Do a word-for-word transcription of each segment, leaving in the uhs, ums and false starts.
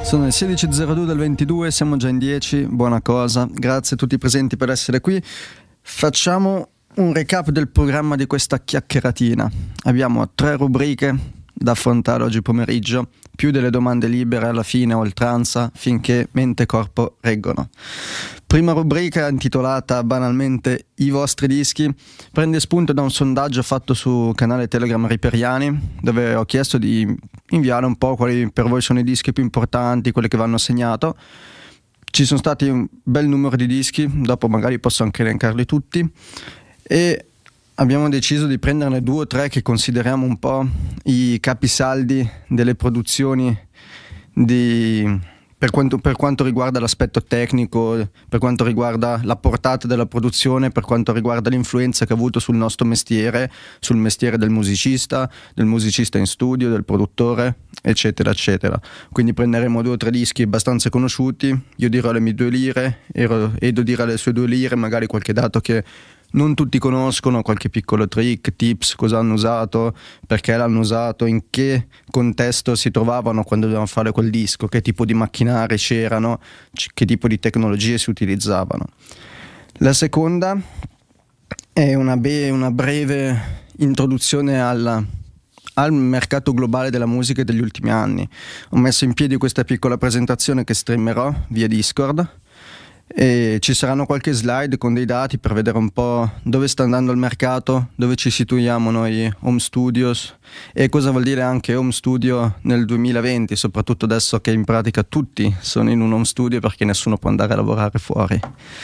Sono le sedici e zero due del ventidue, siamo già in dieci, buona cosa. Grazie a tutti i presenti per essere qui. Facciamo un recap del programma di questa chiacchieratina. Abbiamo tre rubriche da affrontare oggi pomeriggio, più delle domande libere alla fine, oltranza, finché mente e corpo reggono. Prima rubrica, intitolata banalmente I vostri dischi, prende spunto da un sondaggio fatto su canale Telegram Riperiani, dove ho chiesto di inviare un po' quali per voi sono i dischi più importanti, quelli che vanno segnato. Ci sono stati un bel numero di dischi, dopo magari posso anche elencarli tutti, e abbiamo deciso di prenderne due o tre che consideriamo un po' i capisaldi delle produzioni di... Per quanto, per quanto riguarda l'aspetto tecnico, per quanto riguarda la portata della produzione, per quanto riguarda l'influenza che ha avuto sul nostro mestiere, sul mestiere del musicista, del musicista in studio, del produttore, eccetera, eccetera. Quindi prenderemo due o tre dischi abbastanza conosciuti, io dirò le mie due lire, Edo dirà le sue due lire, magari qualche dato che non tutti conoscono, qualche piccolo trick, tips, cosa hanno usato, perché l'hanno usato, in che contesto si trovavano quando dovevano fare quel disco, che tipo di macchinari c'erano, che tipo di tecnologie si utilizzavano. La seconda è una, be- una breve introduzione alla, al mercato globale della musica degli ultimi anni. Ho messo in piedi questa piccola presentazione che streamerò via Discord, e ci saranno qualche slide con dei dati per vedere un po' dove sta andando il mercato, dove ci situiamo noi home studios e cosa vuol dire anche home studio nel duemilaventi, soprattutto adesso che in pratica tutti sono in un home studio perché nessuno può andare a lavorare fuori.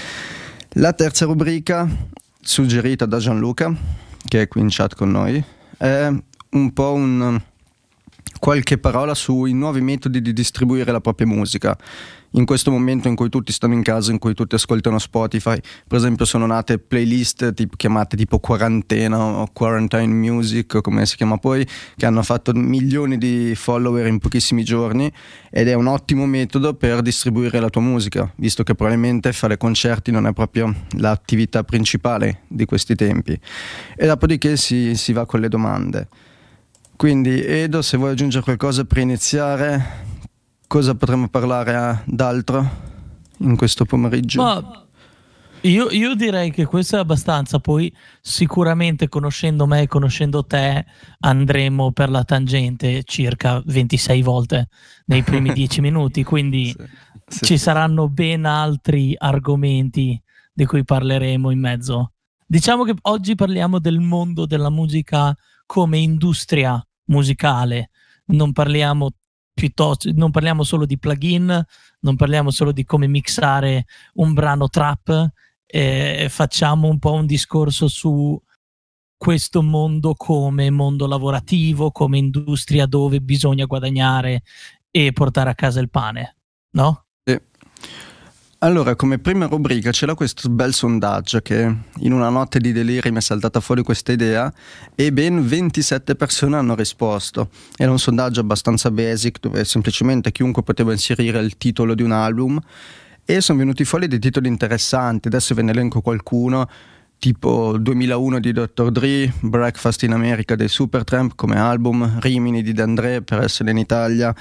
La terza rubrica, suggerita da Gianluca, che è qui in chat con noi, è un po' un qualche parola sui nuovi metodi di distribuire la propria musica. In questo momento in cui tutti stanno in casa, in cui tutti ascoltano Spotify, per esempio sono nate playlist tipo, chiamate tipo quarantena o quarantine music, come si chiama poi, che hanno fatto milioni di follower in pochissimi giorni, ed è un ottimo metodo per distribuire la tua musica, visto che probabilmente fare concerti non è proprio l'attività principale di questi tempi. E dopodiché si, si va con le domande. Quindi Edo, se vuoi aggiungere qualcosa per iniziare, cosa potremmo parlare a, d'altro in questo pomeriggio? Ma io, io direi che questo è abbastanza, poi sicuramente conoscendo me e conoscendo te andremo per la tangente circa ventisei volte nei primi dieci minuti, quindi sì, sì, ci sì. saranno ben altri argomenti di cui parleremo in mezzo. Diciamo che oggi parliamo del mondo della musica come industria musicale, non parliamo piuttosto, non parliamo solo di plugin, non parliamo solo di come mixare un brano trap, eh, facciamo un po' un discorso su questo mondo come mondo lavorativo, come industria dove bisogna guadagnare e portare a casa il pane, no? Sì. Allora, come prima rubrica c'era questo bel sondaggio che in una notte di deliri mi è saltata fuori questa idea e ben ventisette persone hanno risposto. Era un sondaggio abbastanza basic dove semplicemente chiunque poteva inserire il titolo di un album e sono venuti fuori dei titoli interessanti. Adesso ve ne elenco qualcuno, tipo duemilauno di doctor Dre, Breakfast in America dei Supertramp come album, Rimini di D'André per essere in Italia,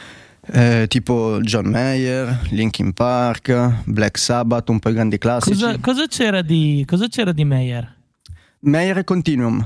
Eh, tipo John Mayer, Linkin Park, Black Sabbath, un po' i grandi classici. Cosa, cosa c'era di cosa c'era di Mayer? Mayer e Continuum.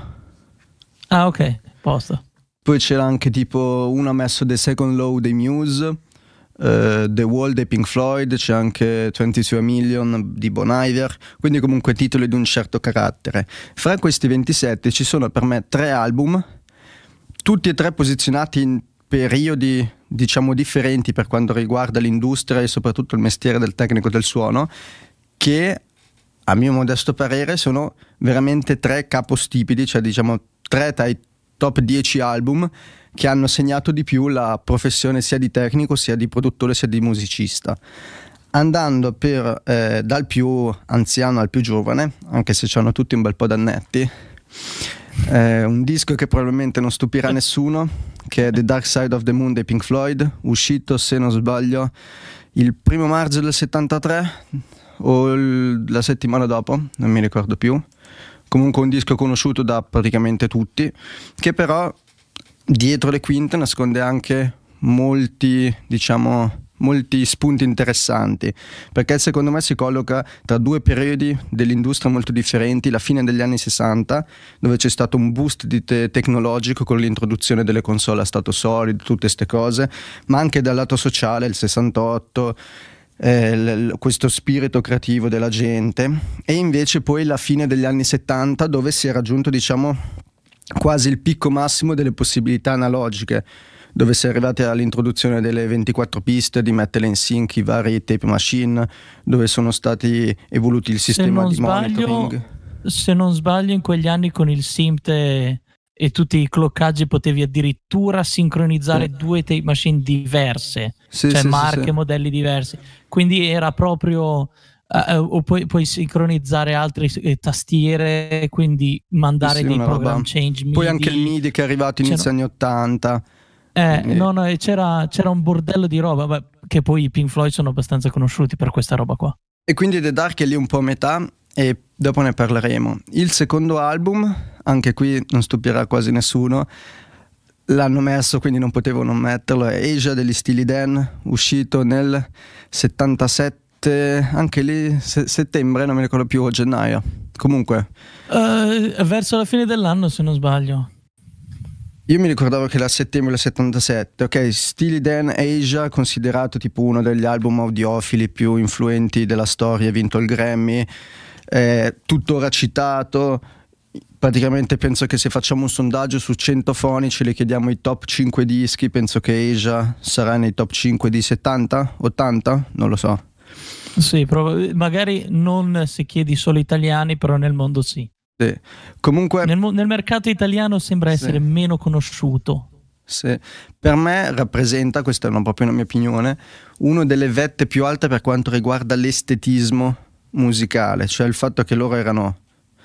Ah, ok, posto. Poi c'era anche tipo uno ha messo The Second Law dei Muse, uh, The Wall dei Pink Floyd, c'è anche ventidue Million di Bon Iver, quindi comunque titoli di un certo carattere. Fra questi ventisette ci sono per me tre album, tutti e tre posizionati in periodi diciamo differenti per quanto riguarda l'industria e soprattutto il mestiere del tecnico del suono, che a mio modesto parere sono veramente tre capostipiti, cioè diciamo tre tra i top dieci album che hanno segnato di più la professione sia di tecnico sia di produttore sia di musicista, andando per eh, dal più anziano al più giovane, anche se hanno tutti un bel po' d'annetti. Eh, un disco che probabilmente non stupirà nessuno, che è The Dark Side of the Moon dei Pink Floyd, uscito, se non sbaglio, il primo marzo del settantatré o il, la settimana dopo, non mi ricordo più. Comunque un disco conosciuto da praticamente tutti, che però dietro le quinte nasconde anche molti, diciamo, molti spunti interessanti, perché secondo me si colloca tra due periodi dell'industria molto differenti: la fine degli anni sessanta, dove c'è stato un boost di te- tecnologico con l'introduzione delle console a stato solido, tutte queste cose, ma anche dal lato sociale, il sessantotto, eh, l- l- questo spirito creativo della gente, e invece poi la fine degli anni settanta, dove si è raggiunto, diciamo, quasi il picco massimo delle possibilità analogiche, dove si è arrivati all'introduzione delle ventiquattro piste, di mettere in sync i vari tape machine, dove sono stati evoluti il sistema di sbaglio, monitoring. Se non sbaglio, in quegli anni con il SIMT e, e tutti i cloccaggi potevi addirittura sincronizzare Sì. due tape machine diverse, Sì, cioè sì, marche, sì, sì. modelli diversi. Quindi era proprio... Uh, o puoi, puoi sincronizzare altre eh, tastiere, quindi mandare Sì, dei una program roba. change M I D I. Poi anche il MIDI che è arrivato inizio anni ottanta. Eh, Quindi... no, no, e c'era, c'era un bordello di roba, beh, che poi i Pink Floyd sono abbastanza conosciuti per questa roba qua. E quindi The Dark è lì un po' a metà, e dopo ne parleremo. Il secondo album, anche qui non stupirà quasi nessuno, l'hanno messo, quindi non potevo non metterlo, è Asia degli Steely Dan, uscito nel settantasette, anche lì se- settembre, non mi ricordo più, o gennaio. Comunque Uh, verso la fine dell'anno, se non sbaglio. io mi ricordavo che era settembre del settantasette. Ok, Steely Dan Asia, considerato tipo uno degli album audiofili più influenti della storia, ha vinto il Grammy, è tuttora citato. Praticamente penso che se facciamo un sondaggio su cento fonici, le chiediamo i top cinque dischi, penso che Asia sarà nei top cinque di settanta, ottanta, non lo so. Sì, prob- magari non se chiedi solo italiani, però nel mondo sì. Sì. Comunque nel, mo- nel mercato italiano sembra sì. essere meno conosciuto. Sì. Per me rappresenta, questa è una, proprio una mia opinione, una delle vette più alte per quanto riguarda l'estetismo musicale, cioè il fatto che loro erano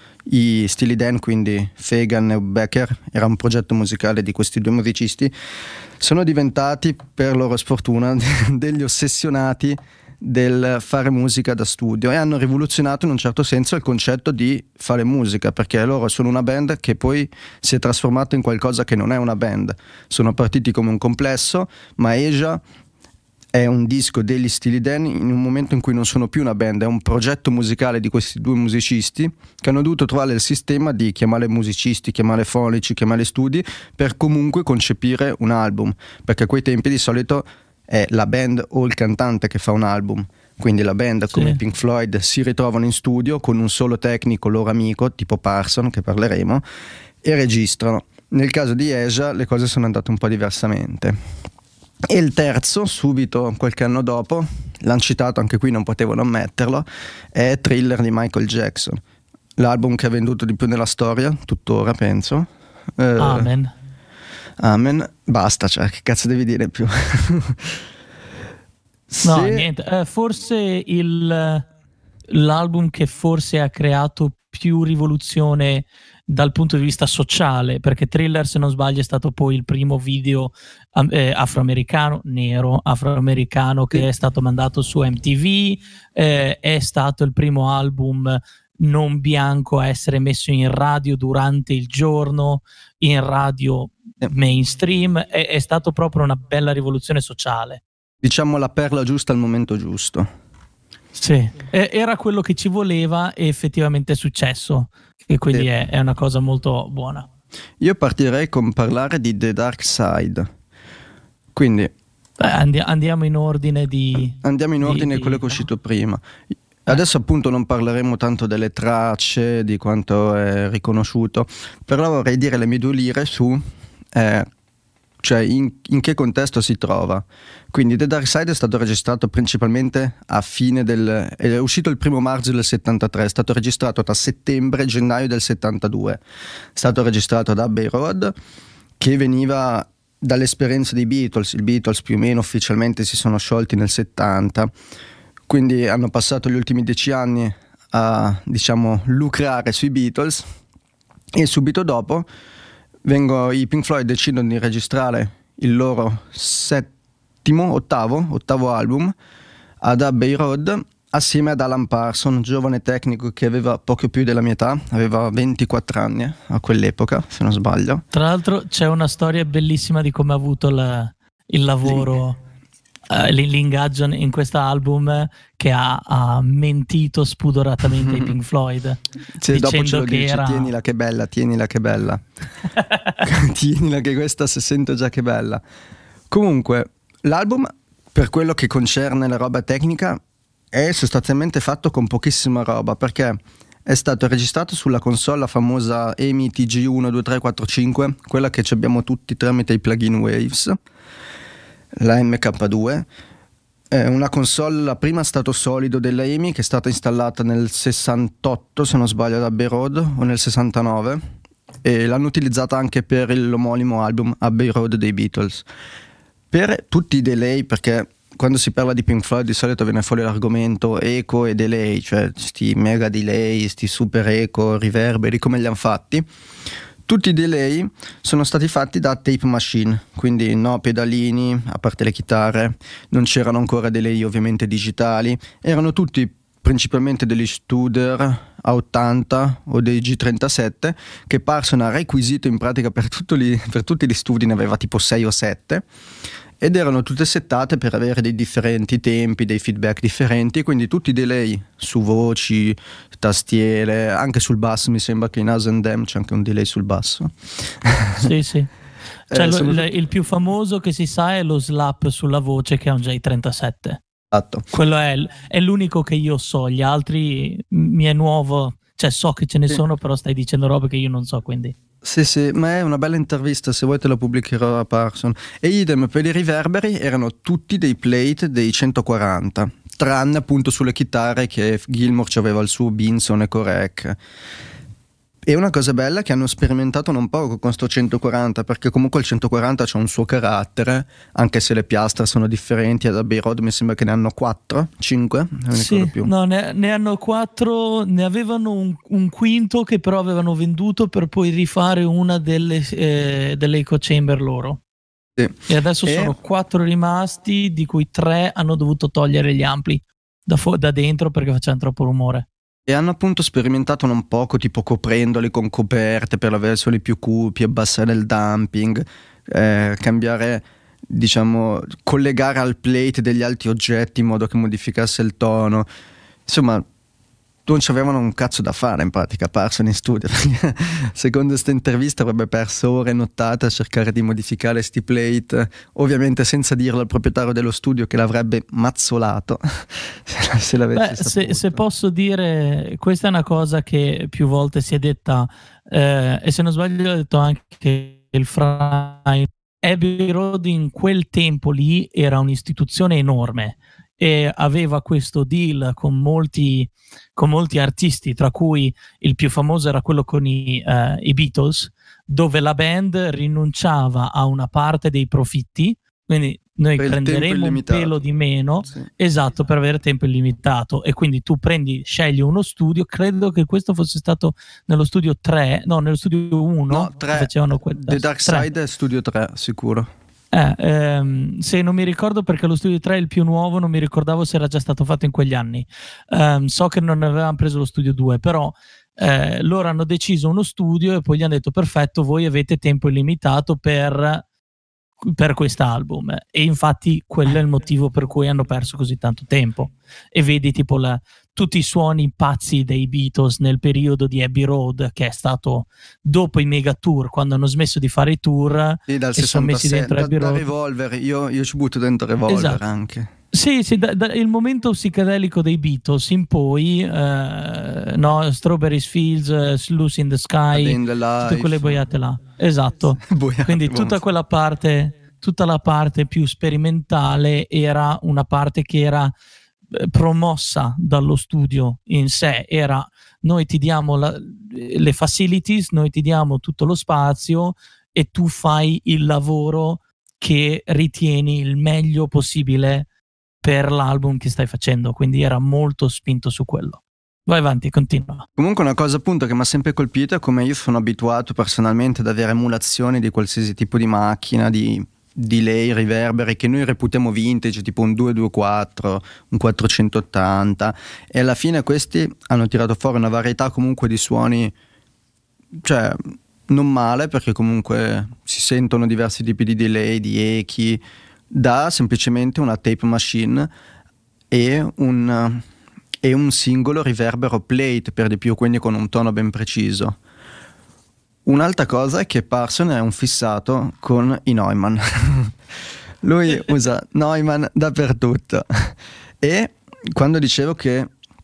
i Steely Dan, quindi Fagan e Becker, era un progetto musicale di questi due musicisti, sono diventati, per loro sfortuna, degli ossessionati del fare musica da studio, e hanno rivoluzionato in un certo senso il concetto di fare musica, perché loro sono una band che poi si è trasformata in qualcosa che non è una band. Sono partiti come un complesso, ma Asia è un disco degli Steely Dan in un momento in cui non sono più una band, è un progetto musicale di questi due musicisti che hanno dovuto trovare il sistema di chiamare musicisti, chiamare fonici, chiamare studi, per comunque concepire un album, perché a quei tempi di solito è la band o il cantante che fa un album, quindi la band, sì, come Pink Floyd, si ritrovano in studio con un solo tecnico loro amico tipo Parson, che parleremo, e registrano. Nel caso di Asia le cose sono andate un po' diversamente. E il terzo, subito qualche anno dopo, l'hanno citato, anche qui non potevo non metterlo, è Thriller di Michael Jackson, l'album che ha venduto di più nella storia, tuttora penso. eh, Amen. Amen, basta, cioè che cazzo devi dire più? No, Se... niente, eh, forse il, l'album che forse ha creato più rivoluzione dal punto di vista sociale, perché Thriller, se non sbaglio, è stato poi il primo video eh, afroamericano, nero, afroamericano, che sì. è stato mandato su M T V, eh, è stato il primo album non bianco a essere messo in radio durante il giorno, in radio mainstream, è, è stato proprio una bella rivoluzione sociale. Diciamo la perla giusta al momento giusto. Sì, era quello che ci voleva e effettivamente è successo, e quindi sì, è, è una cosa molto buona. Io partirei con parlare di The Dark Side. Quindi Beh, andi- andiamo in ordine di andiamo in ordine di quello che è uscito prima. Adesso appunto non parleremo tanto delle tracce, di quanto è riconosciuto, però vorrei dire le mie due lire su eh, cioè in, in che contesto si trova. Quindi The Dark Side è stato registrato principalmente a fine del... è uscito il primo marzo del settantatré, è stato registrato tra settembre e gennaio del settantadue. È stato registrato da Abbey Road, che veniva dall'esperienza dei Beatles. I Beatles più o meno ufficialmente si sono sciolti nel settanta, quindi hanno passato gli ultimi dieci anni a, diciamo, lucrare sui Beatles, e subito dopo vengo, i Pink Floyd decidono di registrare il loro settimo, ottavo, ottavo album ad Abbey Road assieme ad Alan Parsons, un giovane tecnico che aveva poco più della mia età, aveva ventiquattro anni a quell'epoca, se non sbaglio. Tra l'altro c'è una storia bellissima di come ha avuto la, il lavoro. uh, l'ingaggio in questo album che ha, ha mentito spudoratamente ai Pink Floyd, cioè, dopo ce lo che dice, era... tienila che bella, tienila che bella. Tienila che questa se sento già che bella. Comunque l'album, per quello che concerne la roba tecnica, è sostanzialmente fatto con pochissima roba, perché è stato registrato sulla console, la famosa E M I T G uno due tre quattro cinque, quella che ci abbiamo tutti tramite i plugin Waves, la M K due. È una console, la prima a stato solido della E M I, che è stata installata nel sessantotto, se non sbaglio, ad Abbey Road, o nel sessantanove, e l'hanno utilizzata anche per l'omonimo album Abbey Road dei Beatles. Per tutti i delay, perché quando si parla di Pink Floyd di solito viene fuori l'argomento eco e delay, cioè sti mega delay, sti super eco, riverberi, come li hanno fatti. Tutti i delay sono stati fatti da tape machine, quindi no pedalini, a parte le chitarre, non c'erano ancora delay ovviamente digitali, erano tutti principalmente degli Studer A ottanta o dei G trentasette, che Parsons ha requisito in pratica per, tutto li, per tutti gli studi, ne aveva tipo sei o sette, ed erano tutte settate per avere dei differenti tempi, dei feedback differenti, quindi tutti i delay su voci, tastiere, anche sul basso. Mi sembra che in Us and Them c'è anche un delay sul basso. Sì, sì. Cioè, eh, lo, sono... il più famoso che si sa è lo slap sulla voce, che è un J trentasette. Esatto. Quello è, è l'unico che io so, gli altri mi è nuovo, cioè so che ce ne sì. sono, però stai dicendo robe che io non so, quindi... Sì, sì, ma è una bella intervista, se vuoi te la pubblicherò a Parsons. E idem per i riverberi, erano tutti dei plate dei centoquaranta, tranne appunto sulle chitarre che Gilmour aveva il suo Binson e Corec. E una cosa bella è che hanno sperimentato non poco con sto centoquaranta, perché comunque il centoquaranta c'ha un suo carattere, anche se le piastre sono differenti. Ad Abbey Road mi sembra che ne hanno quattro, cinque, non sì, ricordo più. No, ne, ne hanno quattro, ne avevano un, un quinto che però avevano venduto per poi rifare una delle, eh, delle echo chamber loro. Sì. E adesso e... sono quattro rimasti, di cui tre hanno dovuto togliere gli ampli da, fu- da dentro perché facevano troppo rumore. E hanno appunto sperimentato non poco, tipo coprendoli con coperte per avere suoni più cupi, abbassare il damping, eh, cambiare, diciamo, collegare al plate degli altri oggetti in modo che modificasse il tono. Insomma, non ci avevano un cazzo da fare in pratica, Parsons in studio. Secondo questa intervista avrebbe perso ore nottate a cercare di modificare sti plate, ovviamente senza dirlo al proprietario dello studio, che l'avrebbe mazzolato se l'avesse Beh, saputo. Se, se posso dire, questa è una cosa che più volte si è detta, eh, e se non sbaglio ho detto anche il Fry. Abbey Road in quel tempo lì era un'istituzione enorme e aveva questo deal con molti, con molti artisti, tra cui il più famoso era quello con i, uh, i Beatles, dove la band rinunciava a una parte dei profitti, quindi noi per prenderemo un pelo di meno, sì. Esatto, per avere tempo illimitato, e quindi tu prendi, scegli uno studio, credo che questo fosse stato nello studio tre, no, nello studio uno, no, tre, facevano quel The Dark Side è studio tre, sicuro. Eh, ehm, se non mi ricordo, perché lo studio tre è il più nuovo, non mi ricordavo se era già stato fatto in quegli anni. Um, so che non avevamo preso lo studio due, però eh, loro hanno deciso uno studio e poi gli hanno detto perfetto, voi avete tempo illimitato per, per quest'album, e infatti quello è il motivo per cui hanno perso così tanto tempo. E vedi tipo la, tutti i suoni pazzi dei Beatles nel periodo di Abbey Road, che è stato dopo i mega tour, quando hanno smesso di fare i tour, sì, dal e sono messi dentro da, Abbey da Road. Revolver, io, io ci butto dentro Revolver, esatto. Anche sì, sì, da, da, il momento psichedelico dei Beatles in poi, eh, no, Strawberry Fields, uh, Lucy in the Sky, in the tutte quelle boiate là, esatto. boiate, quindi tutta buono. Quella parte, tutta la parte più sperimentale era una parte che era promossa dallo studio in sé, era noi ti diamo la, le facilities, noi ti diamo tutto lo spazio e tu fai il lavoro che ritieni il meglio possibile per l'album che stai facendo, quindi era molto spinto su quello. Vai avanti, continua. Comunque una cosa appunto che mi ha sempre colpito è come io sono abituato personalmente ad avere emulazioni di qualsiasi tipo di macchina, di delay, riverberi che noi reputiamo vintage, tipo un due due quattro, un quattrocentottanta, e alla fine questi hanno tirato fuori una varietà comunque di suoni, cioè non male, perché comunque si sentono diversi tipi di delay, di echi, da semplicemente una tape machine e un, e un singolo riverbero plate per di più, quindi con un tono ben preciso. Un'altra cosa è che Parson è un fissato con i Neumann. Lui usa Neumann dappertutto. E quando dicevo che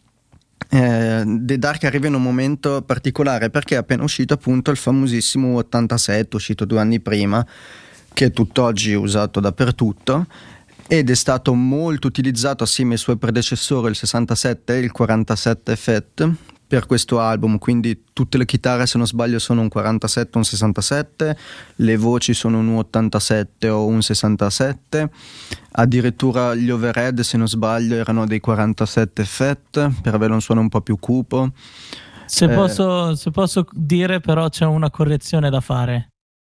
eh, The Dark arriva in un momento particolare, perché è appena uscito appunto il famosissimo ottantasette, uscito due anni prima, che tutt'oggi è usato dappertutto ed è stato molto utilizzato assieme ai suoi predecessori, il sessantasette e il quarantasette Fat, per questo album. Quindi tutte le chitarre, se non sbaglio, sono un quarantasette o un sessantasette, le voci sono un ottantasette o un sessantasette, addirittura gli overhead, se non sbaglio, erano dei quarantasette Fat per avere un suono un po' più cupo. Se, eh, posso, se posso dire, però, c'è una correzione da fare.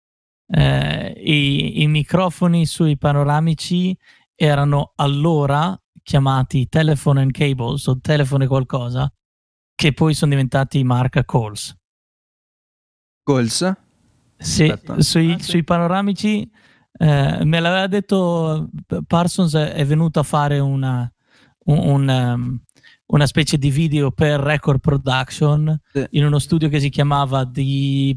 Eh, i, i microfoni sui panoramici erano allora chiamati telephone and cables o telephone e qualcosa, che poi sono diventati marca Coles. Coles? Sì, sui, ah, sì. sui panoramici eh, me l'aveva detto Parsons, è venuto a fare una, un, un, um, una specie di video per Record Production, sì, in uno studio che si chiamava The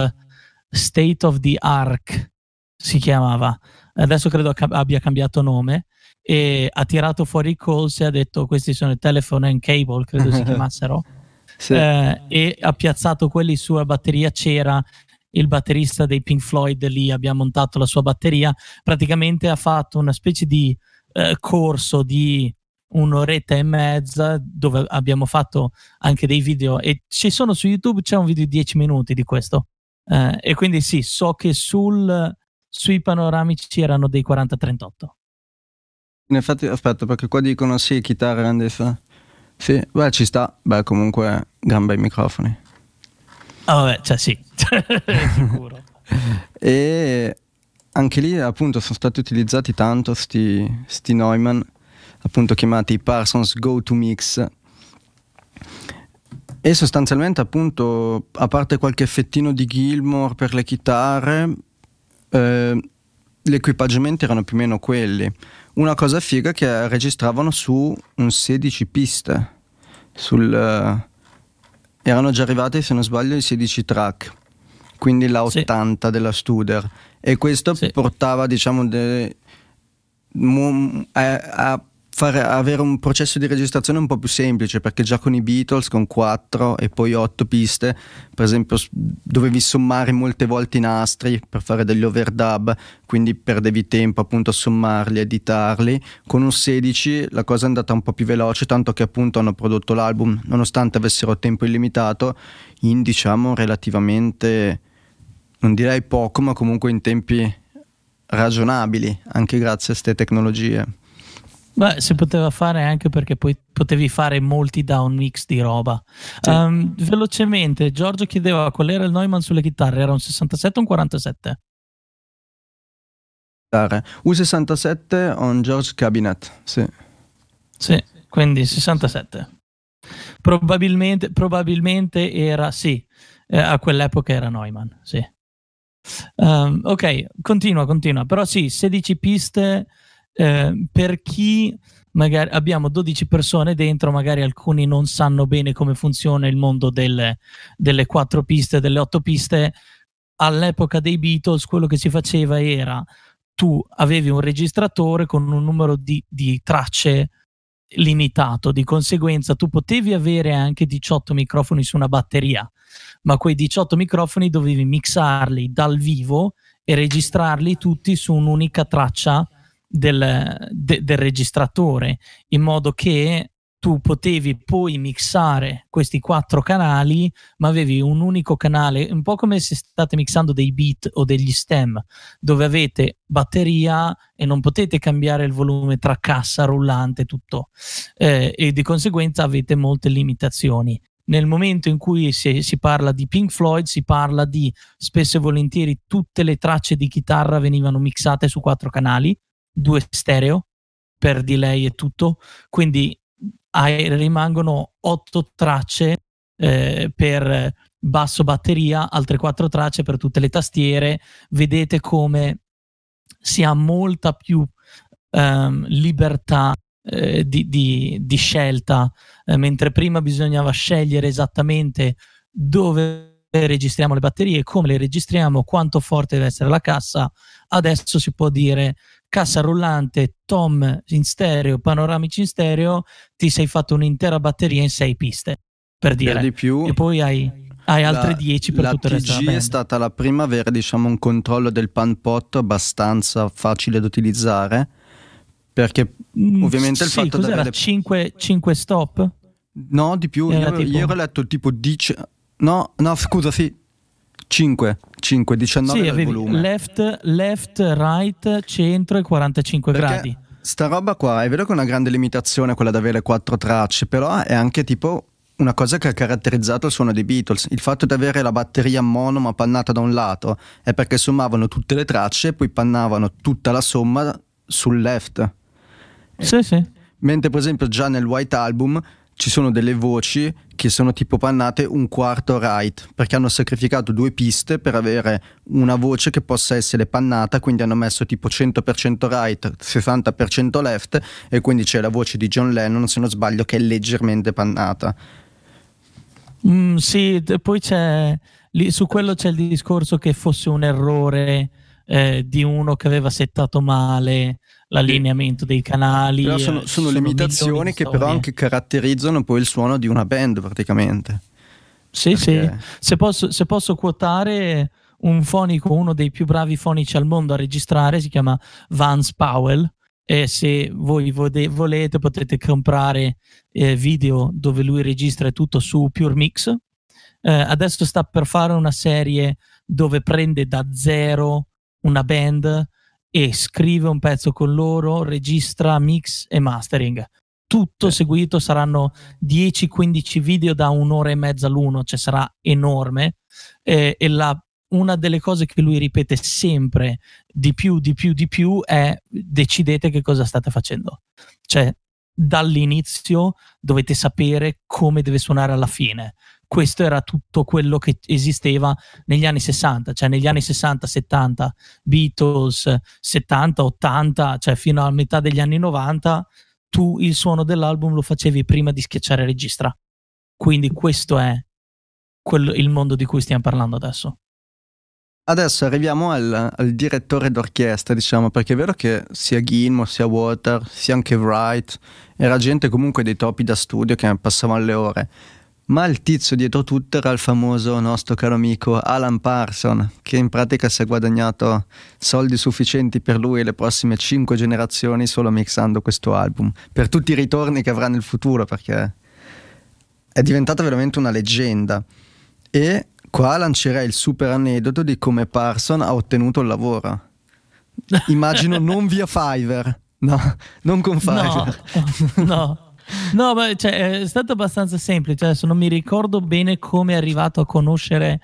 State of the Arc, si chiamava. Adesso credo abbia cambiato nome, e ha tirato fuori i calls e ha detto questi sono i telephone and cable, credo si chiamassero. Sì. Eh, e ha piazzato quelli sulla batteria. C'era il batterista dei Pink Floyd lì, abbia montato la sua batteria, praticamente ha fatto una specie di eh, corso di un'oretta e mezza dove abbiamo fatto anche dei video, e ci sono su YouTube, c'è un video di dieci minuti di questo, eh, e quindi sì, so che sul, sui panoramici erano dei quaranta trentotto. In effetti, aspetta, perché qua dicono sì, chitarra grande fa. Sì, beh, ci sta. Beh, comunque, gran bei microfoni. Ah, vabbè, cioè sì, sicuro. E anche lì, appunto, sono stati utilizzati tanto sti, sti Neumann, appunto chiamati Parsons Go-To-Mix. E sostanzialmente, appunto, a parte qualche effettino di Gilmour per le chitarre, eh, gli equipaggiamenti erano più o meno quelli. Una cosa figa è che registravano su un sedici piste, sul, uh, erano già arrivati, se non sbaglio, i sedici track, quindi la ottanta, sì, della Studer, e questo, sì, portava, diciamo, de, mu, a, a fare, a avere un processo di registrazione un po' più semplice, perché già con i Beatles, con quattro e poi otto piste, per esempio, dovevi sommare molte volte i nastri per fare degli overdub, quindi perdevi tempo appunto a sommarli, editarli. Con un sedici la cosa è andata un po' più veloce, tanto che appunto hanno prodotto l'album, nonostante avessero tempo illimitato, in, diciamo, relativamente, non direi poco, ma comunque in tempi ragionabili, anche grazie a queste tecnologie. Beh, si poteva fare anche perché poi potevi fare molti down mix di roba. Sì. Um, velocemente, Giorgio chiedeva qual era il Neumann sulle chitarre, era un sessantasette o un quarantasette? U sessantasette on George Cabinet, sì. Sì, quindi sessantasette. Probabilmente, probabilmente era, sì, eh, a quell'epoca era Neumann, sì. Um, ok, continua, continua. Però sì, sedici piste. Eh, per chi magari abbiamo dodici persone dentro, magari alcuni non sanno bene come funziona il mondo delle, delle quattro piste, delle otto piste. All'epoca dei Beatles quello che si faceva era: tu avevi un registratore con un numero di, di tracce limitato, di conseguenza tu potevi avere anche diciotto microfoni su una batteria, ma quei diciotto microfoni dovevi mixarli dal vivo e registrarli tutti su un'unica traccia Del, de, del registratore, in modo che tu potevi poi mixare questi quattro canali, ma avevi un unico canale, un po' come se state mixando dei beat o degli stem, dove avete batteria e non potete cambiare il volume tra cassa, rullante, tutto, eh, e di conseguenza avete molte limitazioni. Nel momento in cui si, si parla di Pink Floyd, si parla di, spesso e volentieri, tutte le tracce di chitarra venivano mixate su quattro canali, due stereo per delay e tutto, quindi hai, rimangono otto tracce eh, per basso, batteria, altre quattro tracce per tutte le tastiere. Vedete come si ha molta più um, libertà eh, di, di, di scelta, eh, mentre prima bisognava scegliere esattamente dove registriamo le batterie, come le registriamo, quanto forte deve essere la cassa. Adesso si può dire cassa rullante, tom in stereo, panoramici in stereo, ti sei fatto un'intera batteria in sei piste, per dire. Per di più, e poi hai, hai altre dieci per tutto il resto della La T G band. è stata la prima a avere, diciamo, un controllo del pan pot abbastanza facile da utilizzare, perché Mm, ovviamente il sì, fatto cos'era? di avere cinque stop? no, di più, Era io, tipo- io ero letto tipo dieci no, no, scusa, sì, cinque, cinque, diciannove Sì, era il avevi volume. left, left, right, centro e quarantacinque Perché gradi. sta roba qua è vero che è una grande limitazione quella di avere quattro tracce, però è anche tipo una cosa che ha caratterizzato il suono dei Beatles. Il fatto di avere la batteria mono ma pannata da un lato è perché sommavano tutte le tracce e poi pannavano tutta la somma sul left. Sì, sì. Mentre per esempio già nel White Album ci sono delle voci che sono tipo pannate un quarto right, perché hanno sacrificato due piste per avere una voce che possa essere pannata, quindi hanno messo tipo cento per cento right, sessanta per cento left, e quindi c'è la voce di John Lennon, se non sbaglio, che è leggermente pannata. Mm, sì, d- poi c'è lì, su quello c'è il discorso che fosse un errore eh, di uno che aveva settato male l'allineamento dei canali. Però eh, sono, ci sono milioni di limitazioni che però storie. anche caratterizzano poi il suono di una band praticamente. Sì, Perché- sì. Se posso, se posso quotare un fonico, uno dei più bravi fonici al mondo a registrare, si chiama Vance Powell. E se voi vode- volete potete comprare eh, video dove lui registra tutto su Pure Mix. Eh, adesso sta per fare una serie dove prende da zero una band e scrive un pezzo con loro, registra, mix e mastering. Tutto Sì. seguito, saranno dieci quindici video da un'ora e mezza l'uno, cioè sarà enorme. Eh, e la, una delle cose che lui ripete sempre di più, di più, di più è: decidete che cosa state facendo. Cioè, dall'inizio dovete sapere come deve suonare alla fine. Questo era tutto quello che esisteva negli anni sessanta, cioè negli anni sessanta settanta, Beatles, settanta ottanta, cioè fino alla metà degli anni novanta, tu il suono dell'album lo facevi prima di schiacciare registra. Quindi questo è quello, il mondo di cui stiamo parlando adesso. Adesso arriviamo al, al direttore d'orchestra, diciamo, perché è vero che sia Gilmour, sia Walter, sia anche Wright, era gente comunque dei topi da studio che passavano le ore, ma il tizio dietro tutto era il famoso nostro caro amico Alan Parsons, che in pratica si è guadagnato soldi sufficienti per lui e le prossime cinque generazioni solo mixando questo album, per tutti i ritorni che avrà nel futuro, perché è diventata veramente una leggenda. E qua lancerei il super aneddoto di come Parson ha ottenuto il lavoro. Immagino non via Fiverr, no, non con Fiverr. No, no. No, ma cioè, è stato abbastanza semplice. Adesso non mi ricordo bene come è arrivato a conoscere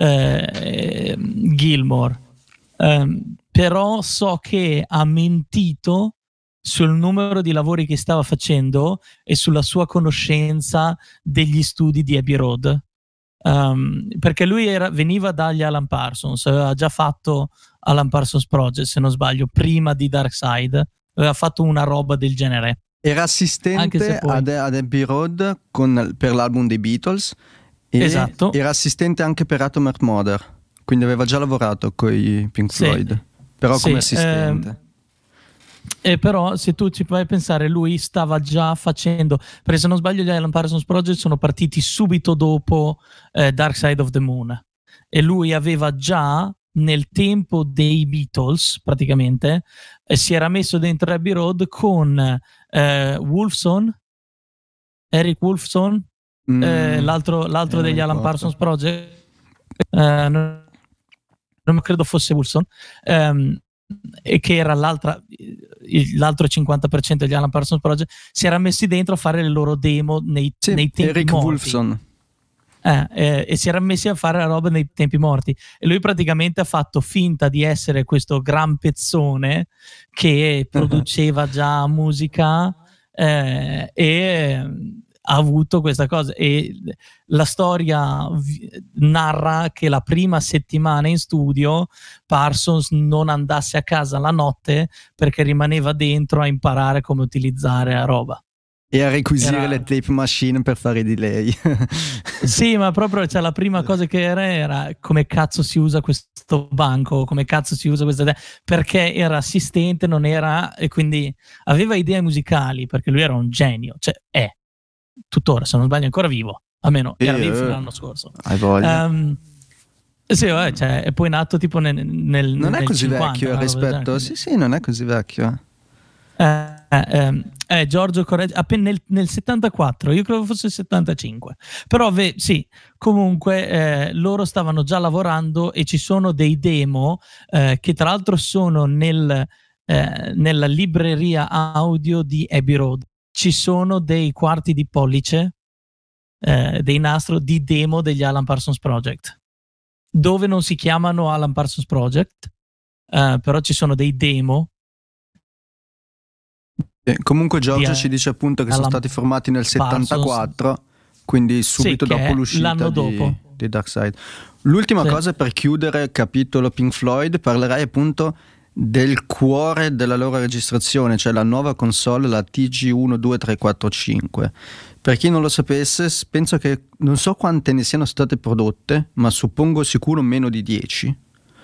eh, Gilmour, um, però so che ha mentito sul numero di lavori che stava facendo e sulla sua conoscenza degli studi di Abbey Road. Um, perché lui era, veniva dagli Alan Parsons, aveva già fatto Alan Parsons Project, se non sbaglio, prima di Dark Side, aveva fatto una roba del genere. Era assistente poi... ad, ad Abbey Road con, per l'album dei Beatles, e esatto. era assistente anche per Atom Heart Mother, quindi aveva già lavorato con i Pink sì. Floyd, però sì, come assistente. Ehm... E però se tu ci puoi pensare, lui stava già facendo, perché se non sbaglio gli Alan Parsons Project sono partiti subito dopo eh, Dark Side of the Moon, e lui aveva già nel tempo dei Beatles praticamente eh, si era messo dentro Abbey Road con eh, Wolfson, Eric Wolfson, mm, eh, l'altro, l'altro eh, degli Alan Parsons Project, eh, non, non credo fosse Wolfson, ehm, e che era l'altra, l'altro cinquanta per cento degli Alan Parsons Project, si era messi dentro a fare le loro demo nei, sì, nei tempi Eric morti. Wolfson. Eh, eh, e si era messi a fare la roba nei tempi morti, e lui praticamente ha fatto finta di essere questo gran pezzone che produceva già musica eh, e ha avuto questa cosa, e la storia v- narra che la prima settimana in studio Parsons non andasse a casa la notte perché rimaneva dentro a imparare come utilizzare la roba. E a requisire Era... le tape machine per fare i delay. Sì, ma proprio cioè, la prima cosa che era era come cazzo si usa questo banco, come cazzo si usa questa, perché era assistente, non era, e quindi aveva idee musicali, perché lui era un genio, cioè è tuttora, se non sbaglio, ancora vivo, almeno Sì, era vivo eh, fino all'anno scorso. Hai voglia. Um, sì, vabbè, cioè, è poi nato tipo nel, nel Non è nel così cinquanta, vecchio una roba del rispetto... genere, Sì, sì, non è così vecchio. eh, eh, eh, Giorgio Correggi appena nel, nel settantaquattro, io credo fosse il settantacinque, però ve, sì, comunque eh, loro stavano già lavorando e ci sono dei demo eh, che tra l'altro sono nel, eh, nella libreria audio di Abbey Road. Ci sono dei quarti di pollice, eh, dei nastro di demo degli Alan Parsons Project, dove non si chiamano Alan Parsons Project, eh, però ci sono dei demo. Eh, comunque Giorgio di ci dice appunto che sono Alan stati formati nel Parsons. settantaquattro, quindi subito Sì, che dopo è l'uscita l'anno di, dopo. di Dark Side. L'ultima Sì. cosa per chiudere il capitolo Pink Floyd, parlerai appunto del cuore della loro registrazione, cioè la nuova console, la T G uno due tre quattro cinque. Per chi non lo sapesse, penso che non so quante ne siano state prodotte, ma suppongo sicuro meno di dieci.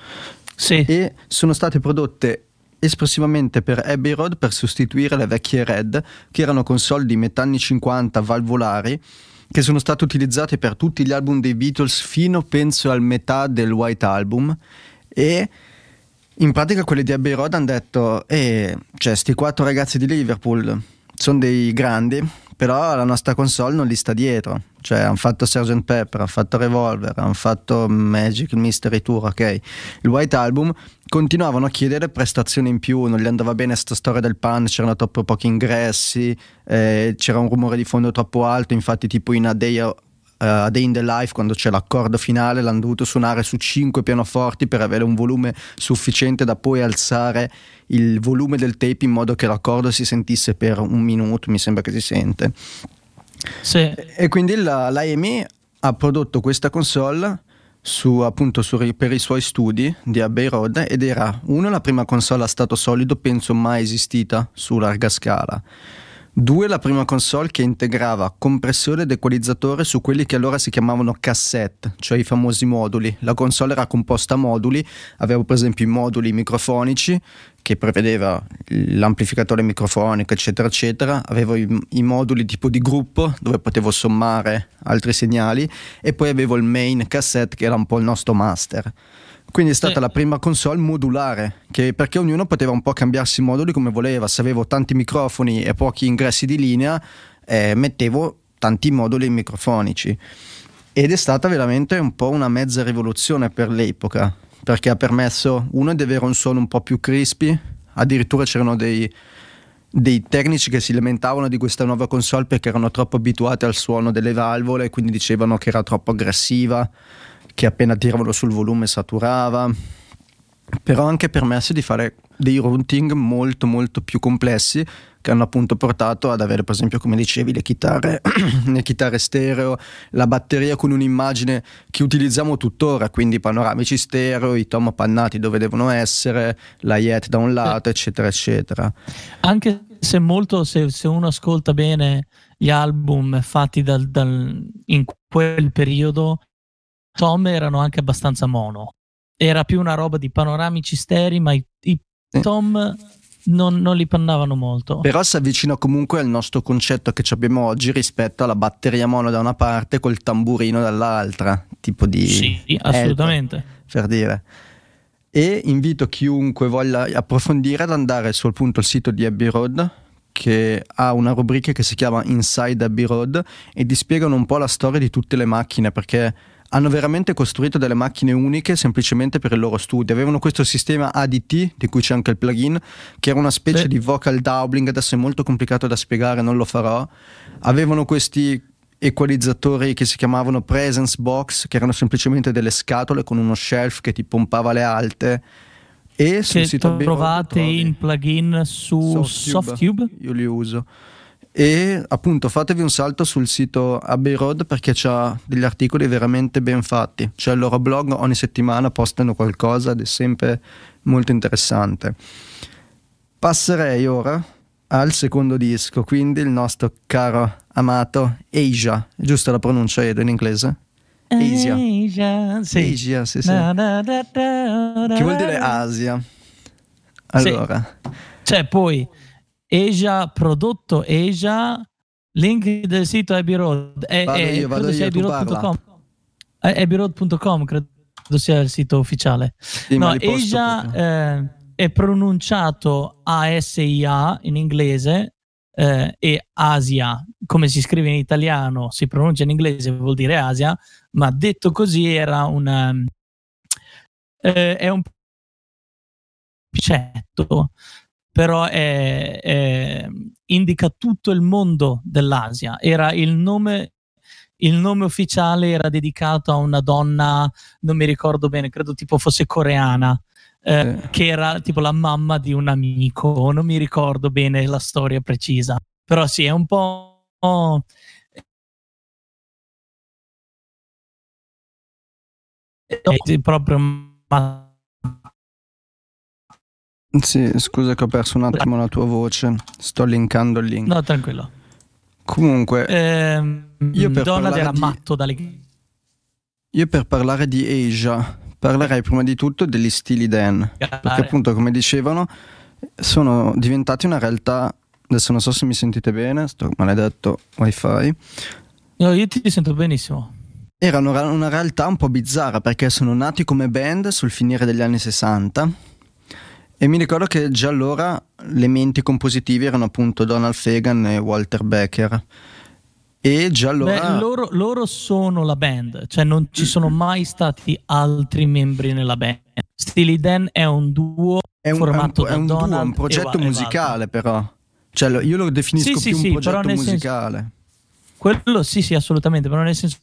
Sì. E sono state prodotte espressivamente per Abbey Road per sostituire le vecchie Red, che erano console di metà anni cinquanta valvolari, che sono state utilizzate per tutti gli album dei Beatles fino penso al metà del White Album. E in pratica quelli di Abbey Road hanno detto eh, cioè sti quattro ragazzi di Liverpool sono dei grandi, però la nostra console non li sta dietro, cioè hanno fatto sergeant Pepper, hanno fatto Revolver, hanno fatto Magic Mystery Tour, ok, il White Album, continuavano a chiedere prestazioni in più, non gli andava bene sta storia del pan, c'erano troppo pochi ingressi, eh, c'era un rumore di fondo troppo alto, infatti tipo in A Day, uh, A Day in the Life, quando c'è l'accordo finale, l'hanno dovuto suonare su cinque pianoforti per avere un volume sufficiente da poi alzare il volume del tape in modo che l'accordo si sentisse per un minuto, mi sembra che si sente. Sì. E, e quindi la, la A M I ha prodotto questa console su, appunto su, per i suoi studi di Abbey Road, ed era uno, la prima console a stato solido penso mai esistita su larga scala. Due, la prima console che integrava compressore ed equalizzatore su quelli che allora si chiamavano cassette, cioè i famosi moduli. La console era composta a moduli, avevo per esempio i moduli microfonici che prevedeva l'amplificatore microfonico eccetera eccetera, avevo i, i moduli tipo di gruppo dove potevo sommare altri segnali, e poi avevo il main cassette che era un po' il nostro master. Quindi è stata sì. la prima console modulare, che perché ognuno poteva un po' cambiarsi i moduli come voleva. Se avevo tanti microfoni e pochi ingressi di linea, eh, mettevo tanti moduli microfonici. Ed è stata veramente un po' una mezza rivoluzione per l'epoca, perché ha permesso, uno, di avere un suono un po' più crispy. Addirittura c'erano dei, dei tecnici che si lamentavano di questa nuova console perché erano troppo abituati al suono delle valvole e quindi dicevano che era troppo aggressiva, che appena tiravano sul volume saturava, però ha anche permesso di fare dei routing molto molto più complessi, che hanno appunto portato ad avere per esempio, come dicevi, le chitarre le chitarre stereo, la batteria con un'immagine che utilizziamo tuttora, quindi panoramici stereo, i tom appannati dove devono essere, la hi-hat da un lato, eccetera eccetera. Anche se molto, se, se uno ascolta bene gli album fatti dal, dal, in quel periodo, tom erano anche abbastanza mono, era più una roba di panoramici sterei, ma i, i sì. tom non, non li pannavano molto. Però si avvicina comunque al nostro concetto che abbiamo oggi rispetto alla batteria mono da una parte col tamburino dall'altra, tipo di sì, assolutamente help, per dire. E invito chiunque voglia approfondire ad andare sul appunto il sito di Abbey Road, che ha una rubrica che si chiama Inside Abbey Road, e ti spiegano un po' la storia di tutte le macchine, perché hanno veramente costruito delle macchine uniche semplicemente per il loro studio. Avevano questo sistema A D T, di cui c'è anche il plugin, che era una specie sì. di vocal doubling, adesso è molto complicato da spiegare, non lo farò. Avevano questi equalizzatori che si chiamavano Presence Box, che erano semplicemente delle scatole con uno shelf che ti pompava le alte. E sul che sito trovate in plugin su Softtube. Io li uso. E appunto fatevi un salto sul sito Abbey Road perché c'ha degli articoli veramente ben fatti, cioè il loro blog ogni settimana postano qualcosa ed è sempre molto interessante. Passerei ora al secondo disco, quindi il nostro caro amato Asia, è giusta la pronuncia Edo in inglese? Asia, Asia, sì. Asia, sì, sì. Da, da, da, da, Che vuol dire Asia. Allora, sì. C'è poi Asia, prodotto Asia, link del sito Abbey Road, è, vado è, io, vado io, tu parla. abbey road punto com credo sia il sito ufficiale. Sì, no, ma li posto Asia eh, è pronunciato A S I A in inglese eh, e Asia, come si scrive in italiano, si pronuncia in inglese, vuol dire Asia, ma detto così era una eh, è un picetto, però è, è, indica tutto il mondo dell'Asia. Era il nome, il nome ufficiale era dedicato a una donna, non mi ricordo bene, credo tipo fosse coreana, eh, eh. che era tipo la mamma di un amico, non mi ricordo bene la storia precisa, però sì, è un po'... Oh, è proprio... Sì, scusa che ho perso un attimo la tua voce, sto linkando il link. No, tranquillo. Comunque, eh, io per Donald era di... matto dalle... Io per parlare di Asia parlerei prima di tutto degli Steely Dan, perché appunto, come dicevano, sono diventati una realtà. Adesso non so se mi sentite bene, sto maledetto wifi. No, io ti sento benissimo. Erano una realtà un po' bizzarra perché sono nati come band sul finire degli anni sessanta e mi ricordo che già allora le menti compositivi erano appunto Donald Fagen e Walter Becker. E già allora... Beh, loro, loro sono la band, cioè non ci sono mai stati altri membri nella band. Steely Dan è un duo è un, formato è un, da è un Donald duo, un progetto musicale però. Cioè io lo definisco sì, più sì, un sì, progetto musicale. Senso, quello sì, sì, assolutamente, però nel senso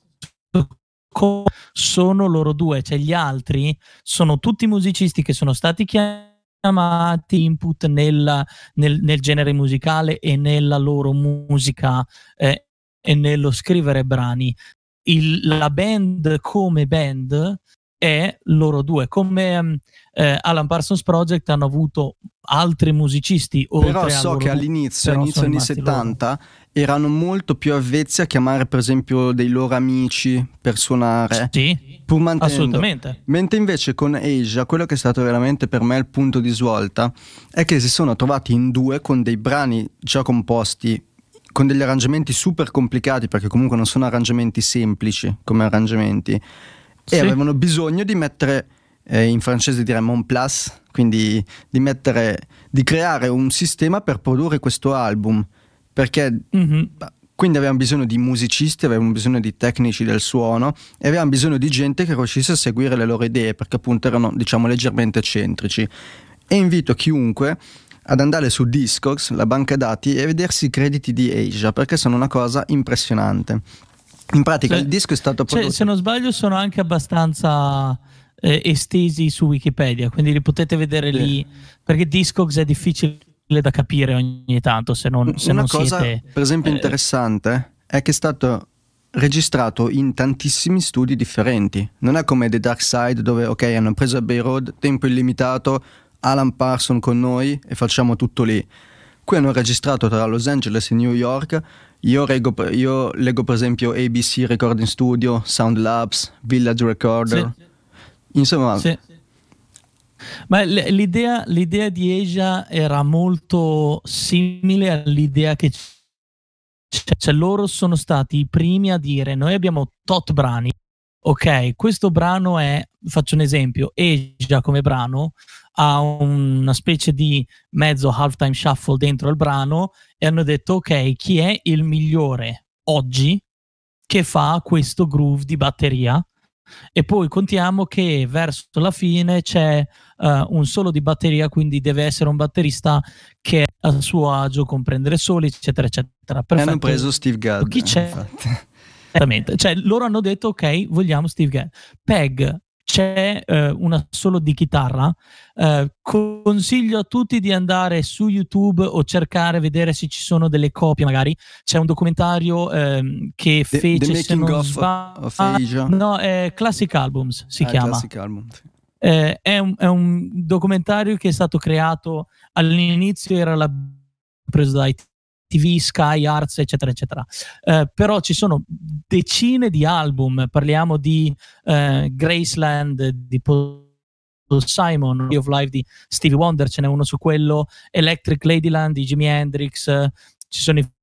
sono loro due, cioè gli altri sono tutti musicisti che sono stati chiamati input nella, nel, nel genere musicale e nella loro musica eh, e nello scrivere brani. Il, la band come band è loro due, come eh, Alan Parsons Project hanno avuto altri musicisti oltre però so a loro che all'inizio, all'inizio anni settanta loro. erano molto più avvezzi a chiamare per esempio dei loro amici per suonare, sì, pur mantenendo. Assolutamente. Mentre invece con Asia quello che è stato veramente per me il punto di svolta è che si sono trovati in due con dei brani già composti, con degli arrangiamenti super complicati, perché comunque non sono arrangiamenti semplici come arrangiamenti, sì. E avevano bisogno di mettere, eh, in francese diremmo un plus, quindi di mettere, di creare un sistema per produrre questo album, perché mm-hmm. quindi avevamo bisogno di musicisti, avevamo bisogno di tecnici del suono e avevamo bisogno di gente che riuscisse a seguire le loro idee, perché appunto erano, diciamo, leggermente eccentrici. E invito chiunque ad andare su Discogs, la banca dati, e vedersi i crediti di Asia, perché sono una cosa impressionante. In pratica, cioè, il disco è stato prodotto... Cioè, se non sbaglio sono anche abbastanza eh, estesi su Wikipedia, quindi li potete vedere sì. lì, perché Discogs è difficile da capire ogni tanto se non, se una non cosa siete... per esempio eh, interessante è che è stato registrato in tantissimi studi differenti. Non è come The Dark Side dove ok hanno preso Abbey Road, tempo illimitato, Alan Parsons con noi e facciamo tutto lì. Qui hanno registrato tra Los Angeles e New York. Io, rego, io leggo per esempio A B C Recording Studio, Sound Labs, Village Recorder, sì. Insomma sì. Ma l'idea, l'idea di Asia era molto simile all'idea che c'è. Cioè, loro sono stati i primi a dire noi abbiamo tot brani, ok, questo brano è, faccio un esempio, Asia come brano ha una specie di mezzo halftime shuffle dentro il brano e hanno detto ok, chi è il migliore oggi che fa questo groove di batteria? E poi contiamo che verso la fine c'è uh, un solo di batteria, quindi deve essere un batterista che è a suo agio con prendere soli, eccetera eccetera. Perfetto. E hanno preso Steve Gadd. Chi c'è? Esattamente. Cioè loro hanno detto ok, vogliamo Steve Gadd. Peg c'è eh, una solo di chitarra. Eh, consiglio a tutti di andare su YouTube o cercare, vedere se ci sono delle copie, magari c'è un documentario ehm, che The, fece, the se Making non of, sbaglio, of Asia. no, è Classic Albums si ah, chiama. Classic Album, sì. Eh, è, un, è un documentario che è stato creato all'inizio, era la, preso dai T V, Sky Arts, eccetera, eccetera. Eh, però ci sono decine di album, parliamo di eh, Graceland, di Paul Simon, Way of Life di Stevie Wonder, ce n'è uno su quello, Electric Ladyland di Jimi Hendrix, eh, ci sono i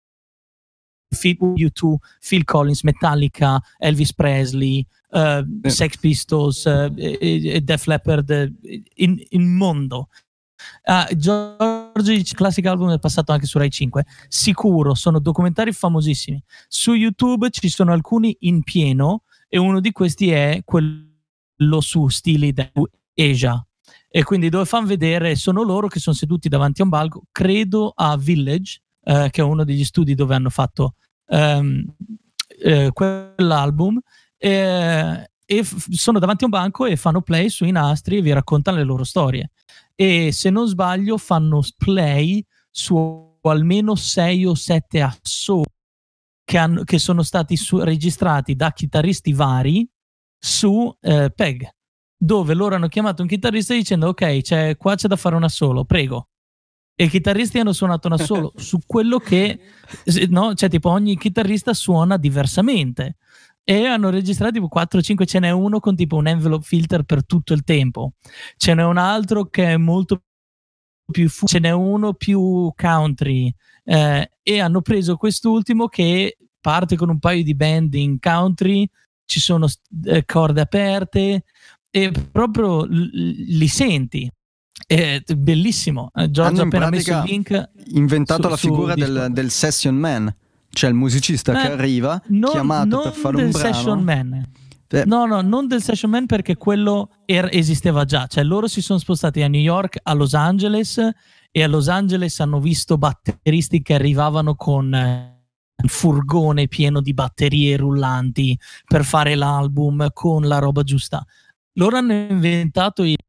U due, Phil Collins, Metallica, Elvis Presley, uh, eh. Sex Pistols, uh, e, e Def Leppard, in, in mondo. Uh, George Classic Album è passato anche su Rai cinque, sicuro, sono documentari famosissimi. Su YouTube ci sono alcuni in pieno e uno di questi è quello su Steely Dan Asia, e quindi dove fanno vedere, sono loro che sono seduti davanti a un palco, credo a Village, Uh, che è uno degli studi dove hanno fatto um, uh, quell'album, e, e f- sono davanti a un banco e fanno play sui nastri e vi raccontano le loro storie, e se non sbaglio fanno play su almeno sei o sette assoli che, hanno, che sono stati su- registrati da chitarristi vari su uh, P E G, dove loro hanno chiamato un chitarrista dicendo ok, c'è, qua c'è da fare un assolo, prego. E i chitarristi hanno suonato un assolo su quello che, no? Cioè, tipo, ogni chitarrista suona diversamente. E hanno registrato tipo quattro cinque, ce n'è uno con tipo un envelope filter per tutto il tempo. Ce n'è un altro che è molto più fu- ce n'è uno più country. Eh, e hanno preso quest'ultimo che parte con un paio di band in country, ci sono eh, corde aperte e proprio l- li senti. È bellissimo. Giorgio ha appena messo il link. Inventato su, la figura del, del session man, cioè il musicista eh, che arriva non, chiamato non per fare del un brano. session man. Eh. No, no, non del session man, perché quello er- esisteva già. Cioè loro si sono spostati a New York, a Los Angeles, e a Los Angeles hanno visto batteristi che arrivavano con eh, un furgone pieno di batterie rullanti per fare l'album con la roba giusta. Loro hanno inventato i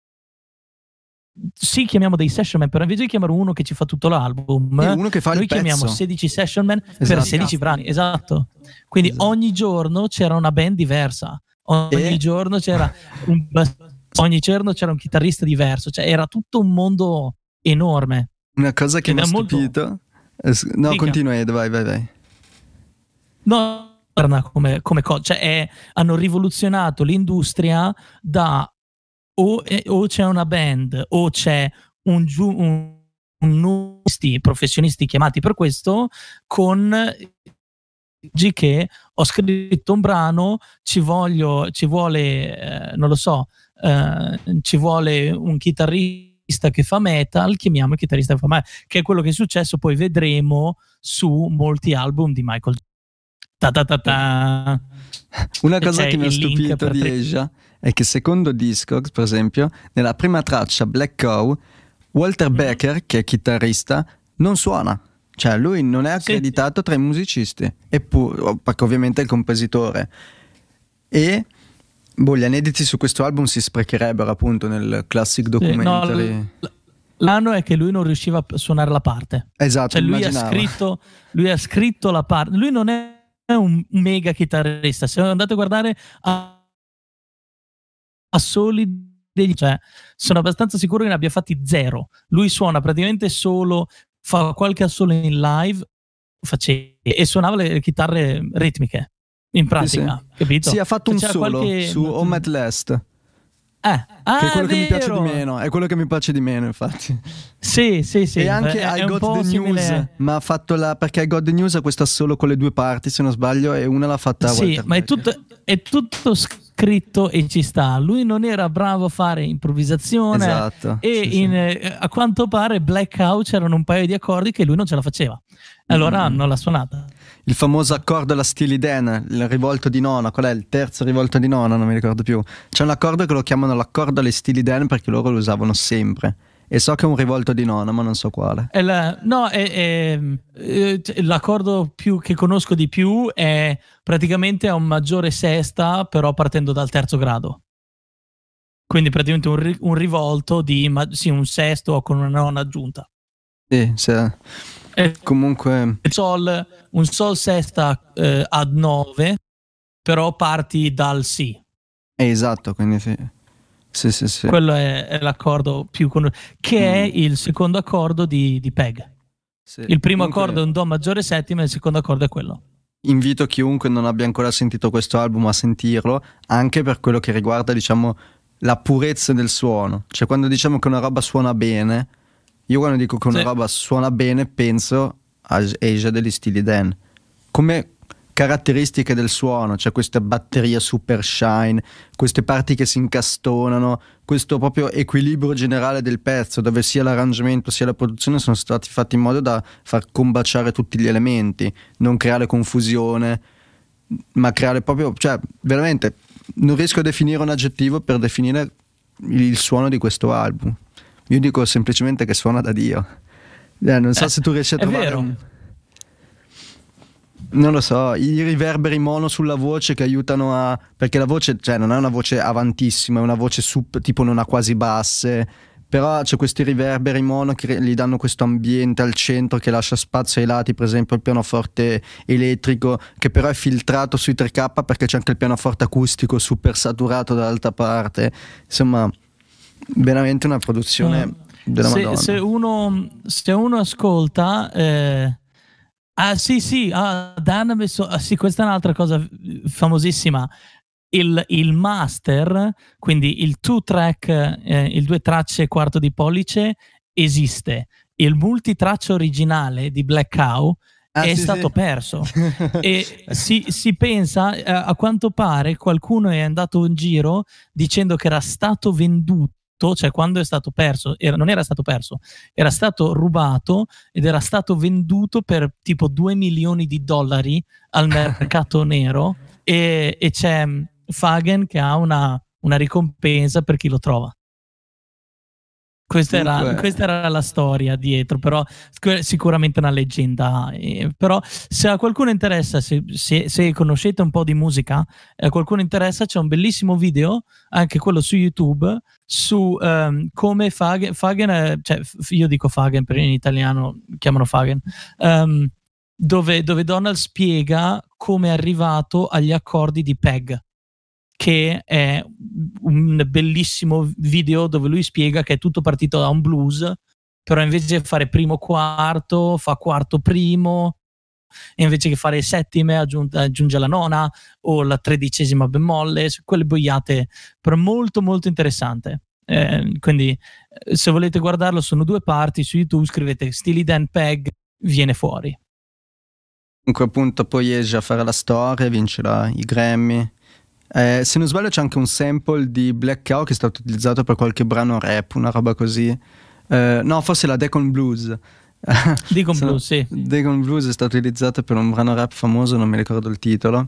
sì, chiamiamo dei session man, però invece di chiamare uno che ci fa tutto l'album, e uno che fa noi il pezzo. chiamiamo sedici session man, esatto. per sedici brani, esatto. Quindi esatto. Ogni giorno c'era una band diversa, ogni e... giorno c'era un ogni giorno c'era un chitarrista diverso, cioè era tutto un mondo enorme. Una cosa che mi ha stupito molto... no, Dica. Continua Ed, vai vai vai. No, come, come cosa, cioè è, hanno rivoluzionato l'industria da O, eh, o c'è una band o c'è un, giu, un, un professionisti chiamati per questo, con G che ho scritto un brano, ci voglio ci vuole eh, non lo so eh, ci vuole un chitarrista che fa metal, chiamiamo il chitarrista che fa metal, che è quello che è successo, poi vedremo su molti album di Michael. Ta ta ta ta. Una cosa che mi ha stupito di Asia è che secondo Discogs, per esempio, nella prima traccia Black Cow, Walter Becker, che è chitarrista, non suona. Cioè lui non è accreditato sì. tra i musicisti, eppure, perché ovviamente è il compositore. E boh, gli aneddoti su questo album si sprecherebbero appunto nel classic documentary. Sì, no, l'anno è che lui non riusciva a suonare la parte. Esatto, cioè lui ha, scritto, lui ha scritto la parte. Lui non è un mega chitarrista. Se andate a guardare a assoli degli, cioè sono abbastanza sicuro che ne abbia fatti zero. Lui suona praticamente solo, fa qualche assolo in live faceva, e suonava le chitarre ritmiche in pratica, sì, sì. Capito? Sì, ha fatto cioè, un solo qualche... su Home at Last. Eh, ah, che è quello vero. che mi piace di meno, è quello che mi piace di meno, infatti. Sì, sì, sì. E anche è, I è Got the simile... News, ma ha fatto la perché I Got the News ha questa solo con le due parti, se non sbaglio, e una l'ha fatta a Sì, Walter ma è tutto, è tutto scritto e ci sta. Lui non era bravo a fare improvvisazione. Esatto. E sì, in, sì. a quanto pare Black Cow c'erano un paio di accordi che lui non ce la faceva. Allora mm. non l'ha suonata. Il famoso accordo alla Steely Dan, il rivolto di nona, qual è il terzo rivolto di nona? Non mi ricordo più. C'è un accordo che lo chiamano l'accordo alle Steely Dan perché loro lo usavano sempre. E so che è un rivolto di nona, ma non so quale. È la, no, è, è, è, l'accordo più che conosco di più è praticamente a un maggiore sesta, però partendo dal terzo grado. quindi praticamente un, ri- un rivolto di ma- sì, un sesto con una nona aggiunta. Sì, sì. E Comunque sol, un sol sesta eh, ad nove, però parti dal Si. è esatto, quindi sì. Sì, sì, sì. Quello è, è l'accordo più conosciuto, che Mm. è il secondo accordo di, di Peg. Sì. Il primo Comunque, accordo è un Do maggiore settima e il secondo accordo è quello. invito chiunque non abbia ancora sentito questo album a sentirlo, anche per quello che riguarda, diciamo, la purezza del suono. Cioè, quando diciamo che una roba suona bene, io quando dico che una Sì. roba suona bene penso a Asia degli Steely Dan. Come caratteristiche del suono, c'è questa batteria super shine, queste parti che si incastonano, questo proprio equilibrio generale del pezzo, dove sia l'arrangiamento sia la produzione sono stati fatti in modo da far combaciare tutti gli elementi, non creare confusione, ma creare proprio, cioè veramente non riesco a definire un aggettivo per definire il suono di questo album. Io dico semplicemente che suona da Dio. Eh, non so Eh, se tu riesci a è trovare vero. un... Non lo so, i riverberi mono sulla voce che aiutano a... Perché la voce, cioè, non è una voce avantissima, è una voce sub, tipo non ha quasi basse, però c'è questi riverberi mono che gli danno questo ambiente al centro che lascia spazio ai lati, per esempio il pianoforte elettrico, che però è filtrato sui tre K perché c'è anche il pianoforte acustico super saturato dall'altra parte. Insomma, veramente una produzione Uh, della se, Madonna. se, uno, se uno ascolta... Eh, ah sì sì, ah, Dan ha messo... Ah, sì, questa è un'altra cosa famosissima. Il, il master, quindi il two track, eh, il due tracce quarto di pollice esiste. Il multitraccia originale di Black Cow Ah, è sì, stato sì. perso e si, si pensa, eh, a quanto pare qualcuno è andato in giro dicendo che era stato venduto, cioè quando è stato perso, era, non era stato perso, era stato rubato ed era stato venduto per tipo due milioni di dollari al mercato nero e, e c'è Fagen che ha una, una ricompensa per chi lo trova. Questa era, Comunque... questa era la storia dietro, però sicuramente una leggenda. Eh, però se a qualcuno interessa, se, se, se conoscete un po' di musica, a eh, qualcuno interessa, c'è un bellissimo video, anche quello su YouTube, su um, come Fagen, Fagen è, cioè io dico Fagen, per in italiano chiamano Fagen, um, dove, dove Donald spiega come è arrivato agli accordi di Peg, che è un bellissimo video dove lui spiega che è tutto partito da un blues, però invece di fare primo quarto fa quarto primo, e invece che fare settime aggiunge, aggiunge la nona o la tredicesima bemolle, quelle boiate, però molto molto interessante. Eh, quindi se volete guardarlo sono due parti, su YouTube scrivete Steely Dan Peg, viene fuori. Comunque appunto poi esce a fare la storia, vincerà i Grammy. Eh, se non sbaglio c'è anche un sample di Black Cow che è stato utilizzato per qualche brano rap, una roba così. Eh, no, forse la Deacon Blues. Deacon so, Blues, sì. Deacon Blues è stato utilizzato per un brano rap famoso, non mi ricordo il titolo.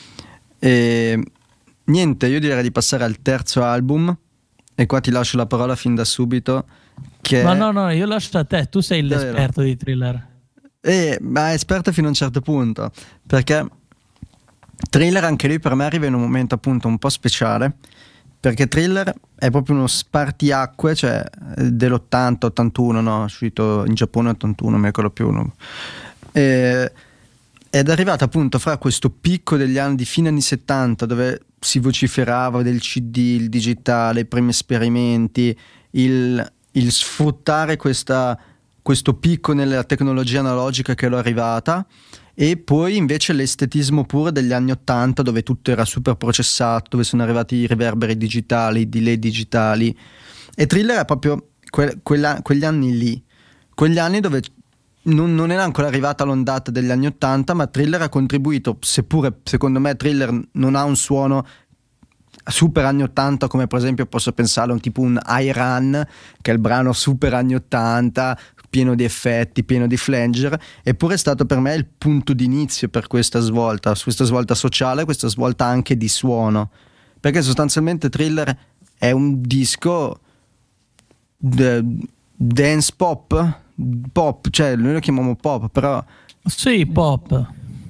E niente, io direi di passare al terzo album. E qua ti lascio la parola fin da subito. Che Ma no, no, io lascio a te, tu sei Davvero? l'esperto di Thriller. Eh, ma è esperto fino a un certo punto, perché Thriller anche lui per me arriva in un momento appunto un po' speciale, perché Thriller è proprio uno spartiacque, cioè dell'ottanta ottantuno, no? È uscito in Giappone ottantuno, non mi ricordo più. No? E, ed è arrivato appunto fra questo picco degli anni di fine anni settanta dove si vociferava del C D, il digitale, i primi esperimenti, il, il sfruttare questa, questo picco nella tecnologia analogica che è arrivata, e poi invece l'estetismo puro degli anni ottanta dove tutto era super processato, dove sono arrivati i riverberi digitali, i delay digitali, e Thriller è proprio que- quella, quegli anni lì, quegli anni dove non, non era ancora arrivata l'ondata degli anni ottanta, ma Thriller ha contribuito, seppure secondo me Thriller non ha un suono super anni ottanta come per esempio posso pensare a un tipo un I Run, che è il brano super anni ottanta, pieno di effetti, pieno di flanger, eppure è stato per me il punto d'inizio per questa svolta, questa svolta sociale, questa svolta anche di suono, perché sostanzialmente Thriller è un disco de- dance pop, pop, cioè noi lo chiamiamo pop, però sì, pop,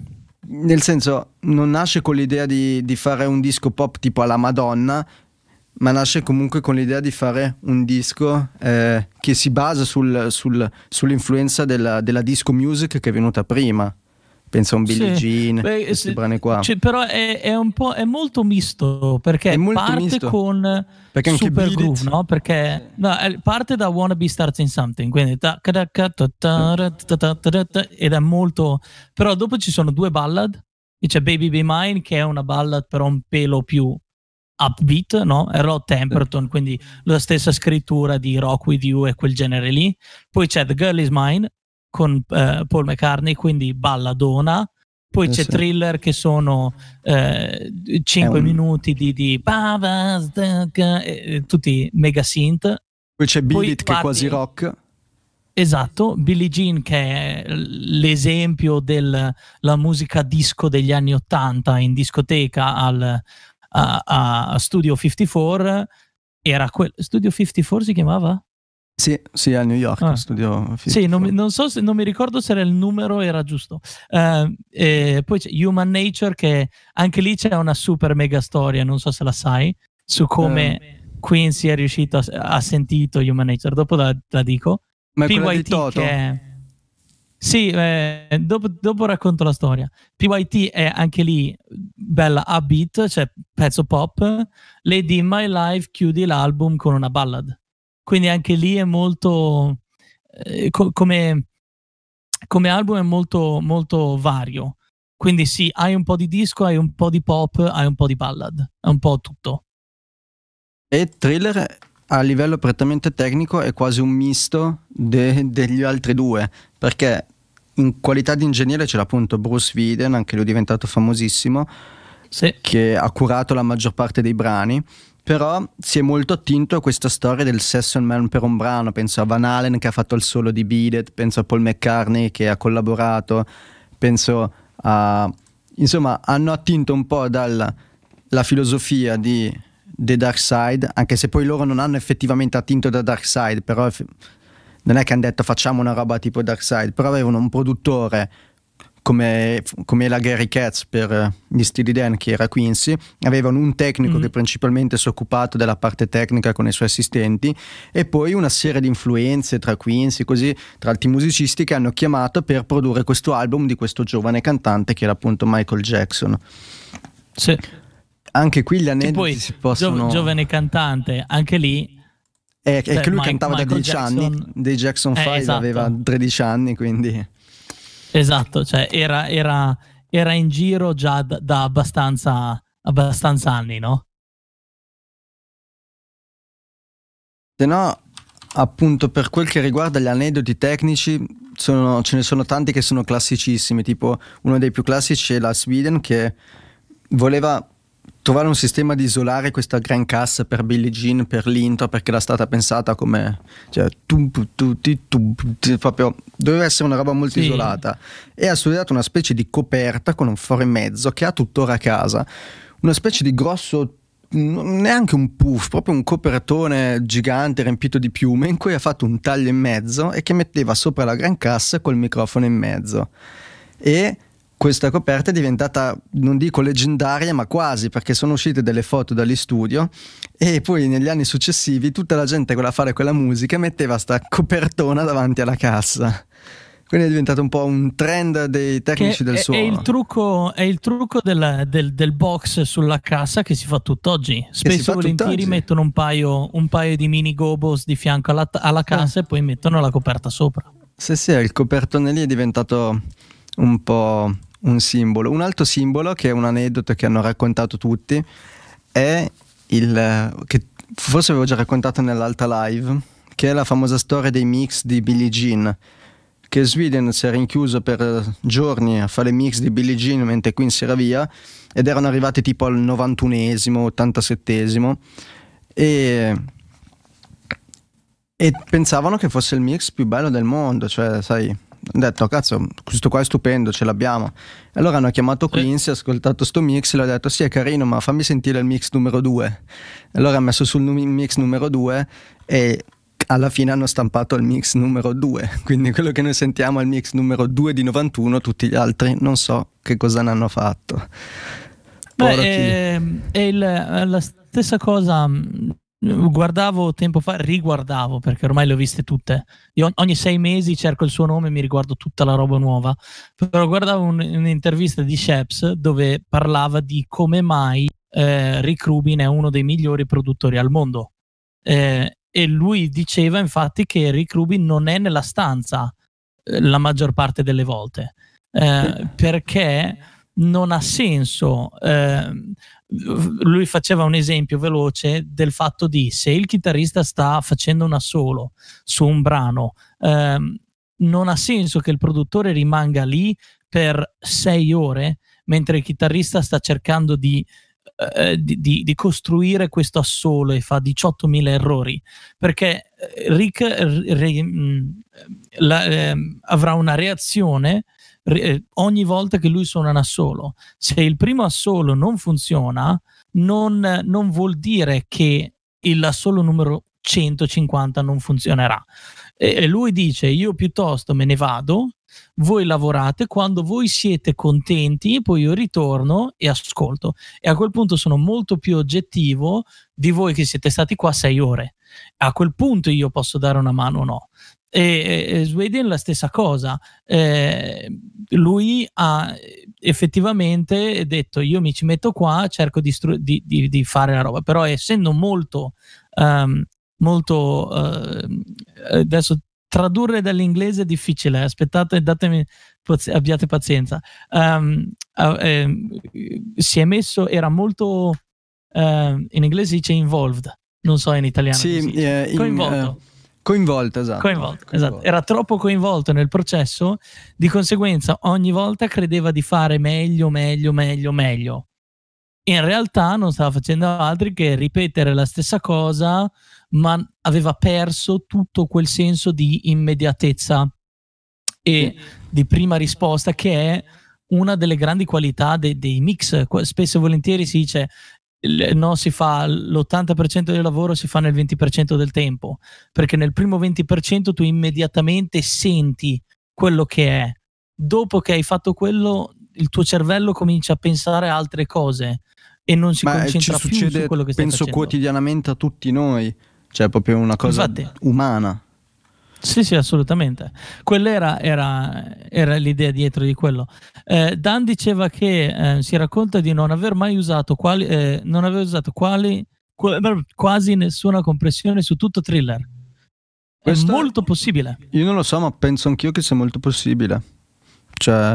nel senso non nasce con l'idea di, di fare un disco pop tipo alla Madonna, ma nasce comunque con l'idea di fare un disco eh, che si basa sul, sul, sull'influenza della, della disco music che è venuta prima. Penso a un Billie Sì. Jean, Beh, questi sì, brani qua. cioè, però è, è un po' è molto misto, perché È molto parte misto. con Perché anche Super Beat Groove, It- no? Perché no, è- parte da Wanna Be Starting Something, quindi ta- ta- ta- ta- ta- ta- ta- ta- ta- ta- ed è molto. Però dopo ci sono due ballad, e c'è Baby Be Mine che è una ballad però un pelo più upbeat, no? È Rod Temperton, quindi la stessa scrittura di Rock With You e quel genere lì. Poi c'è The Girl Is Mine con eh, Paul McCartney, quindi balladona. Poi Eh c'è sì. Thriller che sono cinque È un- minuti di, di eh, tutti mega synth. Poi c'è Beat Poi It che è parti- quasi rock. Esatto, Billie Jean che è l'esempio della musica disco degli anni ottanta in discoteca al, a, a Studio cinquantaquattro. Era quel Studio cinquantaquattro si chiamava? Sì, sì, a New York, Ah. studio Sì, non, mi- cinquantaquattro. non so se non mi ricordo se era il numero, era giusto. Eh, e poi c'è Human Nature, che anche lì c'è una super mega storia, non so se la sai, su come Quincy è riuscito a, ha sentito Human Nature. Dopo la, la dico. Ma è quella di P Y T Toto? che è... Sì, eh, dopo, dopo racconto la storia. P Y T è anche lì bella a beat, cioè pezzo pop. Lady in My Life chiudi l'album con una ballad. Quindi anche lì è molto eh, co- come, come album è molto, molto vario. Quindi sì, hai un po' di disco, hai un po' di pop, hai un po' di ballad, è un po' tutto. E Thriller a livello prettamente tecnico è quasi un misto de- degli altri due, perché in qualità di ingegnere c'è appunto Bruce Whedon, anche lui è diventato famosissimo, Sì. che ha curato la maggior parte dei brani, però si è molto attinto a questa storia del session man per un brano. Penso a Van Halen che ha fatto il solo di Beat It, penso a Paul McCartney che ha collaborato, penso a... insomma hanno attinto un po' dalla la filosofia di The Dark Side, anche se poi loro non hanno effettivamente attinto da Dark Side, però eff- non è che hanno detto facciamo una roba tipo Dark Side, però avevano un produttore come, come la Gary Katz per eh, gli Steely Dan, che era Quincy, avevano un tecnico Mm. che principalmente si è occupato della parte tecnica con i suoi assistenti, e poi una serie di influenze tra Quincy, così, tra altri musicisti che hanno chiamato per produrre questo album di questo giovane cantante che era appunto Michael Jackson. Sì. Anche qui gli Che aneddoti poi si possono... gio- giovane cantante, anche lì è, è cioè, che lui Mike- cantava da Michael dieci Jackson- anni, dei Jackson Eh, cinque esatto. aveva tredici anni, quindi... esatto, cioè era, era, era in giro già da, da abbastanza, abbastanza anni, no? Se no, appunto, per quel che riguarda gli aneddoti tecnici, sono- ce ne sono tanti che sono classicissimi. Tipo, uno dei più classici è la Sweden, che voleva trovare un sistema di isolare questa gran cassa per Billie Jean, per l'intro, perché era stata pensata come, cioè, tum, pu, tu, ti, tum, pu, ti, proprio doveva essere una roba molto Sì. isolata, e ha studiato una specie di coperta con un foro in mezzo che ha tuttora a casa, una specie di grosso, n- neanche un puff, proprio un copertone gigante riempito di piume, in cui ha fatto un taglio in mezzo e che metteva sopra la gran cassa col microfono in mezzo. E questa coperta è diventata, non dico leggendaria, ma quasi, perché sono uscite delle foto dagli studio, e poi negli anni successivi tutta la gente che voleva fare quella musica metteva sta copertona davanti alla cassa. Quindi è diventato un po' un trend dei tecnici Che del è, è suono. il trucco, è il trucco del, del- del box sulla cassa che si fa tutt'oggi. Spesso fa e volentieri tutt'oggi. mettono un paio, un paio di mini gobos di fianco alla, alla cassa e poi mettono la coperta sopra. Sì, sì, il copertone lì è diventato un po' un simbolo. Un altro simbolo, che è un aneddoto che hanno raccontato tutti, è il che forse avevo già raccontato nell'altra live, che è la famosa storia dei mix di Billie Jean, che Sweden si è rinchiuso per giorni a fare mix di Billie Jean mentre Quincy era via, ed erano arrivati tipo al novantunesimo, ottantasettesimo, e e pensavano che fosse il mix più bello del mondo, cioè, sai, hanno detto, cazzo, questo qua è stupendo, ce l'abbiamo. E allora hanno chiamato Quincy, ha ascoltato sto mix e gli ha detto, sì, è carino, ma fammi sentire il mix numero due. E allora ha messo sul num- mix numero due e alla fine hanno stampato il mix numero due. Quindi quello che noi sentiamo è il mix numero due di novantuno, tutti gli altri non so che cosa ne hanno fatto. Beh, Povero chi. è, è il- la, stessa cosa, guardavo tempo fa, riguardavo perché ormai le ho viste tutte. Io ogni sei mesi cerco il suo nome e mi riguardo tutta la roba nuova. Però guardavo un, un'intervista di Sheps dove parlava di come mai eh, Rick Rubin è uno dei migliori produttori al mondo. Eh, e lui diceva infatti che Rick Rubin non è nella stanza eh, la maggior parte delle volte eh, perché non ha senso. Eh, lui faceva un esempio veloce del fatto di se il chitarrista sta facendo un assolo su un brano, ehm, non ha senso che il produttore rimanga lì per sei ore mentre il chitarrista sta cercando di, eh, di, di, di costruire questo assolo e fa diciottomila errori, perché Rick re, la, eh, avrà una reazione ogni volta che lui suona un assolo. Se il primo assolo non funziona, non, non vuol dire che l'assolo numero centocinquanta non funzionerà. E lui dice: io piuttosto me ne vado, voi lavorate, quando voi siete contenti poi io ritorno e ascolto, e a quel punto sono molto più oggettivo di voi che siete stati qua sei ore. A quel punto io posso dare una mano o no. E, e Sweden la stessa cosa, eh, lui ha effettivamente detto: io mi ci metto qua, cerco di, stru- di, di, di fare la roba, però essendo molto um, molto uh, adesso tradurre dall'inglese è difficile, aspettate, datemi, abbiate pazienza. Um, uh, eh, si è messo, era molto uh, in inglese dice involved, non so in italiano, sì, eh, coinvolto. In, uh... Coinvolto, esatto. Coinvolto, coinvolto. esatto. Era troppo coinvolto nel processo, di conseguenza ogni volta credeva di fare meglio, meglio, meglio, meglio. In realtà non stava facendo altro che ripetere la stessa cosa, ma aveva perso tutto quel senso di immediatezza e di prima risposta, che è una delle grandi qualità de- dei mix. Spesso e volentieri si dice: no, si fa l'ottanta per cento del lavoro si fa nel venti per cento del tempo, perché nel primo venti per cento tu immediatamente senti quello che è. Dopo che hai fatto quello, il tuo cervello comincia a pensare a altre cose e non si Ma concentra ci più succede, su quello che stai penso, facendo. quotidianamente a tutti noi, cioè proprio una cosa Infatti, umana. Sì, sì, assolutamente. Quella era, era, era l'idea dietro di quello. Eh, Dan diceva che eh, si racconta di non aver mai usato quali, eh, non aver usato quali, qu- quasi nessuna compressione su tutto Thriller. Questo è molto possibile. Io non lo so, ma penso anch'io che sia molto possibile. Cioè,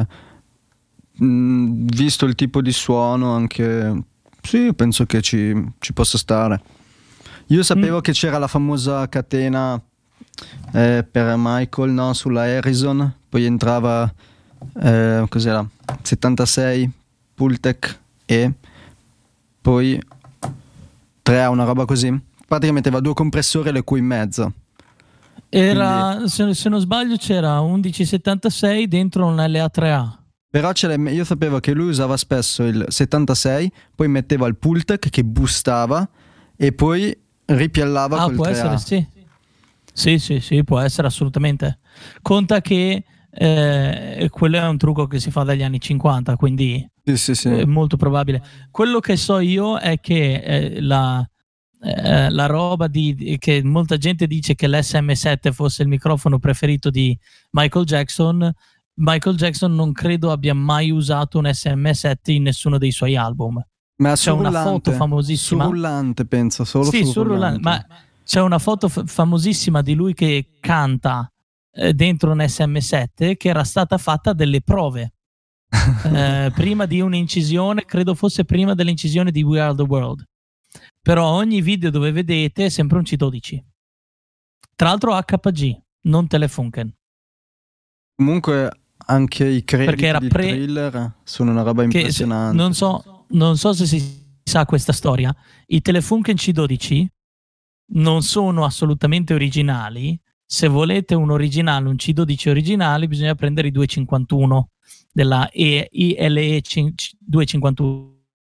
mh, visto il tipo di suono, anche sì, penso che ci, ci possa stare. Io sapevo mm. che c'era la famosa catena eh, per Michael, no? Sulla Harrison, poi entrava eh, cos'era? settantasei Pultec e poi tre A, una roba così. Praticamente metteva due compressori e le Q in mezzo. Era, Quindi, se, se non sbaglio, c'era undici settantasei dentro un L A tre A. Però io sapevo che lui usava spesso il settantasei, poi metteva il Pultec che boostava e poi ripiallava ah, col può tre A. essere, sì. Sì, sì, sì, può essere assolutamente. Conta che eh, quello è un trucco che si fa dagli anni cinquanta, quindi sì, sì, sì. è molto probabile. Quello che so io è che eh, la, eh, la roba di, di che molta gente dice che l'S M sette fosse il microfono preferito di Michael Jackson. Michael Jackson non credo abbia mai usato un S M sette in nessuno dei suoi album. Ma c'è una foto famosissima. Su rullante, penso, solo sì, su su rullante. rullante. Ma c'è una foto f- famosissima di lui che canta eh, dentro un S M sette che era stata fatta delle prove eh, prima di un'incisione, credo fosse prima dell'incisione di We Are The World. Però ogni video dove vedete è sempre un C dodici. Tra l'altro H G, non Telefunken. Comunque anche i crediti era di pre- Thriller sono una roba impressionante. Non so, non so se si sa questa storia. I Telefunken C dodici non sono assolutamente originali. Se volete un originale, un C dodici originale, bisogna prendere i duecentocinquantuno della I L E duecentocinquantuno,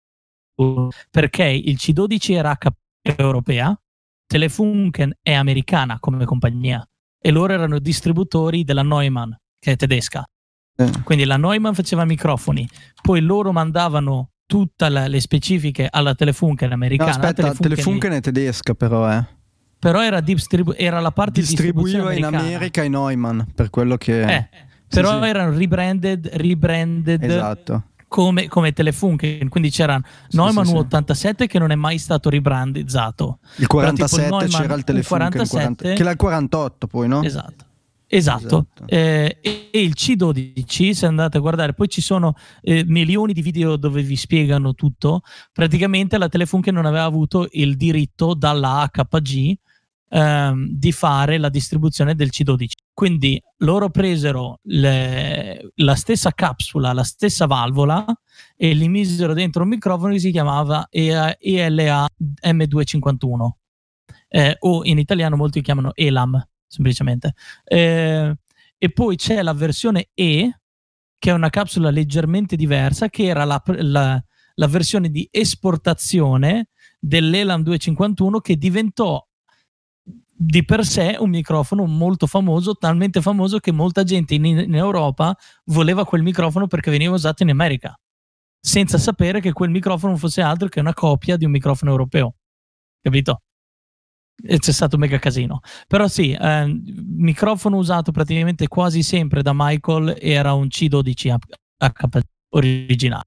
perché il C dodici era H europea, Telefunken è americana come compagnia e loro erano distributori della Neumann, che è tedesca. Eh. Quindi la Neumann faceva microfoni, poi loro mandavano tutte le specifiche alla Telefunken americana. No, aspetta, Telefunken, Telefunken è tedesca però, eh. Però era, distribu- era la parte distribuiva di in America i Neumann, per quello che... Eh, sì, però sì. erano rebranded, rebranded esatto. come, come Telefunken, quindi c'era Sì, Neumann sì, U sì. ottantasette che non è mai stato rebrandizzato. Il quarantasette Però, tipo, il c'era il Telefunken quarantasette, quaranta, che era il quarantotto poi, no? Esatto. Esatto, esatto. Eh, e, e il C dodici, se andate a guardare, poi ci sono eh, milioni di video dove vi spiegano tutto. Praticamente la Telefunken non aveva avuto il diritto dalla A K G ehm, di fare la distribuzione del C dodici. Quindi loro presero le, la stessa capsula, la stessa valvola e li misero dentro un microfono che si chiamava E L A M duecentocinquantuno, eh, o in italiano molti chiamano E L A M semplicemente. Eh, e poi c'è la versione E, che è una capsula leggermente diversa, che era la, la, la versione di esportazione dell'E L A M duecentocinquantuno, che diventò di per sé un microfono molto famoso, talmente famoso che molta gente in, in Europa voleva quel microfono perché veniva usato in America, senza sapere che quel microfono fosse altro che una copia di un microfono europeo, capito? E c'è stato un mega casino. Però sì, eh, microfono usato praticamente quasi sempre da Michael era un C dodici H P originale.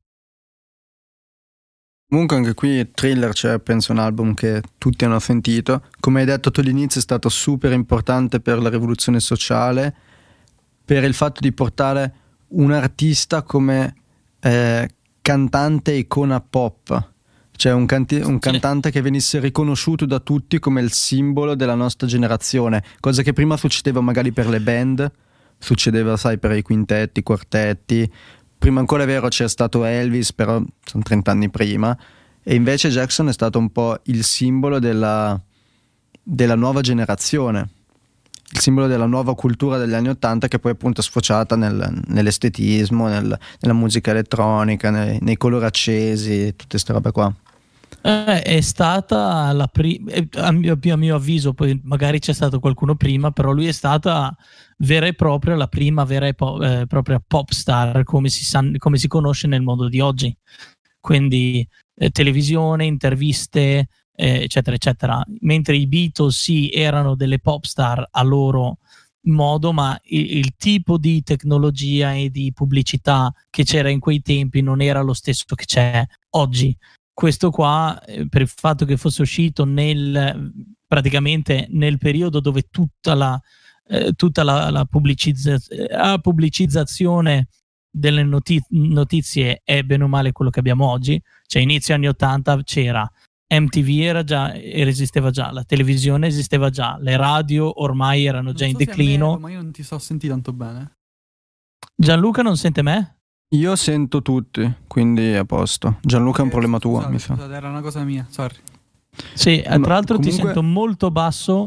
Comunque anche qui Thriller c'è, penso, un album che tutti hanno sentito. Come hai detto tu all'inizio, è stato super importante per la rivoluzione sociale, per il fatto di portare un artista come eh, cantante icona pop. Cioè un, canti- un cantante che venisse riconosciuto da tutti come il simbolo della nostra generazione, cosa che prima succedeva magari per le band, succedeva, sai, per i quintetti, i quartetti. Prima ancora è vero c'è stato Elvis, però sono trenta anni prima, e invece Jackson è stato un po' il simbolo della, della nuova generazione, il simbolo della nuova cultura degli anni Ottanta, che poi appunto è sfociata nel, nell'estetismo, nel, nella musica elettronica, nei, nei colori accesi, tutte queste robe qua. Eh, è stata la prima, a mio, a mio avviso, poi magari c'è stato qualcuno prima, però lui è stata vera e propria la prima vera e po- eh, propria pop star come si, san, come si conosce nel mondo di oggi. Quindi eh, televisione, interviste, eh, eccetera, eccetera. Mentre i Beatles sì erano delle pop star a loro modo, ma il, il tipo di tecnologia e di pubblicità che c'era in quei tempi non era lo stesso che c'è oggi. Questo qua, eh, per il fatto che fosse uscito nel praticamente nel periodo dove tutta la, eh, tutta la, la, pubblicizza- la pubblicizzazione delle notiz- notizie è bene o male quello che abbiamo oggi, cioè inizio anni ottanta c'era M T V, era già, esisteva già, la televisione esisteva già, le radio ormai erano già non in so declino. Vero, ma io non ti so sentire tanto bene. Gianluca non sente me? Io sento tutti, quindi è a posto. Gianluca è un Eh, problema tuo, scusate, mi sa. Scusate, era una cosa mia, sorry. Sì, Ma tra l'altro comunque... ti sento molto basso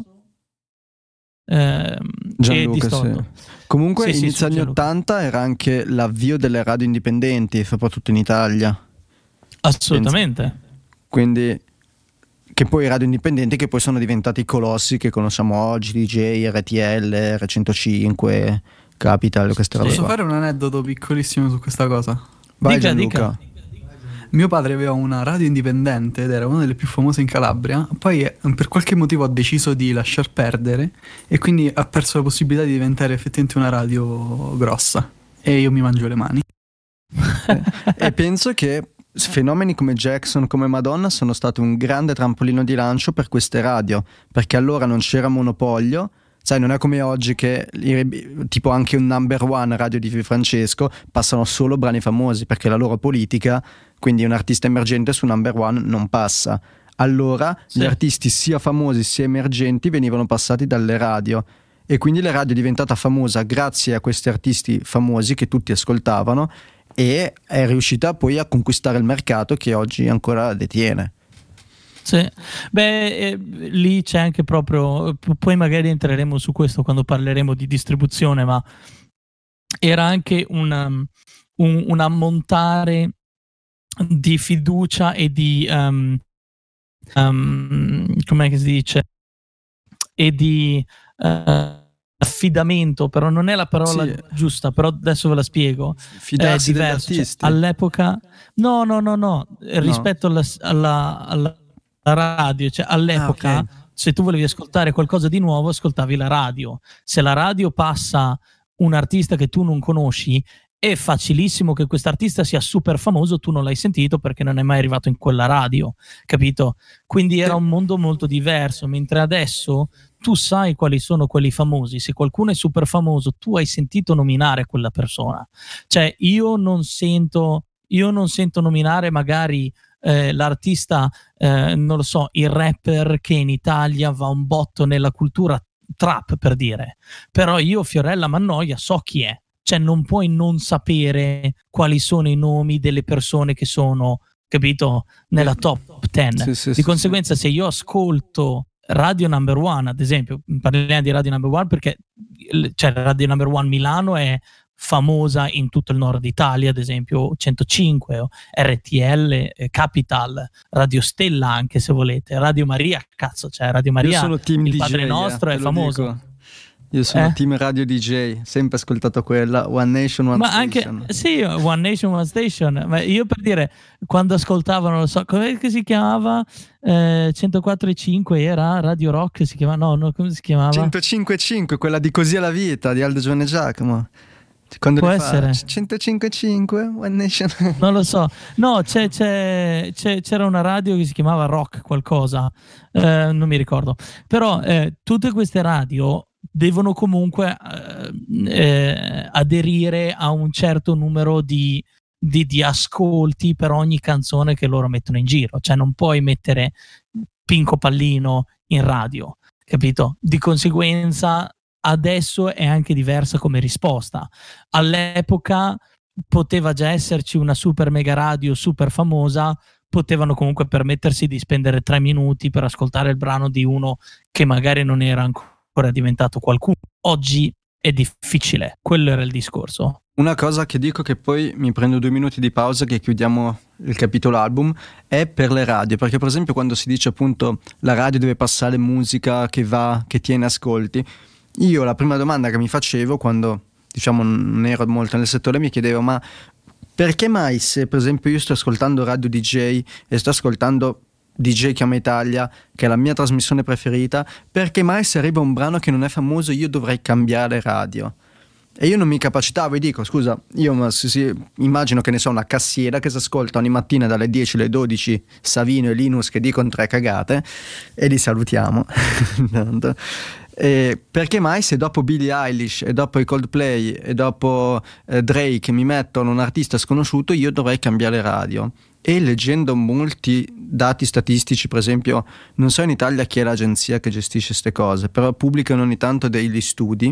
ehm, Gianluca, e distorto. sì. Comunque sì, inizio sì, anni Gianluca. ottanta era anche l'avvio delle radio indipendenti, soprattutto in Italia. Assolutamente. Penso. Quindi, che poi i radio indipendenti che poi sono diventati i colossi che conosciamo oggi, D J, R T L, R centocinque, Capital, queste robe Posso qua. fare un aneddoto piccolissimo su questa cosa? Vai Dica, Gianluca. dica. Mio padre aveva una radio indipendente ed era una delle più famose in Calabria. Poi eh, per qualche motivo ha deciso di lasciar perdere e quindi ha perso la possibilità di diventare effettivamente una radio grossa. E io mi mangio le mani. e, e penso che fenomeni come Jackson, come Madonna sono stati un grande trampolino di lancio per queste radio, perché allora non c'era monopolio. Sai, non è come oggi che tipo anche un number one radio di Francesco passano solo brani famosi, perché la loro politica, quindi un artista emergente su number one non passa. Allora sì. Gli artisti sia famosi sia emergenti venivano passati dalle radio, e quindi la radio è diventata famosa grazie a questi artisti famosi che tutti ascoltavano, e è riuscita poi a conquistare il mercato che oggi ancora detiene. Sì. Beh, eh, lì c'è anche proprio, poi magari entreremo su questo quando parleremo di distribuzione, ma era anche una, un, un ammontare di fiducia e di um, um, com'è che si dice? E di uh, affidamento, però non è la parola Sì. giusta, però adesso ve la spiego. Fidarsi È degli diverso. Cioè, artisti. all'epoca, no, no, no, no, rispetto alla, alla, alla radio, cioè all'epoca, Ah, ok. se tu volevi ascoltare qualcosa di nuovo, ascoltavi la radio. Se la radio passa un artista che tu non conosci, è facilissimo che quest'artista sia super famoso, tu non l'hai sentito perché non è mai arrivato in quella radio, capito? Quindi era un mondo molto diverso, mentre adesso tu sai quali sono quelli famosi. Se qualcuno è super famoso, tu hai sentito nominare quella persona. Cioè io non sento, io non sento nominare magari eh, l'artista, eh, non lo so, il rapper che in Italia va un botto nella cultura trap, per dire. Però io, Fiorella Mannoia, so chi è. Cioè non puoi non sapere quali sono i nomi delle persone che sono, capito, nella top dieci. Sì, sì, Di sì, conseguenza, se io ascolto Radio Number One, ad esempio, parliamo di Radio Number One perché cioè, Radio Number One Milano è famosa in tutto il nord Italia, ad esempio centocinque, R T L, eh, Capital, Radio Stella anche se volete, Radio Maria, cazzo, cioè Radio Maria, Io sono team il D J, Padre Nostro eh, è te lo famoso. dico. Io sono Eh? team radio D J, sempre ascoltato quella, One Nation, One Ma Station. anche, sì, One Nation, One Station, ma io per dire, quando ascoltavano, non lo so, come si chiamava, eh, centoquattro e cinque era Radio Rock, si chiamava, no, no, come si chiamava? centocinque e cinque, quella di Così alla vita, di Aldo Giovanni Giacomo. Quando Può li fa, essere. centocinque e cinque, One Nation. Non lo so, no, c'è, c'è, c'è, c'era una radio che si chiamava Rock qualcosa, eh, non mi ricordo, però eh, tutte queste radio devono comunque eh, eh, aderire a un certo numero di, di, di ascolti per ogni canzone che loro mettono in giro, cioè non puoi mettere Pinco Pallino in radio, capito? Di conseguenza adesso è anche diversa come risposta. All'epoca poteva già esserci una super mega radio super famosa, potevano comunque permettersi di spendere tre minuti per ascoltare il brano di uno che magari non era ancora diventato qualcuno. Oggi è difficile, quello era il discorso. Una cosa che dico, che poi mi prendo due minuti di pausa che chiudiamo il capitolo album, è per le radio, perché per esempio quando si dice appunto la radio deve passare musica che va, che tiene ascolti, io la prima domanda che mi facevo quando diciamo non ero molto nel settore mi chiedevo ma perché mai se per esempio io sto ascoltando Radio D J e sto ascoltando D J Chiama Italia, che è la mia trasmissione preferita, perché mai se arriva un brano che non è famoso io dovrei cambiare radio? E io non mi capacitavo e dico scusa, io ma, sì, sì, immagino che ne so una cassiera che si ascolta ogni mattina dalle dieci alle dodici Savino e Linus che dicono tre cagate e li salutiamo. E perché mai se dopo Billie Eilish e dopo i Coldplay e dopo eh, Drake mi mettono un artista sconosciuto io dovrei cambiare radio? E leggendo molti dati statistici, per esempio non so in Italia chi è l'agenzia che gestisce queste cose, però pubblicano ogni tanto degli studi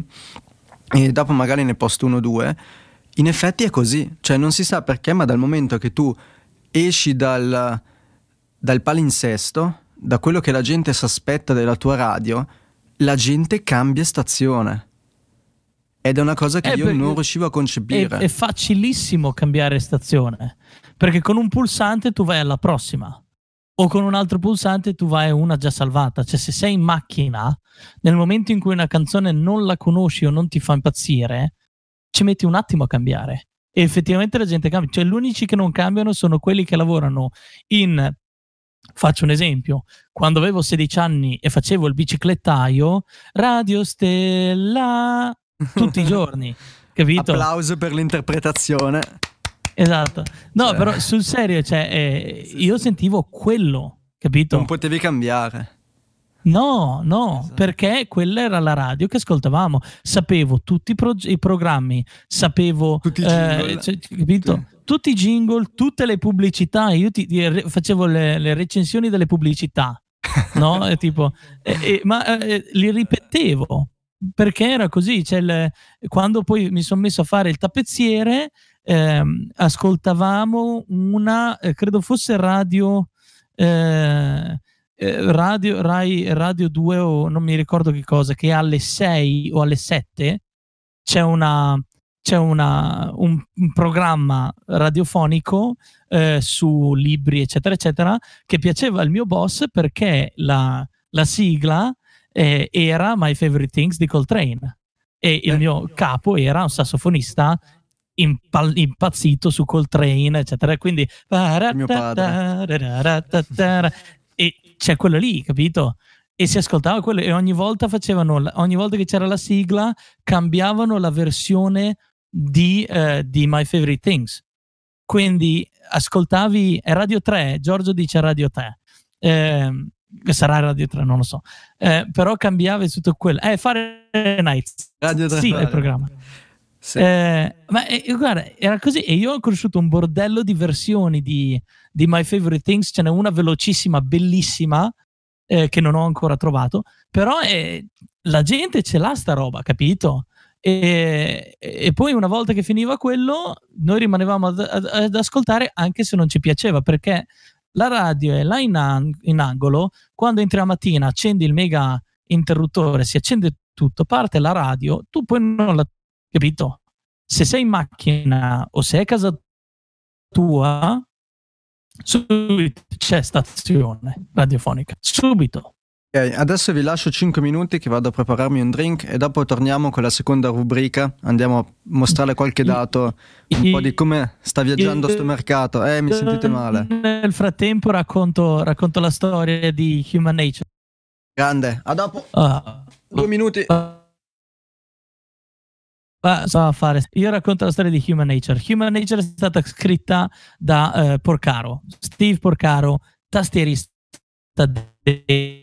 e dopo magari ne posto uno o due, in effetti è così, cioè non si sa perché, ma dal momento che tu esci dal, dal palinsesto, da quello che la gente si aspetta della tua radio, la gente cambia stazione ed è una cosa che Eh, io per- non riuscivo a È, concepire. è facilissimo cambiare stazione, perché con un pulsante tu vai alla prossima o con un altro pulsante tu vai a una già salvata. Cioè se sei in macchina, nel momento in cui una canzone non la conosci o non ti fa impazzire, ci metti un attimo a cambiare e effettivamente la gente cambia. Cioè gli unici che non cambiano sono quelli che lavorano in... Faccio un esempio, quando avevo sedici anni e facevo il biciclettaio, Radio Stella tutti i giorni, capito? Applauso per l'interpretazione. Esatto. No, Cioè. però sul serio, cioè, eh, io sentivo quello, capito? Non potevi cambiare. No, no, Esatto. perché quella era la radio che ascoltavamo. Sapevo tutti i, prog- i programmi, sapevo Tutti i eh, jingle. cioè, capito? Tutti i jingle, tutte le pubblicità. Io ti, ti re- facevo le, le recensioni delle pubblicità, no? E tipo, e- e- ma eh, li ripetevo perché era così. Cioè, il- quando poi mi sono messo a fare il tappezziere, ehm, ascoltavamo una, eh, credo fosse radio. Eh, eh, radio Rai Radio due o non mi ricordo che cosa, che alle sei o alle sette c'è una c'è una, un, un programma radiofonico eh, su libri eccetera eccetera che piaceva al mio boss perché la, la sigla eh, era My Favorite Things di Coltrane. e il mio capo era un sassofonista impal- impazzito su Coltrane, eccetera. Quindi Il mio padre. e c'è quello lì, capito? E si ascoltava quello, e ogni volta facevano, ogni volta che c'era la sigla, cambiavano la versione di, eh, di My Favorite Things. Quindi ascoltavi è Radio tre, Giorgio dice Radio tre, eh, sarà Radio tre, non lo so, eh, però cambiavi tutto quello. Eh, Fahrenheit, Radio tre sì, Fahrenheit. è il programma. Sì. Eh, ma eh, guarda, era così, e io ho conosciuto un bordello di versioni di, di My Favorite Things. Ce n'è una velocissima, bellissima, eh, che non ho ancora trovato, però eh, la gente ce l'ha sta roba, capito? E, e poi una volta che finiva quello, noi rimanevamo ad, ad, ad ascoltare anche se non ci piaceva, perché la radio è là in, an- in angolo. Quando entri la mattina, accendi il mega interruttore, si accende tutto, parte la radio, tu poi non la... capito? Se sei in macchina o se è casa tua, subito c'è stazione radiofonica, subito. Ok, adesso vi lascio cinque minuti che vado a prepararmi un drink e dopo torniamo con la seconda rubrica. Andiamo a mostrare qualche dato, un po' di come sta viaggiando sto mercato. Eh, mi sentite male? Nel frattempo racconto, racconto la storia di Human Nature. Grande, a dopo. Uh, Due minuti. Uh, so a fare. Io racconto la storia di Human Nature. Human Nature è stata scritta da uh, Porcaro, Steve Porcaro, tastierista dei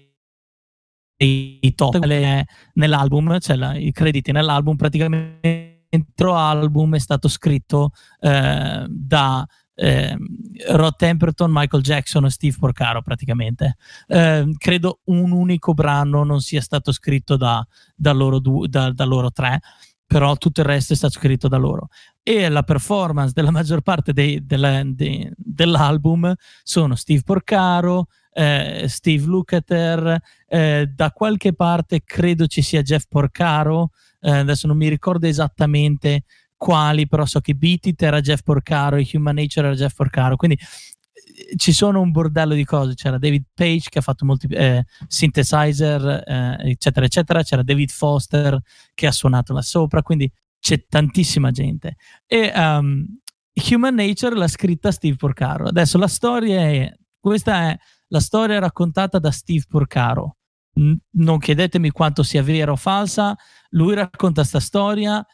i top nell'album, cioè la, i crediti nell'album. Praticamente l'intro album è stato scritto eh, da eh, Rod Temperton, Michael Jackson e Steve Porcaro praticamente. Eh, credo un unico brano non sia stato scritto da, da, loro, du, da, da loro tre, però tutto il resto è stato scritto da loro. E la performance della maggior parte dei, della, de, dell'album sono Steve Porcaro, eh, Steve Lukather, eh, da qualche parte credo ci sia Jeff Porcaro, eh, adesso non mi ricordo esattamente quali, però so che Beat It era Jeff Porcaro e Human Nature era Jeff Porcaro, quindi eh, ci sono un bordello di cose. C'era David Page che ha fatto molti eh, synthesizer, eh, eccetera eccetera, c'era David Foster che ha suonato là sopra, quindi c'è tantissima gente. E um, Human Nature l'ha scritta Steve Porcaro. Adesso la storia è, questa è la storia raccontata da Steve Porcaro. N- non chiedetemi quanto sia vera o falsa, lui racconta sta storia,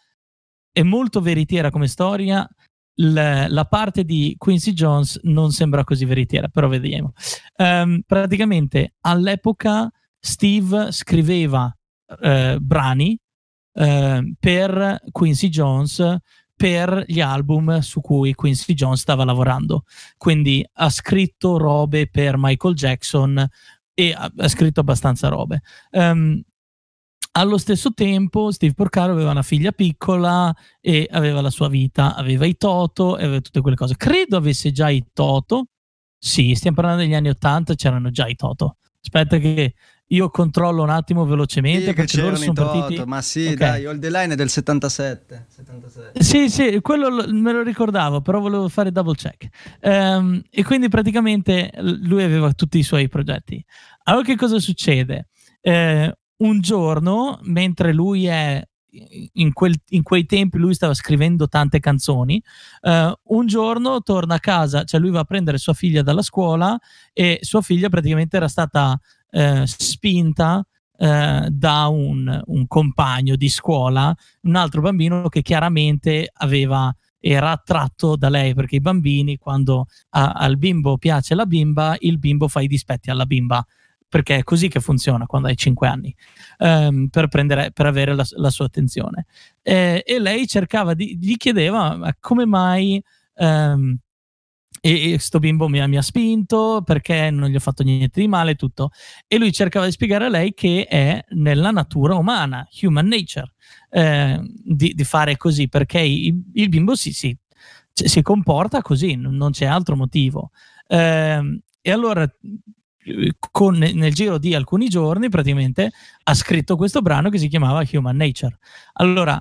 è molto veritiera come storia. L- la parte di Quincy Jones non sembra così veritiera, però vediamo. Um, praticamente all'epoca Steve scriveva uh, brani uh, per Quincy Jones, per gli album su cui Quincy Jones stava lavorando. Quindi ha scritto robe per Michael Jackson e ha, ha scritto abbastanza robe. Um, allo stesso tempo Steve Porcaro aveva una figlia piccola e aveva la sua vita, aveva i Toto e aveva tutte quelle cose. Credo avesse già i Toto. Sì, stiamo parlando degli anni ottanta, c'erano già i Toto. Aspetta che io controllo un attimo velocemente, sì, perché loro sono Toto, partiti. Ma sì, okay. Dai, All the Line è del settantasette. settantasette. Sì, sì, quello lo, me lo ricordavo, però volevo fare double check. Um, e quindi praticamente lui aveva tutti i suoi progetti. Allora che cosa succede? Eh, un giorno, mentre lui è in, quel, in quei tempi lui stava scrivendo tante canzoni, uh, un giorno torna a casa, cioè lui va a prendere sua figlia dalla scuola e sua figlia praticamente era stata uh, spinta uh, da un, un compagno di scuola, un altro bambino che chiaramente aveva era attratto da lei, perché i bambini, quando a, al bimbo piace la bimba, il bimbo fa i dispetti alla bimba, perché è così che funziona quando hai cinque anni, um, per, prendere, per avere la, la sua attenzione. Eh, e lei cercava di, gli chiedeva ma come mai um, e, e sto bimbo mi ha, mi ha spinto, perché non gli ho fatto niente di male, tutto. E lui cercava di spiegare a lei che è nella natura umana, human nature, eh, di, di fare così, perché il, il bimbo si, si, si comporta così, non c'è altro motivo. Eh, e allora Con, nel giro di alcuni giorni praticamente ha scritto questo brano che si chiamava Human Nature. Allora,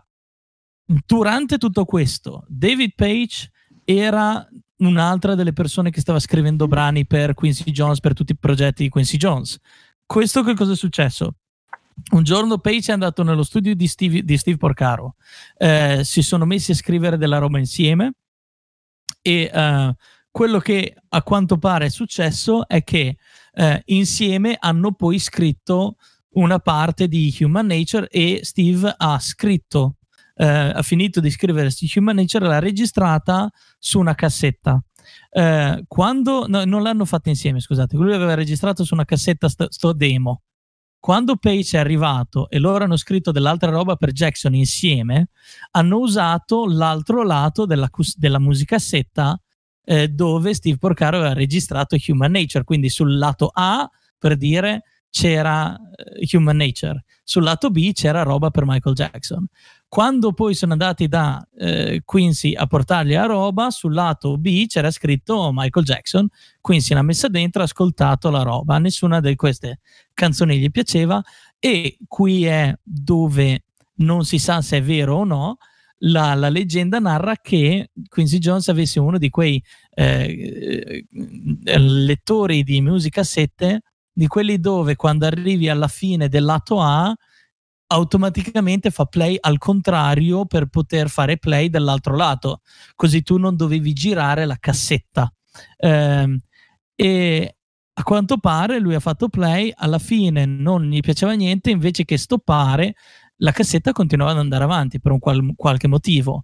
durante tutto questo David Page era un'altra delle persone che stava scrivendo brani per Quincy Jones, per tutti i progetti di Quincy Jones. Questo che cosa è successo? un giorno Page è andato nello studio di Steve, di Steve Porcaro, eh, si sono messi a scrivere della roba insieme e uh, quello che a quanto pare è successo è che uh, insieme hanno poi scritto una parte di Human Nature e Steve ha scritto, uh, ha finito di scrivere Human Nature e l'ha registrata su una cassetta. Uh, quando no, non l'hanno fatta insieme, scusate, lui aveva registrato su una cassetta sto, sto demo. Quando Page è arrivato e loro hanno scritto dell'altra roba per Jackson insieme, hanno usato l'altro lato della, della musicassetta eh, dove Steve Porcaro aveva registrato Human Nature. Quindi sul lato A, per dire, c'era eh, Human Nature, sul lato B c'era roba per Michael Jackson. Quando poi sono andati da eh, Quincy a portargli la roba, sul lato B c'era scritto Michael Jackson. Quincy l'ha messa dentro, ha ascoltato la roba, nessuna di queste canzoni gli piaceva, e qui è dove non si sa se è vero o no. La, la leggenda narra che Quincy Jones avesse uno di quei eh, lettori di musicassette, di quelli dove quando arrivi alla fine del lato A automaticamente fa play al contrario per poter fare play dall'altro lato, così tu non dovevi girare la cassetta. Eh, e a quanto pare lui ha fatto play, alla fine non gli piaceva niente, invece che stoppare la cassetta continuava ad andare avanti per un qual- qualche motivo,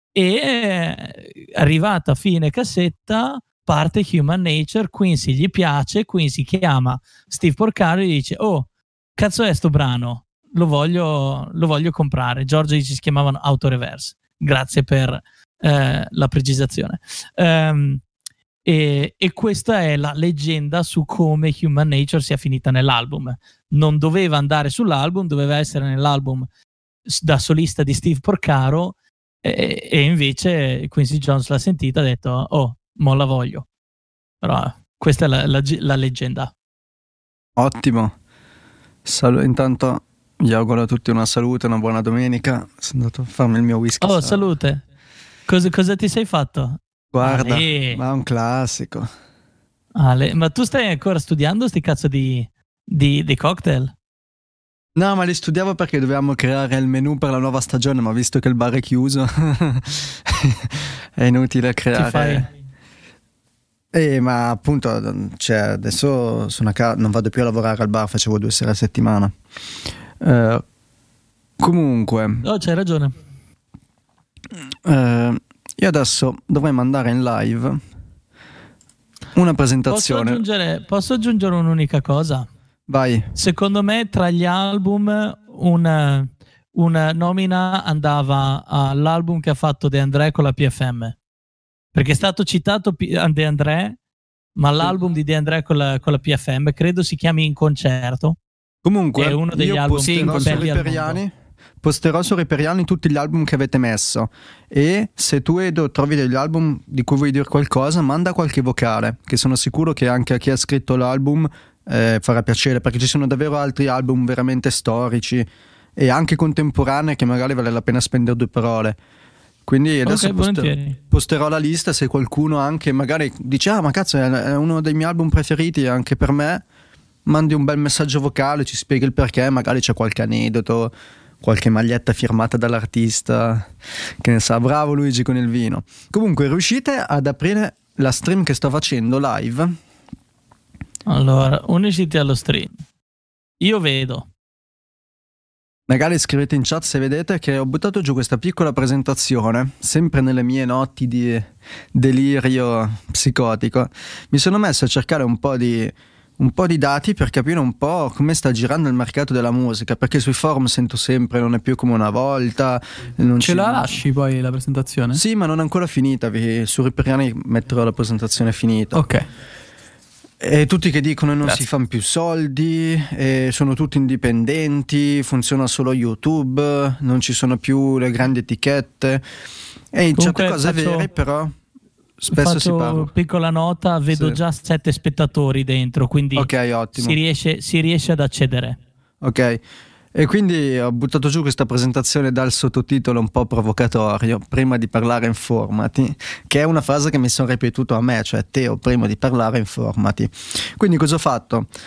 e arrivata a fine cassetta parte Human Nature. Quincy gli piace, Quincy chiama Steve Porcaro e gli dice: oh, cazzo è sto brano, lo voglio, lo voglio comprare. Giorgio dice si chiamavano Autoreverse, grazie per eh, la precisazione. Um, e, e questa è la leggenda su come Human Nature sia finita nell'album. Non doveva andare sull'album, doveva essere nell'album da solista di Steve Porcaro, e, e invece Quincy Jones l'ha sentita e ha detto: oh, mo la voglio. Però questa è la, la, la leggenda. Ottimo. Sal- intanto vi auguro a tutti una salute, una buona domenica. Sono andato a farmi il mio whisky. Oh, salute. Cosa, cosa ti sei fatto? Guarda, Ale. ma è un classico. Ale. Ma tu stai ancora studiando sti cazzo di, di, di cocktail? No, ma li studiavo perché dovevamo creare il menù per la nuova stagione, ma visto che il bar è chiuso è inutile creare. Ti fai... Eh, ma appunto, cioè, adesso sono a casa, non vado più a lavorare al bar, facevo due sere a settimana. Uh, comunque, oh, c'hai ragione. Uh, io adesso dovrei mandare in live una presentazione. Posso aggiungere, posso aggiungere un'unica cosa? Vai. Secondo me, tra gli album, una, una nomina andava all'album che ha fatto De André con la P F M. Perché è stato citato De André, ma l'album di De André con la, con la P F M credo si chiami In Concerto. Comunque è uno degli io album posterò su Riperiani, posterò su Riperiani tutti gli album che avete messo, e se tu Edo trovi degli album di cui vuoi dire qualcosa, manda qualche vocale, che sono sicuro che anche a chi ha scritto l'album eh, farà piacere, perché ci sono davvero altri album veramente storici e anche contemporanei che magari vale la pena spendere due parole. Quindi adesso okay, poster- posterò la lista, se qualcuno anche magari dice ah ma cazzo è uno dei miei album preferiti anche per me, mandi un bel messaggio vocale, ci spieghi il perché, magari c'è qualche aneddoto, qualche maglietta firmata dall'artista, che ne sa, bravo Luigi con il vino. Comunque riuscite ad aprire la stream che sto facendo live? Allora, unisciti allo stream. Io vedo. Magari scrivete in chat se vedete che ho buttato giù questa piccola presentazione, sempre nelle mie notti di delirio psicotico. Mi sono messo a cercare un po' di un po' di dati per capire un po' come sta girando il mercato della musica, perché sui forum sento sempre non è più come una volta. Non Ce ci... la lasci poi la presentazione? Sì, ma non è ancora finita, vi... su Riperiani metterò la presentazione finita. Ok. E tutti che dicono non Grazie. si fanno più soldi, e sono tutti indipendenti, funziona solo YouTube, non ci sono più le grandi etichette, e in Comunque certe cose faccio... vere però spesso Faccio si parla. Piccola nota, vedo Sì. già sette spettatori dentro, quindi Ok, ottimo. si riesce, si riesce ad accedere. Ok, e quindi ho buttato giù questa presentazione dal sottotitolo un po' provocatorio: prima di parlare informati, che è una frase che mi sono ripetuto a me, cioè Teo, prima di parlare informati. Quindi cosa ho fatto?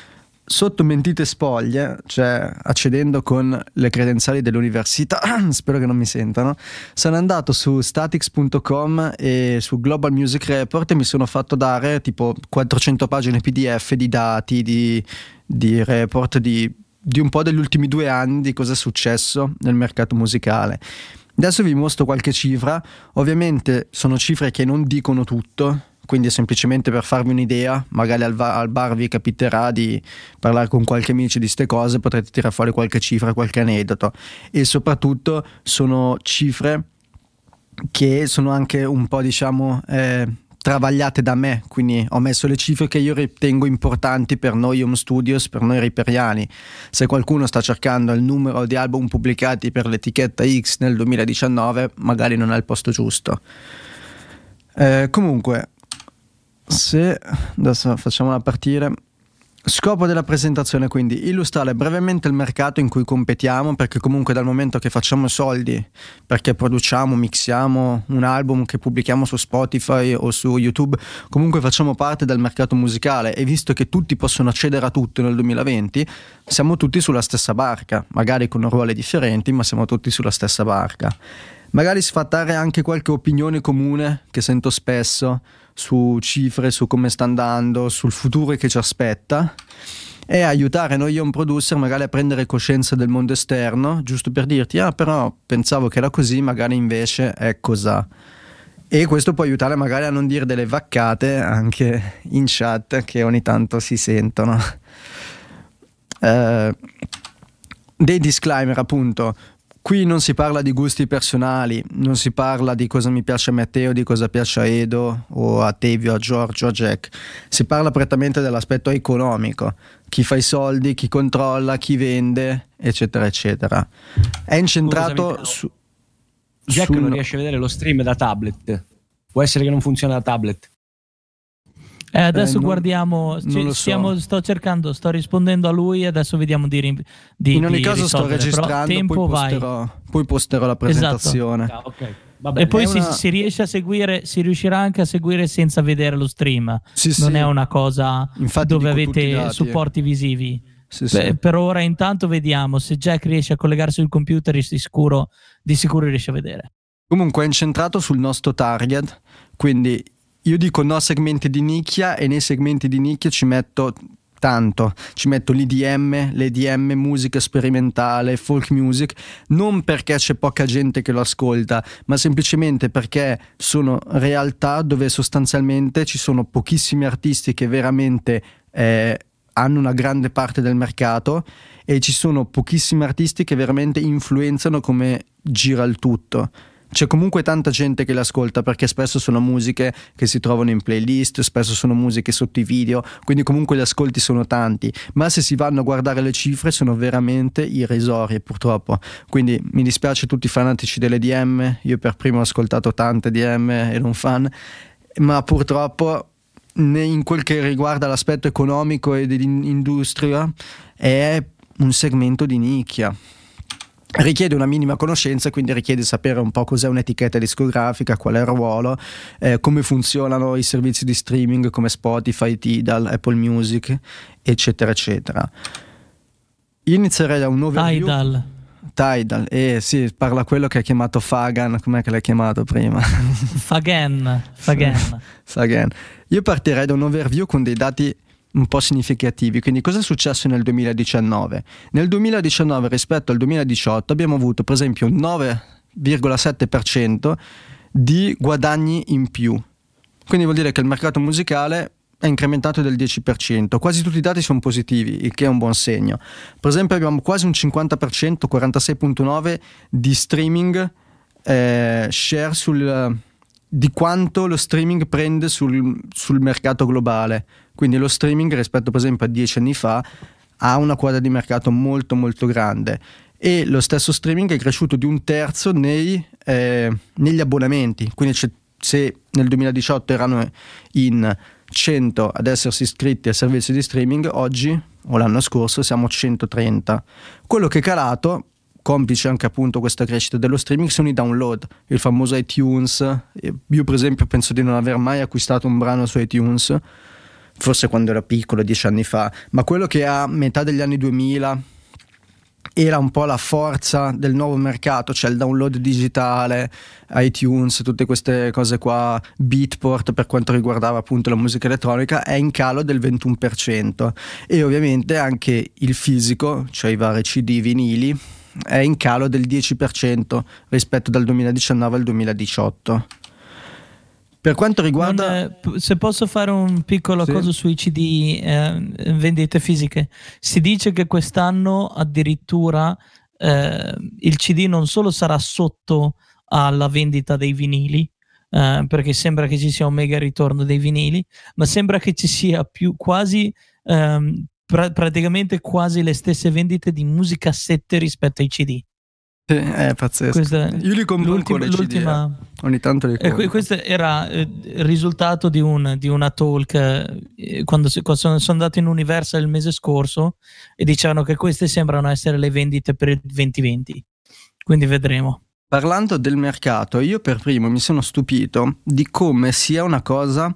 sotto mentite spoglie, cioè accedendo con le credenziali dell'università, spero che non mi sentano, sono andato su statix punto com e su Global Music Report e mi sono fatto dare tipo quattrocento pagine P D F di dati, di, di report, di, di un po' degli ultimi due anni, di cosa è successo nel mercato musicale. Adesso vi mostro qualche cifra, ovviamente sono cifre che non dicono tutto, quindi semplicemente per farvi un'idea, magari al, va- al bar vi capiterà di parlare con qualche amici di ste cose, potrete tirare fuori qualche cifra, qualche aneddoto, e soprattutto sono cifre che sono anche un po' diciamo eh, travagliate da me, quindi ho messo le cifre che io ritengo importanti per noi home studios, per noi riperiani. Se qualcuno sta cercando il numero di album pubblicati per l'etichetta X nel duemiladiciannove, magari non è il posto giusto. Eh, comunque se adesso facciamola partire. Scopo della presentazione quindi illustrare brevemente il mercato in cui competiamo, perché comunque dal momento che facciamo soldi perché produciamo, mixiamo un album che pubblichiamo su Spotify o su YouTube, comunque facciamo parte del mercato musicale, e visto che tutti possono accedere a tutto nel duemilaventi, siamo tutti sulla stessa barca, magari con ruoli differenti, ma siamo tutti sulla stessa barca. Magari sfatare anche qualche opinione comune che sento spesso su cifre, su come sta andando, sul futuro che ci aspetta, e aiutare noi home producer magari a prendere coscienza del mondo esterno, giusto per dirti ah però pensavo che era così, magari invece è cos'ha. E questo può aiutare magari a non dire delle vaccate anche in chat che ogni tanto si sentono. Eh, dei disclaimer appunto. Qui non si parla di gusti personali, non si parla di cosa mi piace a Matteo, di cosa piace a Edo o a Tevio, a Giorgio, a Jack. Si parla prettamente dell'aspetto economico, chi fa i soldi, chi controlla, chi vende, eccetera, eccetera. È incentrato Scusami, su... Jack su... non riesce a vedere lo stream da tablet. Può essere che non funziona da tablet. Eh, adesso Eh, non- guardiamo, non ci- lo so. stiamo, sto cercando, sto rispondendo a lui e adesso vediamo di, ri- di In ogni di caso sto risolvere, però registrando, tempo poi vai. posterò, poi posterò la presentazione. Ah, ok. Va bene. E poi È si, una- si riesce a seguire, si riuscirà anche a seguire senza vedere lo stream. Sì, Non sì. è una cosa Infatti dove dico tutti i avete dati, supporti visivi. Sì, sì. Beh, per ora intanto vediamo se Jack riesce a collegarsi sul computer, di sicuro, di sicuro riesce a vedere. Comunque è incentrato sul nostro target, quindi io dico no segmenti di nicchia, e nei segmenti di nicchia ci metto tanto, ci metto l'I D M, l'E D M, musica sperimentale, folk music, non perché c'è poca gente che lo ascolta, ma semplicemente perché sono realtà dove sostanzialmente ci sono pochissimi artisti che veramente eh, hanno una grande parte del mercato, e ci sono pochissimi artisti che veramente influenzano come gira il tutto. C'è comunque tanta gente che le ascolta, perché spesso sono musiche che si trovano in playlist, spesso sono musiche sotto i video, quindi comunque gli ascolti sono tanti, ma se si vanno a guardare le cifre sono veramente irrisorie purtroppo. Quindi mi dispiace tutti i fanatici delle D M, io per primo ho ascoltato tante D M e non fan, ma purtroppo ne- in quel che riguarda l'aspetto economico e dell'industria è un segmento di nicchia. Richiede una minima conoscenza, quindi richiede sapere un po' cos'è un'etichetta discografica, qual è il ruolo, eh, come funzionano i servizi di streaming come Spotify, Tidal, Apple Music, eccetera, eccetera. Io inizierei da un overview. Tidal. Tidal, eh sì, parla quello che ha chiamato Fagan, com'è che l'hai chiamato prima? Fagan. Fagan. Fagan. Io partirei da un overview con dei dati un po' significativi. Quindi cosa è successo nel duemiladiciannove? Nel duemiladiciannove rispetto al duemiladiciotto abbiamo avuto per esempio un nove virgola sette per cento di guadagni in più, quindi vuol dire che il mercato musicale è incrementato del dieci per cento. Quasi tutti i dati sono positivi, il che è un buon segno. Per esempio abbiamo quasi un cinquanta per cento, quarantasei virgola nove di streaming eh, share sul, di quanto lo streaming prende sul, sul mercato globale. Quindi lo streaming rispetto per esempio a dieci anni fa ha una quota di mercato molto molto grande, e lo stesso streaming è cresciuto di un terzo nei, eh, negli abbonamenti. Quindi c'è, se nel duemiladiciotto erano in cento ad essersi iscritti al servizio di streaming, oggi o l'anno scorso siamo a centotrenta. Quello che è calato, complice anche appunto questa crescita dello streaming, sono i download, il famoso iTunes. Io per esempio penso di non aver mai acquistato un brano su iTunes. forse quando ero piccolo, dieci anni fa, ma quello che a metà degli anni duemila era un po' la forza del nuovo mercato, cioè il download digitale, iTunes, tutte queste cose qua, Beatport per quanto riguardava appunto la musica elettronica, è in calo del ventuno per cento, e ovviamente anche il fisico, cioè i vari C D vinili, è in calo del dieci per cento rispetto dal duemiladiciannove al duemiladiciotto. Per quanto riguarda... Non, se posso fare un piccolo Sì. cosa sui C D eh, vendite fisiche, si dice che quest'anno addirittura eh, il C D non solo sarà sotto alla vendita dei vinili, eh, perché sembra che ci sia un mega ritorno dei vinili, ma sembra che ci sia più quasi ehm, pra- praticamente quasi le stesse vendite di musicassette rispetto ai C D. Sì, è pazzesco. Questa- Io li compro ancora i C D, l'ultima- eh. Ogni tanto li E compro. que- questo era eh, il risultato di, un, di una talk eh, quando, si- quando sono, sono andato in Universal il mese scorso, e dicevano che queste sembrano essere le vendite per il duemilaventi, quindi vedremo. Parlando del mercato, io per primo mi sono stupito di come sia una cosa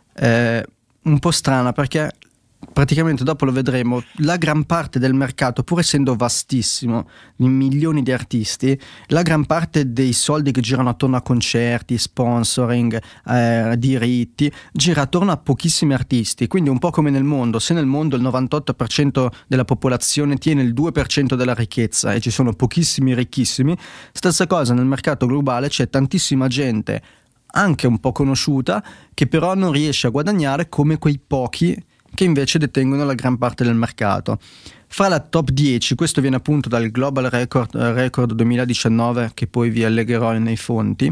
eh, un po' strana, perché praticamente, dopo lo vedremo, la gran parte del mercato, pur essendo vastissimo, di milioni di artisti, la gran parte dei soldi che girano attorno a concerti, sponsoring, eh, diritti, gira attorno a pochissimi artisti. Quindi un po' come nel mondo, se nel mondo il novantotto per cento della popolazione tiene il due per cento della ricchezza e ci sono pochissimi ricchissimi, stessa cosa nel mercato globale, c'è tantissima gente anche un po' conosciuta che però non riesce a guadagnare come quei pochi che invece detengono la gran parte del mercato. Fra la top dieci, questo viene appunto dal Global Record, eh, Record duemiladiciannove, che poi vi allegherò nei fonti,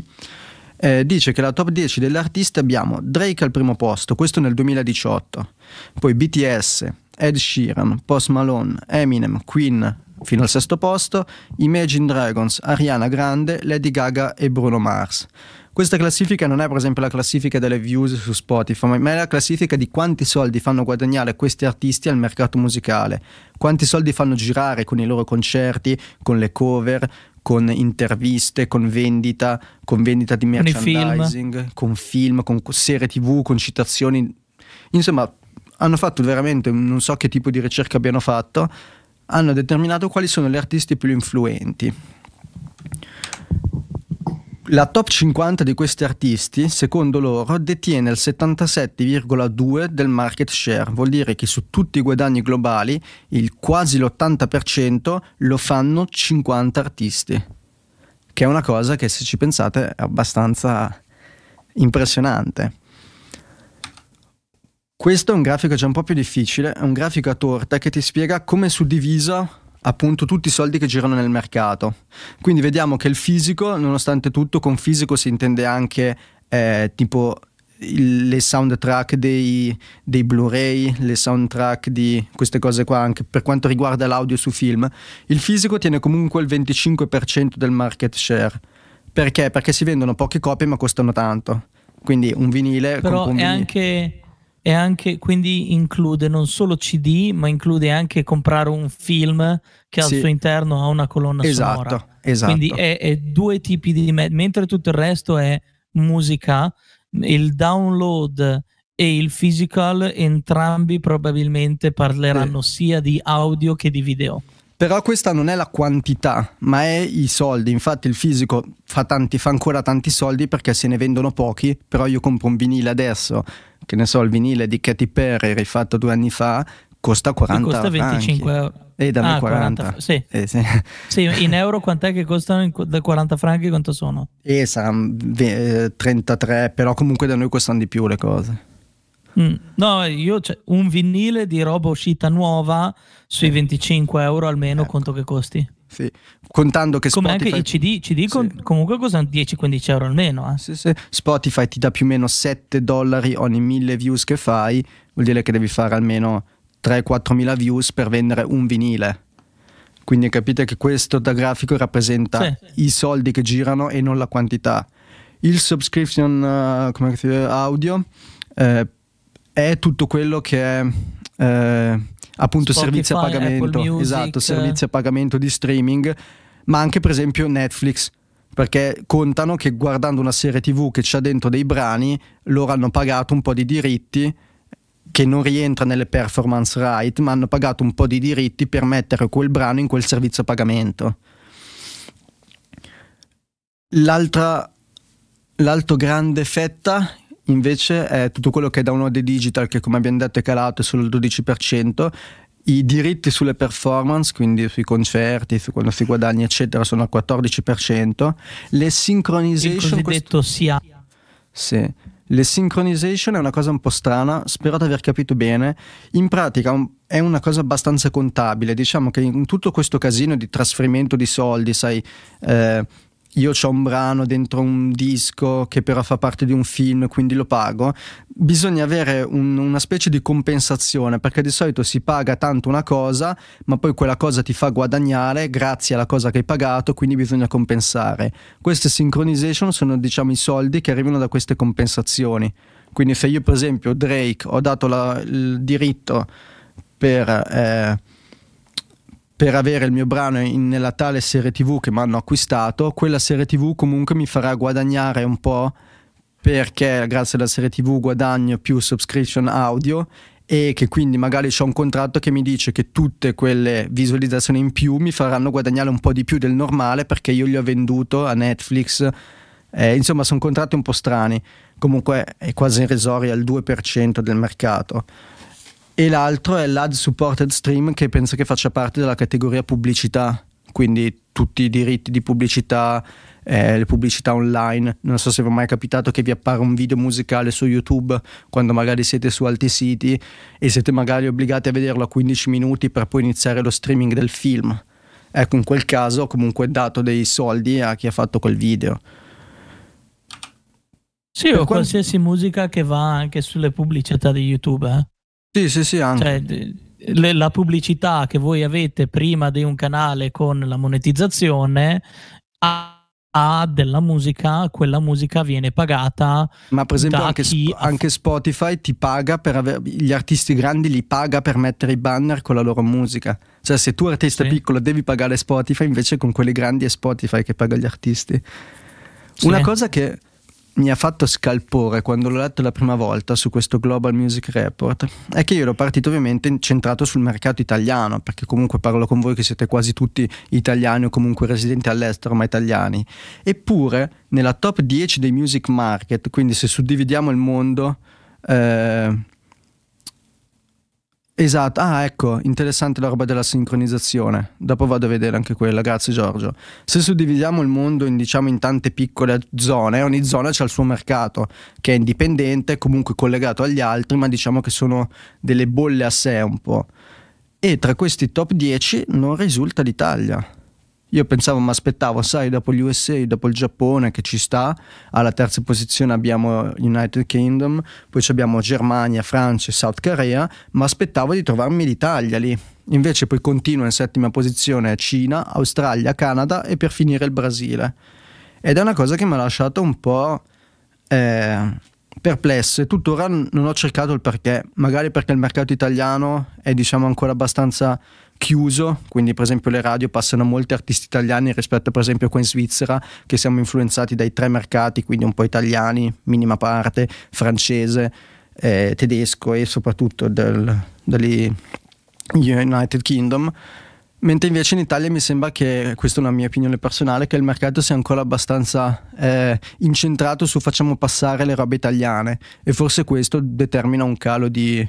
eh, dice che la top dieci degli artisti abbiamo Drake al primo posto, questo nel duemiladiciotto, poi B T S, Ed Sheeran, Post Malone, Eminem, Queen fino al sesto posto, Imagine Dragons, Ariana Grande, Lady Gaga e Bruno Mars. Questa classifica non è per esempio la classifica delle views su Spotify, ma è la classifica di quanti soldi fanno guadagnare questi artisti al mercato musicale, quanti soldi fanno girare con i loro concerti, con le cover, con interviste, con vendita, con vendita di Con i merchandising, film. con film, con serie tv, con citazioni. Insomma, hanno fatto veramente, non so che tipo di ricerca abbiano fatto, hanno determinato quali sono gli artisti più influenti. La top cinquanta di questi artisti, secondo loro, detiene il settantasette virgola due del market share, vuol dire che su tutti i guadagni globali il quasi l'ottanta per cento lo fanno cinquanta artisti, che è una cosa che, se ci pensate, è abbastanza impressionante. Questo è un grafico già un po' più difficile, è un grafico a torta che ti spiega come è suddiviso appunto tutti i soldi che girano nel mercato. Quindi vediamo che il fisico, nonostante tutto, con fisico si intende anche eh, tipo il, le soundtrack dei, dei Blu-ray, le soundtrack di queste cose qua, anche per quanto riguarda l'audio su film. Il fisico tiene comunque il venticinque per cento del market share. Perché? Perché si vendono poche copie ma costano tanto. Quindi un vinile... Però un è vinile. anche, è anche, quindi include non solo C D, ma include anche comprare un film che Sì. al suo interno ha una colonna Esatto, sonora. esatto. Quindi è, è due tipi di me- mentre tutto il resto è musica, il download e il physical entrambi probabilmente parleranno sia di audio che di video. Però questa non è la quantità, ma è i soldi. Infatti il fisico fa tanti, fa ancora tanti soldi perché se ne vendono pochi. Però io compro un vinile adesso, che ne so, il vinile di Katy Perry rifatto due anni fa, costa quaranta Che costa venticinque franchi. euro. E da me Ah, quaranta. quaranta, sì. Eh, sì. Sì, in euro quant'è che costano? In- Da quaranta franchi quanto sono? E saranno ve- trentatré, però comunque da noi costano di più le cose. Mm. No, io cioè, un vinile di roba uscita nuova sui venticinque euro almeno, Ecco. quanto che costi? Sì. Contando che Come Spotify... anche i C D, C D con- Sì. comunque costano dieci quindici euro almeno. Eh. Sì, sì. Spotify ti dà più o meno sette dollari ogni mille views che fai, vuol dire che devi fare almeno tre quattro mila views per vendere un vinile. Quindi capite che questo da grafico rappresenta Sì. i soldi che girano e non la quantità. Il subscription uh, come si dice, audio eh, è tutto quello che è eh, appunto Spotify, servizio a pagamento, Apple Music. esatto, servizio a pagamento di streaming, ma anche per esempio Netflix, perché contano che guardando una serie tv che c'ha dentro dei brani, loro hanno pagato un po' di diritti che non rientra nelle performance right, ma hanno pagato un po' di diritti per mettere quel brano in quel servizio a pagamento. L'altra, l'altro grande fetta invece è tutto quello che è download e digital, che come abbiamo detto è calato, è solo il dodici per cento. I diritti sulle performance, quindi sui concerti, su quando si guadagna eccetera, sono al quattordici per cento. Le synchronization, il cosiddetto questo... S I A. Sì. Le synchronization è una cosa un po' strana, spero di aver capito bene. In pratica un, è una cosa abbastanza contabile. Diciamo che in tutto questo casino di trasferimento di soldi, sai, eh, io c'ho un brano dentro un disco che però fa parte di un film, quindi lo pago. Bisogna avere un, una specie di compensazione, perché di solito si paga tanto una cosa, ma poi quella cosa ti fa guadagnare grazie alla cosa che hai pagato, quindi bisogna compensare. Queste synchronization sono, diciamo, i soldi che arrivano da queste compensazioni. Quindi se io per esempio Drake ho dato la, il diritto per... Eh, per avere il mio brano in, nella tale serie tv che mi hanno acquistato, quella serie tv comunque mi farà guadagnare un po', perché grazie alla serie tv guadagno più subscription audio, e che quindi magari c'è un contratto che mi dice che tutte quelle visualizzazioni in più mi faranno guadagnare un po' di più del normale, perché io li ho venduto a Netflix. Eh, insomma, sono contratti un po' strani. Comunque è quasi irrisorio, al due per cento del mercato. E l'altro è l'ad supported stream, che penso che faccia parte della categoria pubblicità, quindi tutti i diritti di pubblicità, eh, le pubblicità online. Non so se vi è mai capitato che vi appare un video musicale su YouTube quando magari siete su altri siti e siete magari obbligati a vederlo a quindici minuti per poi iniziare lo streaming del film. Ecco, in quel caso ho comunque dato dei soldi a chi ha fatto quel video. Sì, o quanto... qualsiasi musica che va anche sulle pubblicità di YouTube, eh? Sì, sì, sì, anche. Cioè, le, la pubblicità che voi avete prima di un canale con la monetizzazione ha, ha della musica, quella musica viene pagata. Ma per esempio da anche, chi anche Spotify ti paga per aver, gli artisti grandi li paga per mettere i banner con la loro musica. Cioè se tu artista sì. piccolo devi pagare Spotify, invece con quelli grandi è Spotify che paga gli artisti. Sì. Una cosa che mi ha fatto scalpore quando l'ho letto la prima volta su questo Global Music Report è che io ero partito ovviamente centrato sul mercato italiano, perché comunque parlo con voi che siete quasi tutti italiani o comunque residenti all'estero ma italiani. Eppure nella top dieci dei music market, quindi se suddividiamo il mondo, eh, esatto, ah ecco, interessante la roba della sincronizzazione, dopo vado a vedere anche quella, grazie Giorgio. Se suddividiamo il mondo in, diciamo, in tante piccole zone, ogni zona c'ha il suo mercato che è indipendente, comunque collegato agli altri, ma diciamo che sono delle bolle a sé un po', e tra questi top dieci non risulta l'Italia. Io pensavo, mi aspettavo, sai, dopo gli U S A, dopo il Giappone che ci sta, alla terza posizione abbiamo United Kingdom, poi abbiamo Germania, Francia e South Korea, ma aspettavo di trovarmi l'Italia lì. Invece poi continua in settima posizione Cina, Australia, Canada e per finire il Brasile. Ed è una cosa che mi ha lasciato un po' eh, perplesso, e tuttora non ho cercato il perché. Magari perché il mercato italiano è, diciamo, ancora abbastanza chiuso, quindi per esempio le radio passano molti artisti italiani rispetto per esempio qua in Svizzera, che siamo influenzati dai tre mercati, quindi un po' italiani, minima parte, francese, eh, tedesco e soprattutto del, degli United Kingdom, mentre invece in Italia mi sembra che, questa è una mia opinione personale, che il mercato sia ancora abbastanza eh, incentrato su facciamo passare le robe italiane, e forse questo determina un calo di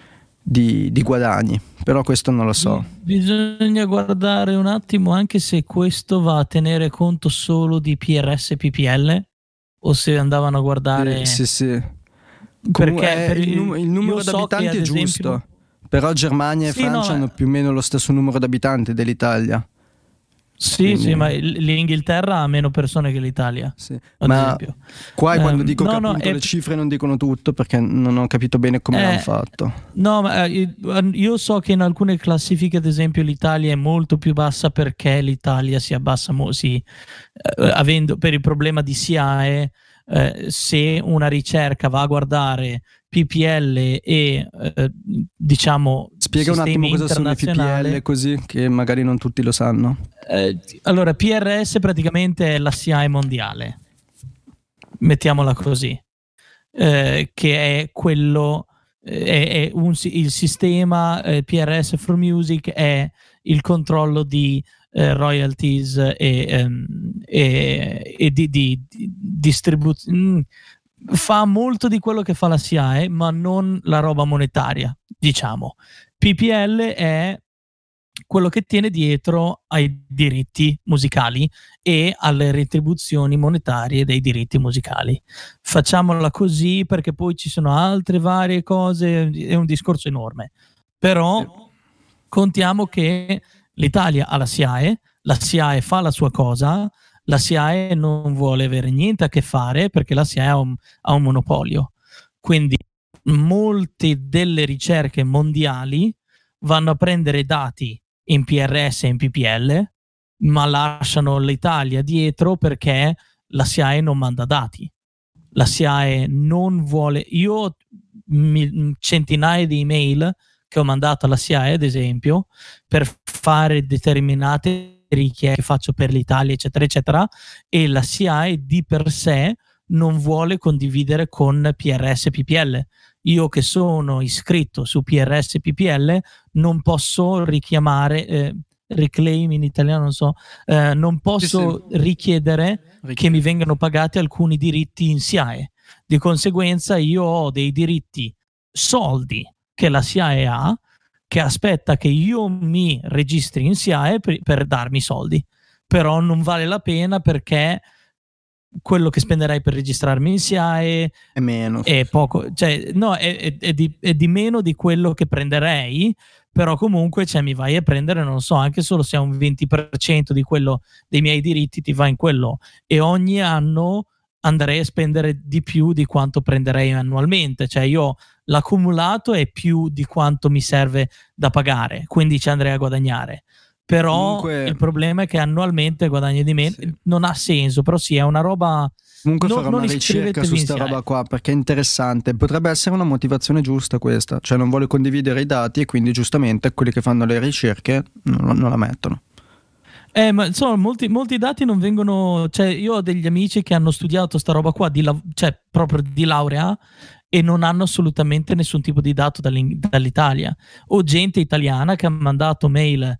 Di, di guadagni, però questo non lo so. Bisogna guardare un attimo anche se questo va a tenere conto solo di P R S e P P L o se andavano a guardare eh, sì sì perché eh, per il, num- il numero so d'abitanti è giusto, esempio... però Germania e sì, Francia no, hanno più o meno lo stesso numero d'abitanti dell'Italia. Sì, Quindi... sì, ma l'Inghilterra ha meno persone che l'Italia. Sì. Ma esempio. qua quando um, dico no, che no, appunto è... le cifre non dicono tutto, perché non ho capito bene come eh, l'hanno fatto. No, ma io so che in alcune classifiche, ad esempio, l'Italia è molto più bassa perché l'Italia si abbassa, mo- si, eh, avendo per il problema di S I A E, eh, se una ricerca va a guardare P P L e eh, diciamo spiega un attimo cosa sono i P P L, così che magari non tutti lo sanno. Eh, allora P R S praticamente è la S I A E mondiale, mettiamola così, eh, che è quello è, è un, il sistema eh, P R S for Music è il controllo di eh, royalties e, ehm, e, e di, di, di distribuzione. Fa molto di quello che fa la S I A E, ma non la roba monetaria, diciamo. P P L è quello che tiene dietro ai diritti musicali e alle retribuzioni monetarie dei diritti musicali. Facciamola così perché poi ci sono altre varie cose, è un discorso enorme. Però contiamo che l'Italia ha la S I A E, la S I A E fa la sua cosa, la S I A E non vuole avere niente a che fare perché la S I A E ha un, ha un monopolio. Quindi molte delle ricerche mondiali vanno a prendere dati in P R S e in P P L, ma lasciano l'Italia dietro perché la S I A E non manda dati. La S I A E non vuole... Io mi, centinaia di email che ho mandato alla S I A E, ad esempio, per fare determinate richieste che faccio per l'Italia, eccetera, eccetera, e la S I A E di per sé non vuole condividere con P R S e P P L. Io che sono iscritto su P R S e P P L non posso richiamare, eh, reclaim in italiano, non so, eh, non posso sì, sì. richiedere Richiede. che mi vengano pagati alcuni diritti in S I A E. Di conseguenza io ho dei diritti soldi che la S I A E ha, che aspetta che io mi registri in S I A E per, per darmi soldi. Però non vale la pena perché quello che spenderai per registrarmi in S I A E è meno, è poco, cioè no, è, è, è, di, è di meno di quello che prenderei, però comunque cioè, mi vai a prendere, non so, anche solo se è un venti per cento di quello dei miei diritti ti va in quello, e ogni anno andrei a spendere di più di quanto prenderei annualmente, cioè io l'accumulato è più di quanto mi serve da pagare, quindi ci andrei a guadagnare. Però comunque, il problema è che annualmente guadagni di meno, sì. Non ha senso, però sì, è una roba... Comunque no, farò una ricerca su sta roba qua perché è interessante, potrebbe essere una motivazione giusta questa, cioè non vuole condividere i dati e quindi giustamente quelli che fanno le ricerche non, non la mettono. Eh, ma insomma, molti, molti dati non vengono, cioè io ho degli amici che hanno studiato sta roba qua, di la, cioè proprio di laurea, e non hanno assolutamente nessun tipo di dato dall'Italia, o gente italiana che ha mandato mail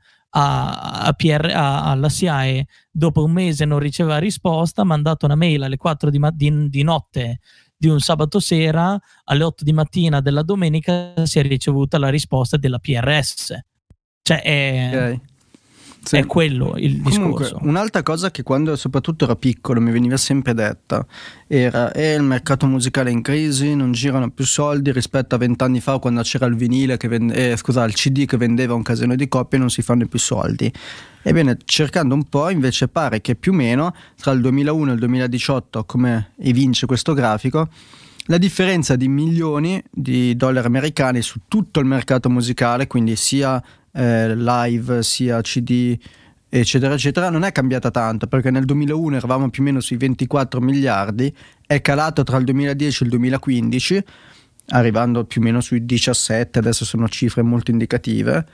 a, a P R, a, alla S I A E, dopo un mese non riceveva risposta, ha mandato una mail alle quattro di, di, di notte di un sabato sera, alle otto di mattina della domenica si è ricevuta la risposta della P R S. Cioè è... Okay. Sì. È quello il Comunque, discorso. Un'altra cosa che quando soprattutto ero piccolo mi veniva sempre detta era eh, il mercato musicale è in crisi, non girano più soldi rispetto a vent'anni fa quando c'era il vinile che vende, eh, scusa, il C D che vendeva un casino di copie e non si fanno più soldi. Ebbene, cercando un po' invece pare che più o meno tra il duemilauno e il duemiladiciotto, come evince questo grafico, la differenza di milioni di dollari americani su tutto il mercato musicale, quindi sia Eh, live sia C D eccetera eccetera, non è cambiata tanto, perché nel duemilauno eravamo più o meno sui ventiquattro miliardi, è calato tra il duemiladieci e il duemilaquindici arrivando più o meno sui diciassette, adesso sono cifre molto indicative,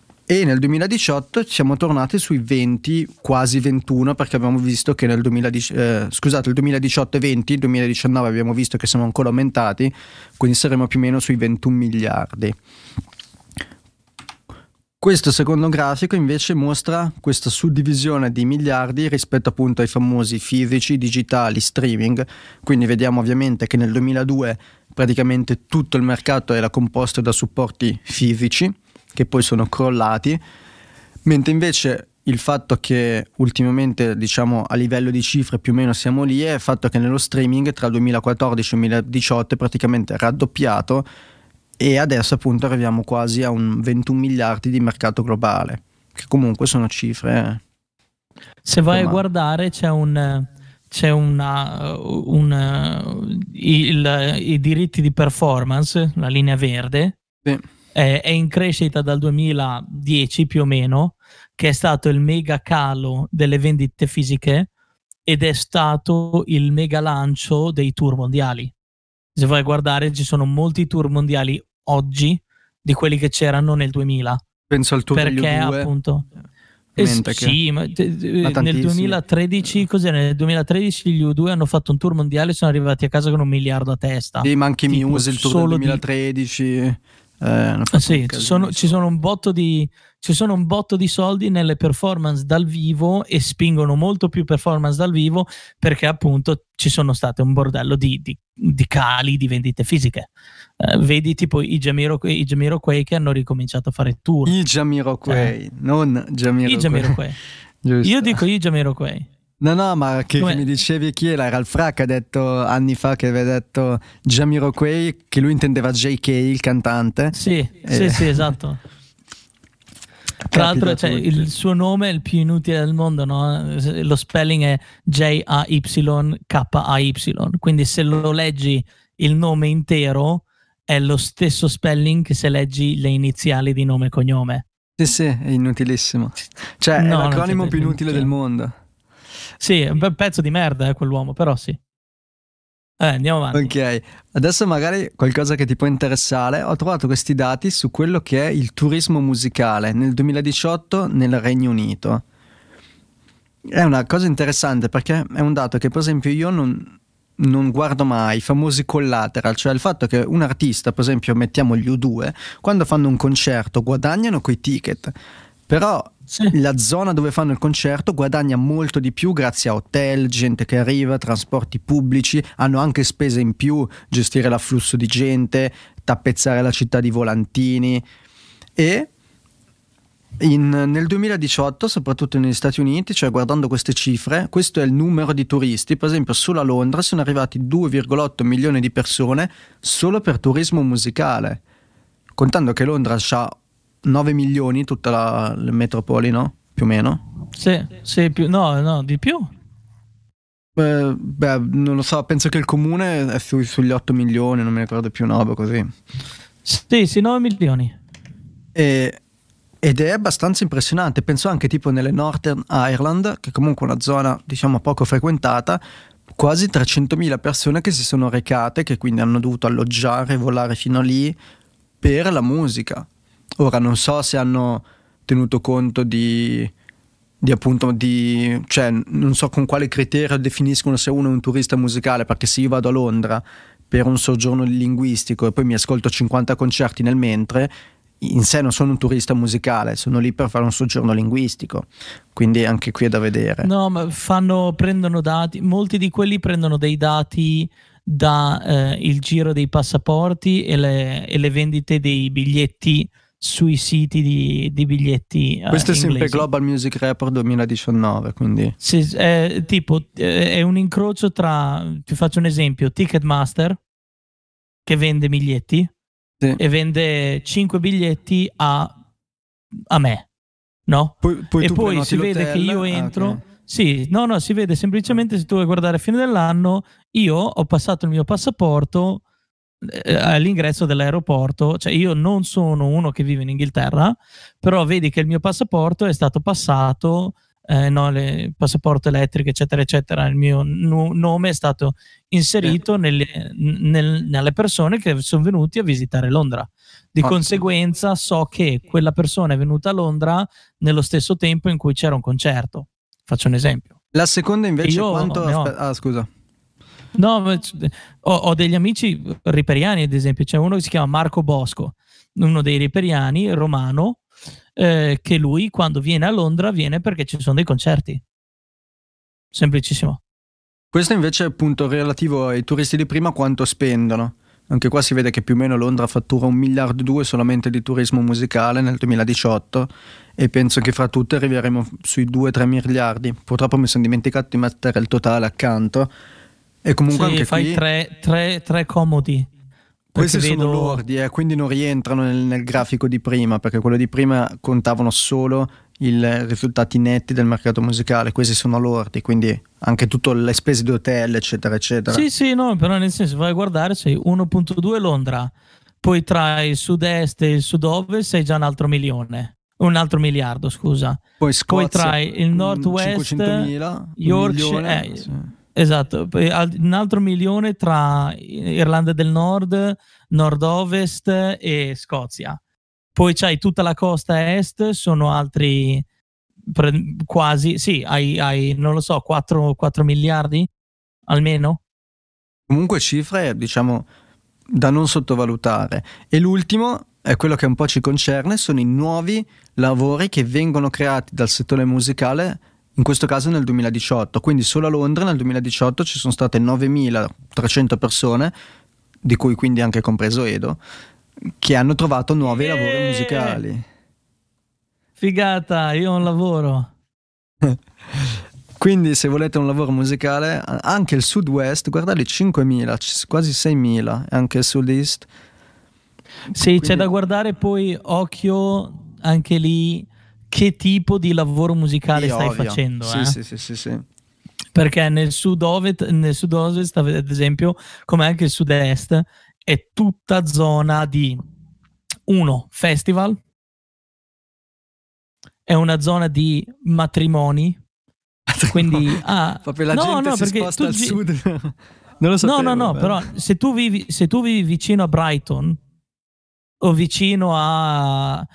e nel duemiladiciotto siamo tornati sui venti, quasi ventuno, perché abbiamo visto che nel duemiladiciotto, eh, scusate, il duemiladiciotto e venti, il duemiladiciannove abbiamo visto che siamo ancora aumentati, quindi saremo più o meno sui ventuno miliardi. Questo secondo grafico invece mostra questa suddivisione di miliardi rispetto appunto ai famosi fisici, digitali, streaming. Quindi vediamo ovviamente che nel duemiladue praticamente tutto il mercato era composto da supporti fisici che poi sono crollati, mentre invece il fatto che ultimamente, diciamo, a livello di cifre più o meno siamo lì è il fatto che nello streaming tra il duemilaquattordici e il duemiladiciotto è praticamente raddoppiato, e adesso appunto arriviamo quasi a un ventuno miliardi di mercato globale, che comunque sono cifre. Se vai a guardare c'è un c'è una un il, i diritti di performance, la linea verde, sì. è, è in crescita dal duemiladieci più o meno, che è stato il mega calo delle vendite fisiche ed è stato il mega lancio dei tour mondiali. Se vai a guardare ci sono molti tour mondiali oggi di quelli che c'erano nel duemila. Penso al tour perché degli U due. Appunto Eh, mente sì, che... ma te- ma nel tantissimi. duemilatredici, cos'era? Nel duemilatredici gli U due hanno fatto un tour mondiale e sono arrivati a casa con un miliardo a testa. Sì, ma anche Tipo, Muse, il tour del solo di- duemilatredici, eh, hanno Ah, fatto sì, un ci casino sono, di ci soldi. sono un botto di ci sono un botto di soldi nelle performance dal vivo e spingono molto più performance dal vivo perché appunto ci sono state un bordello di, di, di cali di vendite fisiche. Eh, vedi tipo i Jamiroquai, i Jamiroquai che hanno ricominciato a fare tour. I Jamiroquai, non I Jamiroquai. Jamiroquai. Giusto. Io dico i Jamiroquai. No, no, ma che, Come- che mi dicevi chi era? Era il Fra che ha detto anni fa che aveva detto Jamiroquai, che lui intendeva J K, il cantante. Sì, Eh. sì, sì, esatto. Tra Capita l'altro a cioè, tutti. il suo nome è il più inutile del mondo, no? Lo spelling è J A Y K A Y, quindi se lo leggi il nome intero è lo stesso spelling che se leggi le iniziali di nome e cognome. Sì, sì, è inutilissimo. Cioè, No, è non l'acronimo c'è- più inutile cioè- del mondo. Sì, è un bel pezzo di merda eh, quell'uomo, però sì. Eh, andiamo avanti. Ok, adesso magari qualcosa che ti può interessare. Ho trovato questi dati su quello che è il turismo musicale nel duemiladiciotto nel Regno Unito. È una cosa interessante perché è un dato che per esempio io non, non guardo mai, i famosi collateral, cioè il fatto che un artista, per esempio mettiamo gli U due, quando fanno un concerto guadagnano coi ticket, però Sì. la zona dove fanno il concerto guadagna molto di più grazie a hotel, gente che arriva, trasporti pubblici, hanno anche spese in più, gestire l'afflusso di gente, tappezzare la città di volantini e in- nel duemiladiciotto, soprattutto negli Stati Uniti, cioè guardando queste cifre, questo è il numero di turisti. Per esempio, solo a Londra sono arrivati due virgola otto milioni di persone solo per turismo musicale, contando che Londra ha nove milioni, tutta la, le metropoli, no? Più o meno. Sì, sì, più, no, no, di più. Beh, beh, non lo so, penso che il comune è su- sugli otto milioni, non mi ricordo più, una roba così. Sì, sì, nove milioni. E, ed è abbastanza impressionante. Penso anche tipo nelle Northern Ireland, che è comunque una zona diciamo poco frequentata, quasi trecentomila persone che si sono recate, che quindi hanno dovuto alloggiare e volare fino lì per la musica. Ora non so se hanno tenuto conto di, di appunto di, cioè non so con quale criterio definiscono se uno è un turista musicale, perché se io vado a Londra per un soggiorno linguistico e poi mi ascolto cinquanta concerti nel mentre, in sé non sono un turista musicale, sono lì per fare un soggiorno linguistico, quindi anche qui è da vedere. No, ma fanno, prendono dati, molti di quelli prendono dei dati da eh, il giro dei passaporti e le, e le vendite dei biglietti sui siti di, di biglietti eh, Questo è sempre inglesi. Global Music Report duemiladiciannove, quindi Sì, è, tipo, eh, è un incrocio tra, ti faccio un esempio, Ticketmaster che vende biglietti sì. e vende cinque biglietti a, a me, no? Poi, poi e tu poi prenoti si vede che l'hotel. io Ah, entro, ok. sì, no, no, si vede semplicemente se tu vuoi guardare a fine dell'anno, io ho passato il mio passaporto eh, all'ingresso dell'aeroporto, cioè io non sono uno che vive in Inghilterra, però vedi che il mio passaporto è stato passato, eh, no, le, passaporto elettrico, eccetera, eccetera, il mio nu- nome è stato inserito nelle, nel- nelle persone che sono venuti a visitare Londra. Di Ottimo. conseguenza so che quella persona è venuta a Londra nello stesso tempo in cui c'era un concerto. Faccio un esempio. La seconda invece Io quanto... ne ho. aspe- Ah, scusa. No, ma c- ho, ho degli amici riperiani, ad esempio. C'è uno che si chiama Marco Bosco, uno dei riperiani romano, eh, che lui quando viene a Londra viene perché ci sono dei concerti. Semplicissimo. Questo invece è appunto relativo ai turisti di prima, quanto spendono. Anche qua si vede che più o meno Londra fattura un miliardo e due solamente di turismo musicale nel duemiladiciotto e penso che fra tutte arriveremo sui due tre miliardi. Purtroppo mi sono dimenticato di mettere il totale accanto e comunque Sì, anche fai qui tre, tre, tre comodi. questi Perché sono vedo- lordi, eh, quindi non rientrano nel, nel grafico di prima, perché quello di prima contavano solo i risultati netti del mercato musicale, questi sono lordi, quindi anche tutte le spese di hotel eccetera eccetera. Sì, sì, no, però nel senso vai a guardare, sei uno virgola due Londra, poi tra il sud-est e il sud-ovest sei già un altro milione, un altro miliardo, scusa. Poi Scozia, Poi tra il mm, northwest, cinquecentomila, un Yorkshire, milione, eh, sì. esatto, poi al- un altro milione tra Irlanda del Nord, nord-ovest e Scozia. Poi c'hai tutta la costa est, sono altri pre- quasi, sì, hai, hai, non lo so, quattro miliardi almeno. Comunque cifre, diciamo, da non sottovalutare. E l'ultimo è quello che un po' ci concerne, sono i nuovi lavori che vengono creati dal settore musicale, in questo caso nel duemiladiciotto. Quindi solo a Londra nel duemiladiciotto ci sono state novemilatrecento persone, di cui quindi anche compreso Edo, che hanno trovato nuovi Yeah! lavori musicali. Figata, io ho un lavoro. Quindi se volete un lavoro musicale, anche il Sud-West, guardate, cinquemila, quasi seimila, anche il Sud-East. Sì, Quindi... c'è da guardare poi, occhio, anche lì, che tipo di lavoro musicale sì, stai ovvio. facendo. Sì, eh? sì, sì, sì, sì. Perché nel sud-ovest, nel sud-ovest, ad esempio, come anche il sud-est, è tutta zona di, uno, festival, è una zona di matrimoni. Quindi ah, proprio la no, gente no, si perché sposta tu al gi- sud. Non lo sapevo. no, no, no, beh. però se tu vivi se tu vivi vicino a Brighton o vicino a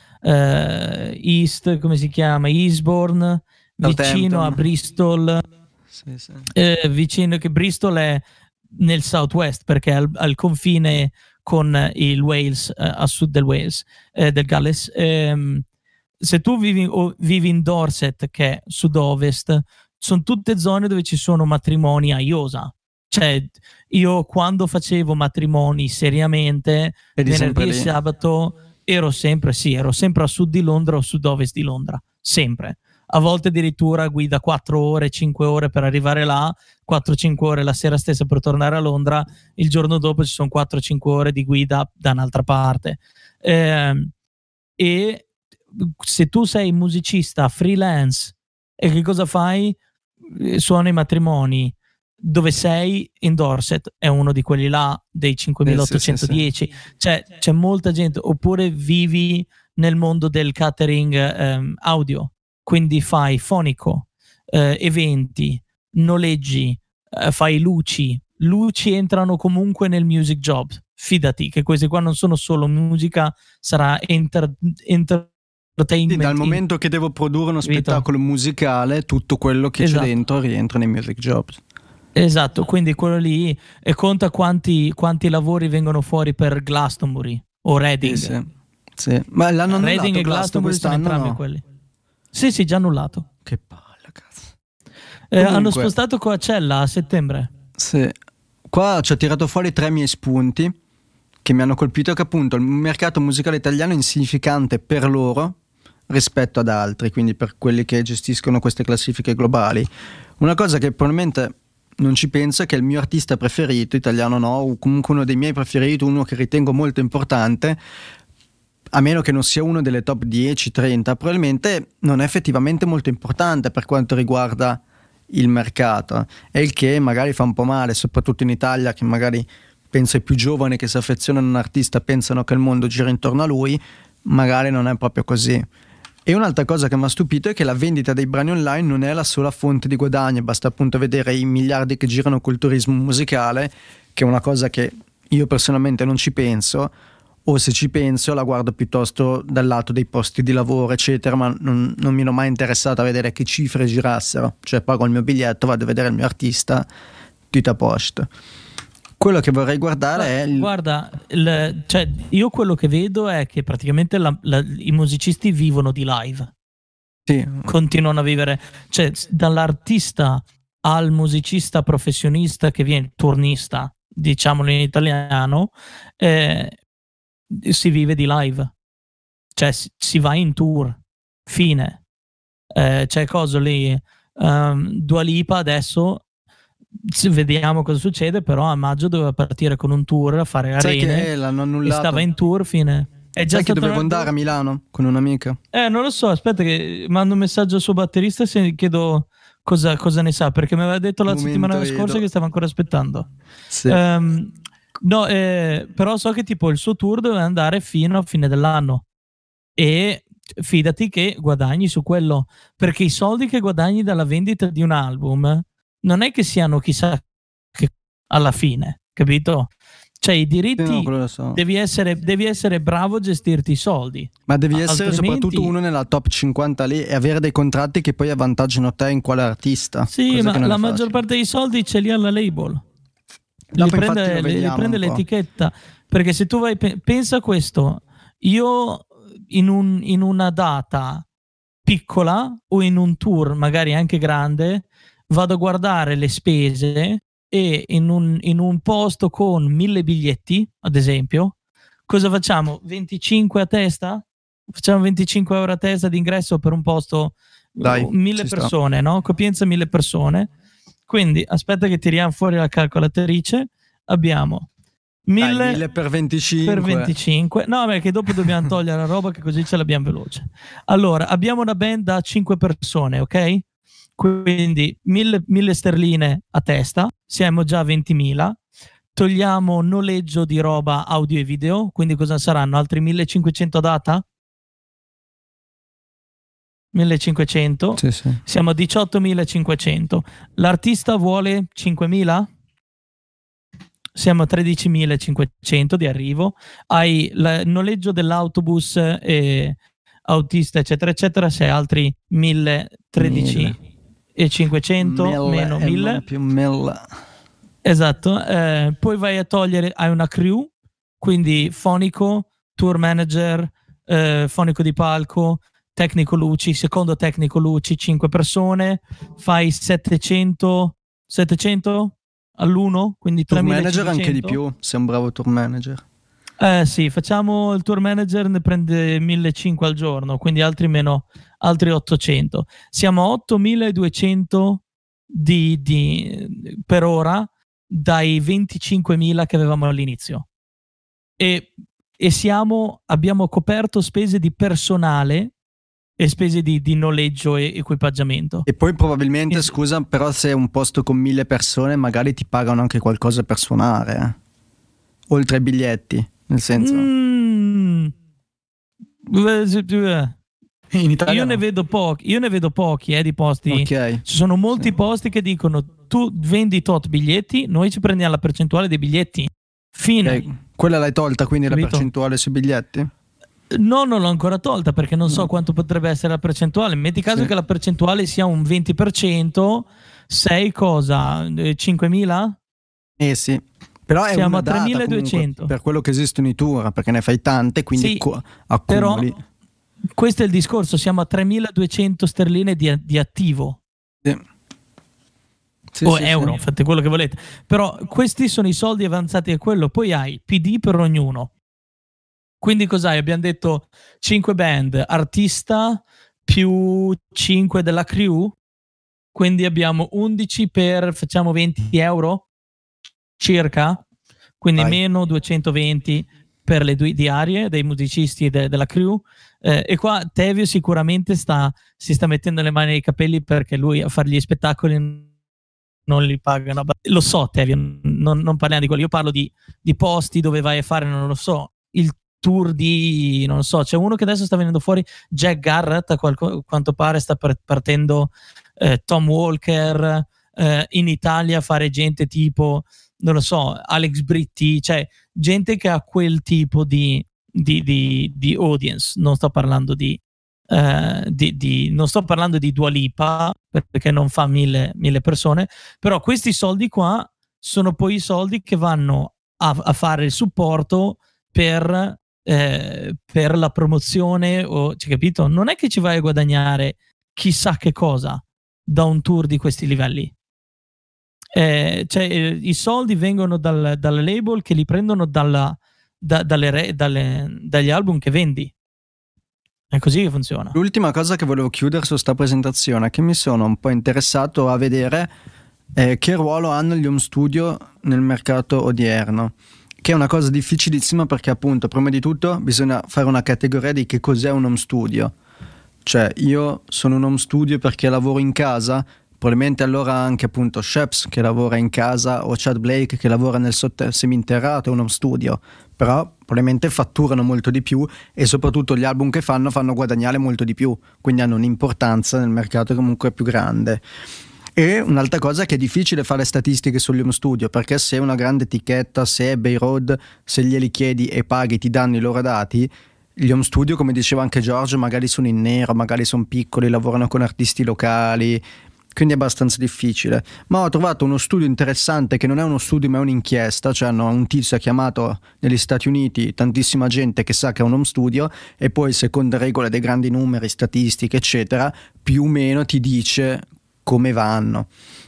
eh, East, come si chiama? Eastbourne, vicino a Bristol, sì, sì. eh, vicino che Bristol è nel southwest perché è al, al confine con il Wales, eh, a sud del Wales, eh, del Galles. Ehm, se tu vivi, o vivi in Dorset, che è sud-ovest, sono tutte zone dove ci sono matrimoni a iosa. Cioè, io quando facevo matrimoni seriamente, Edi sempre venerdì e lì. sabato, ero sempre, sì, ero sempre a sud di Londra o sud-ovest di Londra, sempre. A volte addirittura guida quattro ore, cinque ore per arrivare là, quattro cinque ore la sera stessa per tornare a Londra, il giorno dopo ci sono quattro cinque ore di guida da un'altra parte. Eh, e se tu sei musicista freelance e che cosa fai? Suoni matrimoni. Dove sei? In Dorset, è uno di quelli là dei cinquemilaottocentodieci. Sì, sì, sì. Cioè, c'è molta gente. Oppure vivi nel mondo del catering ehm, audio, quindi fai fonico, eh, eventi, noleggi, eh, fai luci. Luci entrano comunque nel music job. Fidati che questi qua non sono solo musica, sarà enter, enter Sì, dal momento che devo produrre uno spettacolo musicale, tutto quello che esatto. c'è dentro rientra nei music jobs. Esatto, quindi quello lì, e conta quanti, quanti lavori vengono fuori per Glastonbury o Reading. Sì, sì. Sì. Ma l'hanno annullato Reading e Glastonbury sono entrambi no? quelli. Sì, sì, già annullato. Che palla, cazzo. Eh, hanno spostato Coachella a settembre. Sì. Qua ci ho tirato fuori tre miei spunti che mi hanno colpito, che appunto il mercato musicale italiano è insignificante per loro rispetto ad altri, quindi per quelli che gestiscono queste classifiche globali. Una cosa che probabilmente non ci penso è che il mio artista preferito, italiano no, o comunque uno dei miei preferiti, uno che ritengo molto importante, a meno che non sia uno delle top dieci trenta, probabilmente non è effettivamente molto importante per quanto riguarda il mercato, e il che magari fa un po' male, soprattutto in Italia, che magari penso ai più giovani che si affezionano a un artista pensano che il mondo gira intorno a lui, magari non è proprio così. E un'altra cosa che mi ha stupito è che la vendita dei brani online non è la sola fonte di guadagno, basta appunto vedere i miliardi che girano col turismo musicale, che è una cosa che io personalmente non ci penso, o se ci penso la guardo piuttosto dal lato dei posti di lavoro eccetera, ma non, non mi ero mai interessato a vedere che cifre girassero, cioè pago il mio biglietto, vado a vedere il mio artista, tutto a posto. Quello che vorrei guardare Beh, è il... guarda, il, cioè, io quello che vedo è che praticamente la, la, i musicisti vivono di live, sì. Continuano a vivere, cioè dall'artista al musicista professionista che viene turnista, diciamolo in italiano, eh, si vive di live, cioè si, si va in tour, fine. Eh, c'è cosa lì, um, Dua Lipa adesso vediamo cosa succede, però a maggio doveva partire con un tour a fare Sai arene che l'hanno annullato. e stava in tour fine. È già Sai che dovevo andare a Milano con un'amica? Eh, non lo so, aspetta che mando un messaggio al suo batterista e chiedo cosa, cosa ne sa, perché mi aveva detto la Momento settimana scorsa Edo. che stava ancora aspettando. Sì. Um, no, eh, però so che tipo il suo tour doveva andare fino a fine dell'anno e fidati che guadagni su quello, perché i soldi che guadagni dalla vendita di un album non è che siano chissà che alla fine, capito? Cioè i diritti, Sì, no, quello lo so. devi, essere, devi essere bravo a gestirti i soldi. Ma devi essere Altrimenti- soprattutto uno nella top cinquanta lì e avere dei contratti che poi avvantaggiano te in quale artista. Sì, cosa ma che non la è maggior facile. parte dei soldi ce li ha la label. Li Dopo prende, infatti lo li- li vediamo prende un po'. l'etichetta. Perché se tu vai, pe- pensa a questo, io in, un- in una data piccola o in un tour magari anche grande vado a guardare le spese e in un, in un posto con mille biglietti, ad esempio, cosa facciamo? venticinque a testa? Facciamo venticinque euro a testa di ingresso per un posto, Dai, uh, mille ci sta. persone, no? Capienza mille persone. Quindi aspetta che tiriamo fuori la calcolatrice. Abbiamo Dai, mille mille per venticinque. per venticinque. No, perché dopo dobbiamo togliere la roba che così ce l'abbiamo veloce. Allora, abbiamo una band da cinque persone, ok? Quindi mille, mille sterline a testa, siamo già a ventimila. Togliamo noleggio di roba audio e video, quindi cosa saranno? Altri millecinquecento a data? millecinquecento. Sì, sì. Siamo a diciottomilacinquecento. L'artista vuole cinquemila? Siamo a tredicimilacinquecento di arrivo. Hai il noleggio dell'autobus e autista, eccetera, eccetera. Sei altri mille, tredici e cinquecento meno e mille. non più mille. Esatto. Eh, poi vai a togliere, hai una crew, quindi fonico, tour manager, eh, fonico di palco, tecnico luci, secondo tecnico luci, cinque persone, fai settecento, settecento all'uno, quindi Tour manager tremilacinquecento. anche di più, sei un bravo tour manager. Eh sì, facciamo il tour manager, ne prende millecinquecento al giorno, quindi altri meno, altri ottocento. Siamo a ottomiladuecento di, di, per ora dai venticinquemila che avevamo all'inizio. E, e siamo, abbiamo coperto spese di personale e spese di, di noleggio e equipaggiamento. E poi probabilmente, Eh. scusa, però se è un posto con mille persone magari ti pagano anche qualcosa per suonare, eh? Oltre ai biglietti, nel senso... Mm. In Italia Io no. ne vedo pochi, io ne vedo pochi eh, di posti. Ok. Ci sono molti Sì. posti che dicono tu vendi tot biglietti, noi ci prendiamo la percentuale dei biglietti. Fine. Ok. Quella l'hai tolta, quindi la Capito? percentuale sui biglietti? No, non l'ho ancora tolta perché non so Mm. quanto potrebbe essere la percentuale. Metti caso Sì. che la percentuale sia un venti per cento, sei cosa? Eh, cinquemila? Eh sì. Però è Siamo una a data tremiladuecento. comunque per quello che esistono i tour, perché ne fai tante, quindi Sì, co- però accumuli. questo è il discorso, siamo a tremiladuecento sterline di, di attivo. Sì. Sì, o sì, euro, sì. fate quello che volete. Però questi sono i soldi avanzati a quello. Poi hai P D per ognuno. Quindi cos'hai? Abbiamo detto cinque band, artista più cinque della crew. Quindi abbiamo undici per, facciamo venti euro circa. Quindi Vai. meno duecentoventi per le due diarie dei musicisti e de- della crew. Eh, e qua Tevio sicuramente sta, si sta mettendo le mani nei capelli perché lui a fare gli spettacoli non li pagano. Lo so, Tevio, non, non parliamo di quello. Io parlo di, di posti dove vai a fare, non lo so, il tour di, non lo so, c'è uno che adesso sta venendo fuori, Jack Garrett, a qualco- quanto pare sta par- partendo eh, Tom Walker, eh, in Italia a fare gente tipo, non lo so, Alex Britti, cioè gente che ha quel tipo di, di, di, di audience. Non sto parlando di, eh, di, di non sto parlando di Dua Lipa perché non fa mille, mille persone, però questi soldi qua sono poi i soldi che vanno a, a fare il supporto per, eh, per la promozione, o, cioè, capito? Non è che ci vai a guadagnare chissà che cosa da un tour di questi livelli. Eh, cioè, eh, i soldi vengono dal, dalle label che li prendono dalla, da, dalle re, dalle, dagli album che vendi. È così che funziona. L'ultima cosa che volevo chiudere su sta presentazione è che mi sono un po' interessato a vedere eh, che ruolo hanno gli home studio nel mercato odierno, che è una cosa difficilissima perché appunto prima di tutto bisogna fare una categoria di che cos'è un home studio. Cioè io sono un home studio perché lavoro in casa, probabilmente allora anche appunto Sheps che lavora in casa o Chad Blake che lavora nel sotte- seminterrato è un home studio, però probabilmente fatturano molto di più e soprattutto gli album che fanno fanno guadagnare molto di più, quindi hanno un'importanza nel mercato comunque più grande. E un'altra cosa è che è difficile fare statistiche sugli home studio, perché se una grande etichetta, se è Bay Road, se glieli chiedi e paghi ti danno i loro dati, gli home studio, come diceva anche Giorgio, magari sono in nero, magari sono piccoli, lavorano con artisti locali, quindi è abbastanza difficile. Ma ho trovato uno studio interessante che non è uno studio ma è un'inchiesta, cioè hanno un tizio ha chiamato negli Stati Uniti tantissima gente che sa che è un home studio e poi secondo regole dei grandi numeri, statistiche eccetera, più o meno ti dice come vanno.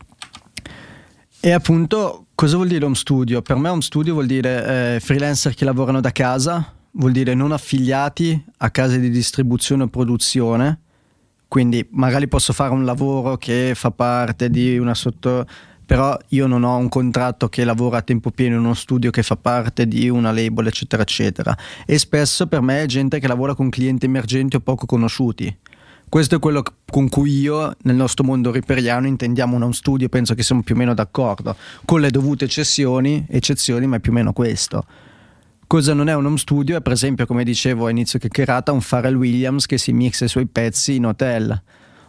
E appunto cosa vuol dire home studio? Per me home studio vuol dire eh, freelancer che lavorano da casa, vuol dire non affiliati a case di distribuzione o produzione, quindi magari posso fare un lavoro che fa parte di una sotto, però io non ho un contratto che lavora a tempo pieno in uno studio che fa parte di una label eccetera eccetera. E spesso per me è gente che lavora con clienti emergenti o poco conosciuti. Questo è quello con cui io nel nostro mondo riperiano intendiamo un home studio, penso che siamo più o meno d'accordo, con le dovute eccezioni, eccezioni ma è più o meno questo. Cosa non è un home studio è per esempio, come dicevo a inizio chiacchierata, un Pharrell Williams che si mixa i suoi pezzi in hotel,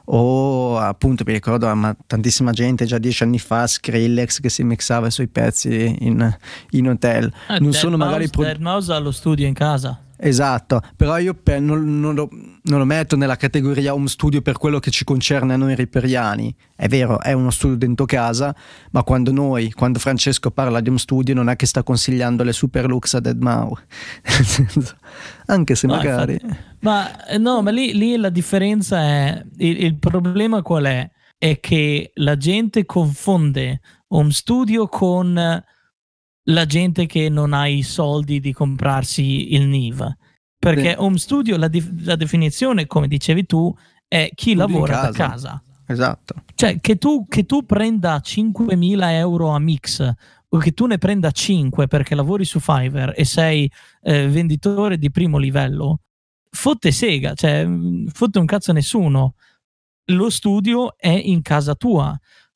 o appunto mi ricordo ma tantissima gente già dieci anni fa, Skrillex che si mixava i suoi pezzi in, in hotel. Eh, non Dead sono Mouse, magari pro- Dead Mouse ha lo studio in casa. Esatto, però io per, non, non, lo, non lo metto nella categoria home studio per quello che ci concerne a noi riperiani. È vero, è uno studio dentro casa, ma quando noi, quando Francesco parla di home studio non è che sta consigliando le super lux a deadmau five, anche se No, magari infatti, ma eh, no, ma lì, lì la differenza è il, il problema qual è? È che la gente confonde home studio con la gente che non ha i soldi di comprarsi il N I V, perché sì. home studio, la, dif- la definizione, come dicevi tu, è chi Studio lavora in da casa. casa. Esatto. Cioè che tu, che tu prenda cinquemila euro a mix o che tu ne prenda cinque perché lavori su Fiverr e sei eh, venditore di primo livello, fotte sega, cioè fotte un cazzo a nessuno. Lo studio è in casa tua.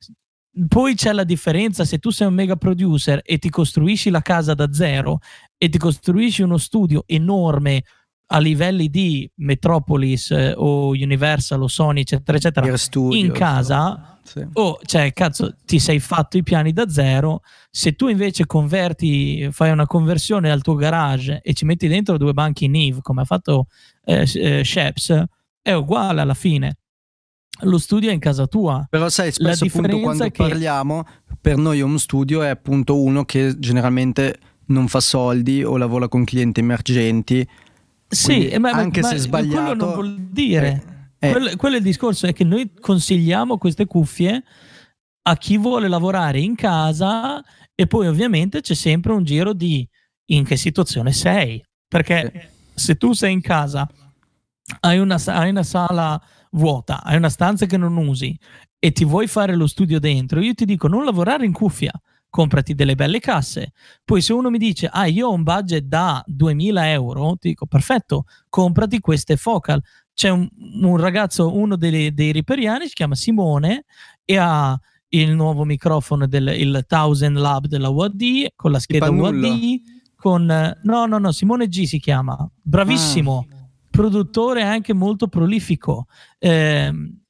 Poi c'è la differenza se tu sei un mega producer e ti costruisci la casa da zero e ti costruisci uno studio enorme a livelli di Metropolis eh, o Universal o Sony eccetera eccetera Studio, in casa sì. o cioè cazzo ti sei fatto i piani da zero. Se tu invece converti, fai una conversione al tuo garage e ci metti dentro due banchi N I V come ha fatto eh, eh, Sheps, è uguale alla fine. Lo studio è in casa tua. Però sai, spesso appunto quando che... parliamo, per noi home studio è appunto uno che generalmente non fa soldi o lavora con clienti emergenti. Sì, ma, anche ma, se ma sbagliato, quello non vuol dire eh, eh. quello, quello è il discorso, è che noi consigliamo queste cuffie a chi vuole lavorare in casa e poi ovviamente c'è sempre un giro di in che situazione sei, perché eh. se tu sei in casa, hai una, hai una sala vuota, hai una stanza che non usi e ti vuoi fare lo studio dentro, io ti dico non lavorare in cuffia, comprati delle belle casse. Poi se uno mi dice ah io ho un budget da duemila euro, ti dico perfetto, comprati queste focal. C'è un, un ragazzo, uno dei, dei riperiani, si chiama Simone e ha il nuovo microfono del il Thousand Lab della U A D con la scheda U A D con no no no Simone G si chiama, bravissimo, ah. produttore anche molto prolifico, eh,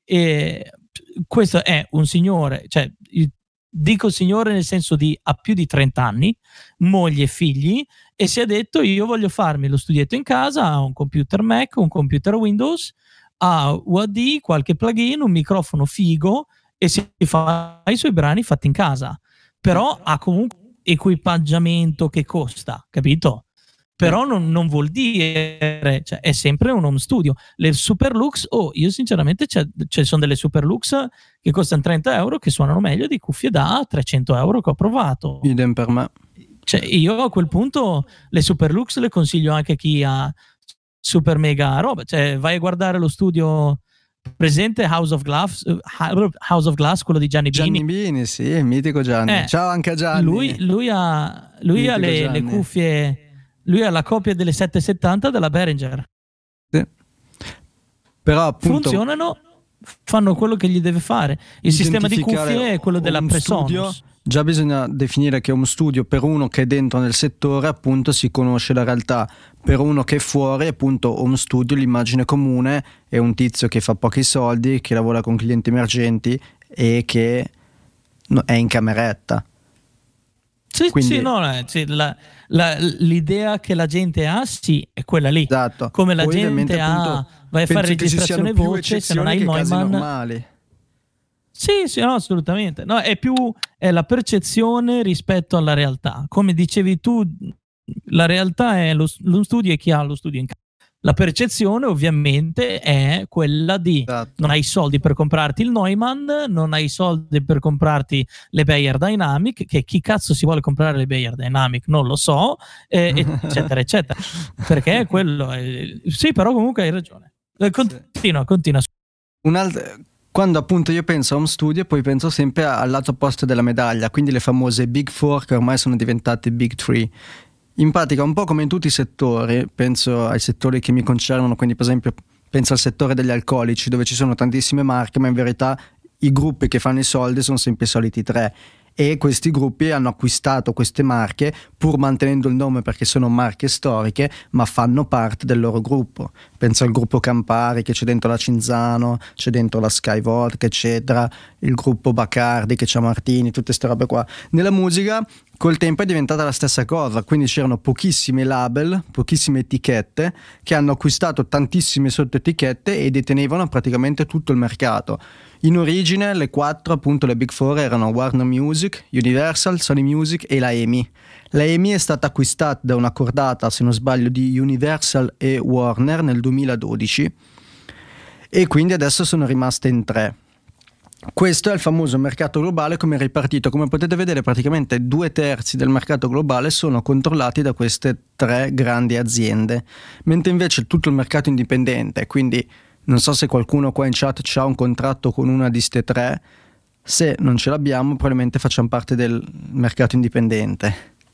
e questo è un signore, cioè dico signore nel senso di ha più di trenta anni, moglie e figli, e si è detto io voglio farmi lo studietto in casa, ha un computer Mac, un computer Windows, ha U A D, qualche plugin, un microfono figo e si fa i suoi brani fatti in casa, però ha comunque equipaggiamento che costa, capito? Però non, non vuol dire, cioè è sempre un home studio. Le super lux, oh, io sinceramente c'è, ci sono delle super lux che costano trenta euro che suonano meglio di cuffie da trecento euro che ho provato. Idem per me. Cioè io a quel punto le super lux le consiglio anche a chi ha super mega roba, cioè vai a guardare lo studio presente House of Glass, House of Glass, quello di Gianni Bini. Gianni Bini, sì, mitico Gianni. Eh, Ciao anche a Gianni. Lui, lui ha, lui ha le, le cuffie. Lui ha la copia delle settecentosettanta della Behringer. Sì. Però appunto funzionano, fanno quello che gli deve fare. Il sistema di cuffie è quello della Presonus. Già bisogna definire che home studio per uno che è dentro nel settore appunto si conosce la realtà, per uno che è fuori appunto home studio l'immagine comune è un tizio che fa pochi soldi, che lavora con clienti emergenti e che no, è in cameretta. Sì, Quindi, sì, no, eh, sì, la, la, l'idea che la gente ha, sì, è quella lì. esatto. Come la Poi, gente ha, vai a fare registrazione voce, se non hai il Neumann. Normali. Sì, sì, no, assolutamente. No, è più è la percezione rispetto alla realtà. Come dicevi tu, la realtà è lo, lo studio e chi ha lo studio in casa. La percezione ovviamente è quella di Esatto. non hai soldi per comprarti il Neumann, non hai soldi per comprarti le Beyer Dynamic, che chi cazzo si vuole comprare le Beyer Dynamic non lo so, eh, eccetera eccetera, perché è quello è... sì, però comunque hai ragione. Continua, continua. Un'altra... Quando appunto io penso a home studio, poi penso sempre al lato opposto della medaglia, quindi le famose Big Four che ormai sono diventate Big Three. In pratica, un po' come in tutti i settori, penso ai settori che mi concernono, quindi per esempio penso al settore degli alcolici, dove ci sono tantissime marche, ma in verità i gruppi che fanno i soldi sono sempre i soliti tre. E questi gruppi hanno acquistato queste marche pur mantenendo il nome perché sono marche storiche, ma fanno parte del loro gruppo. Penso al gruppo Campari, che c'è dentro la Cinzano, c'è dentro la Sky Vodka, eccetera, il gruppo Bacardi che c'ha Martini, tutte queste robe qua. Nella musica col tempo è diventata la stessa cosa, quindi c'erano pochissimi label, pochissime etichette che hanno acquistato tantissime sottoetichette e detenevano praticamente tutto il mercato. In origine le quattro, appunto le Big Four, erano Warner Music, Universal, Sony Music e la E M I. La E M I è stata acquistata da una cordata, se non sbaglio, di Universal e Warner nel duemiladodici e quindi adesso sono rimaste in tre. Questo è il famoso mercato globale come è ripartito. Come potete vedere, praticamente due terzi del mercato globale sono controllati da queste tre grandi aziende, mentre invece tutto il mercato indipendente, quindi non so se qualcuno qua in chat ha un contratto con una di ste tre. Se non ce l'abbiamo, probabilmente facciamo parte del mercato indipendente.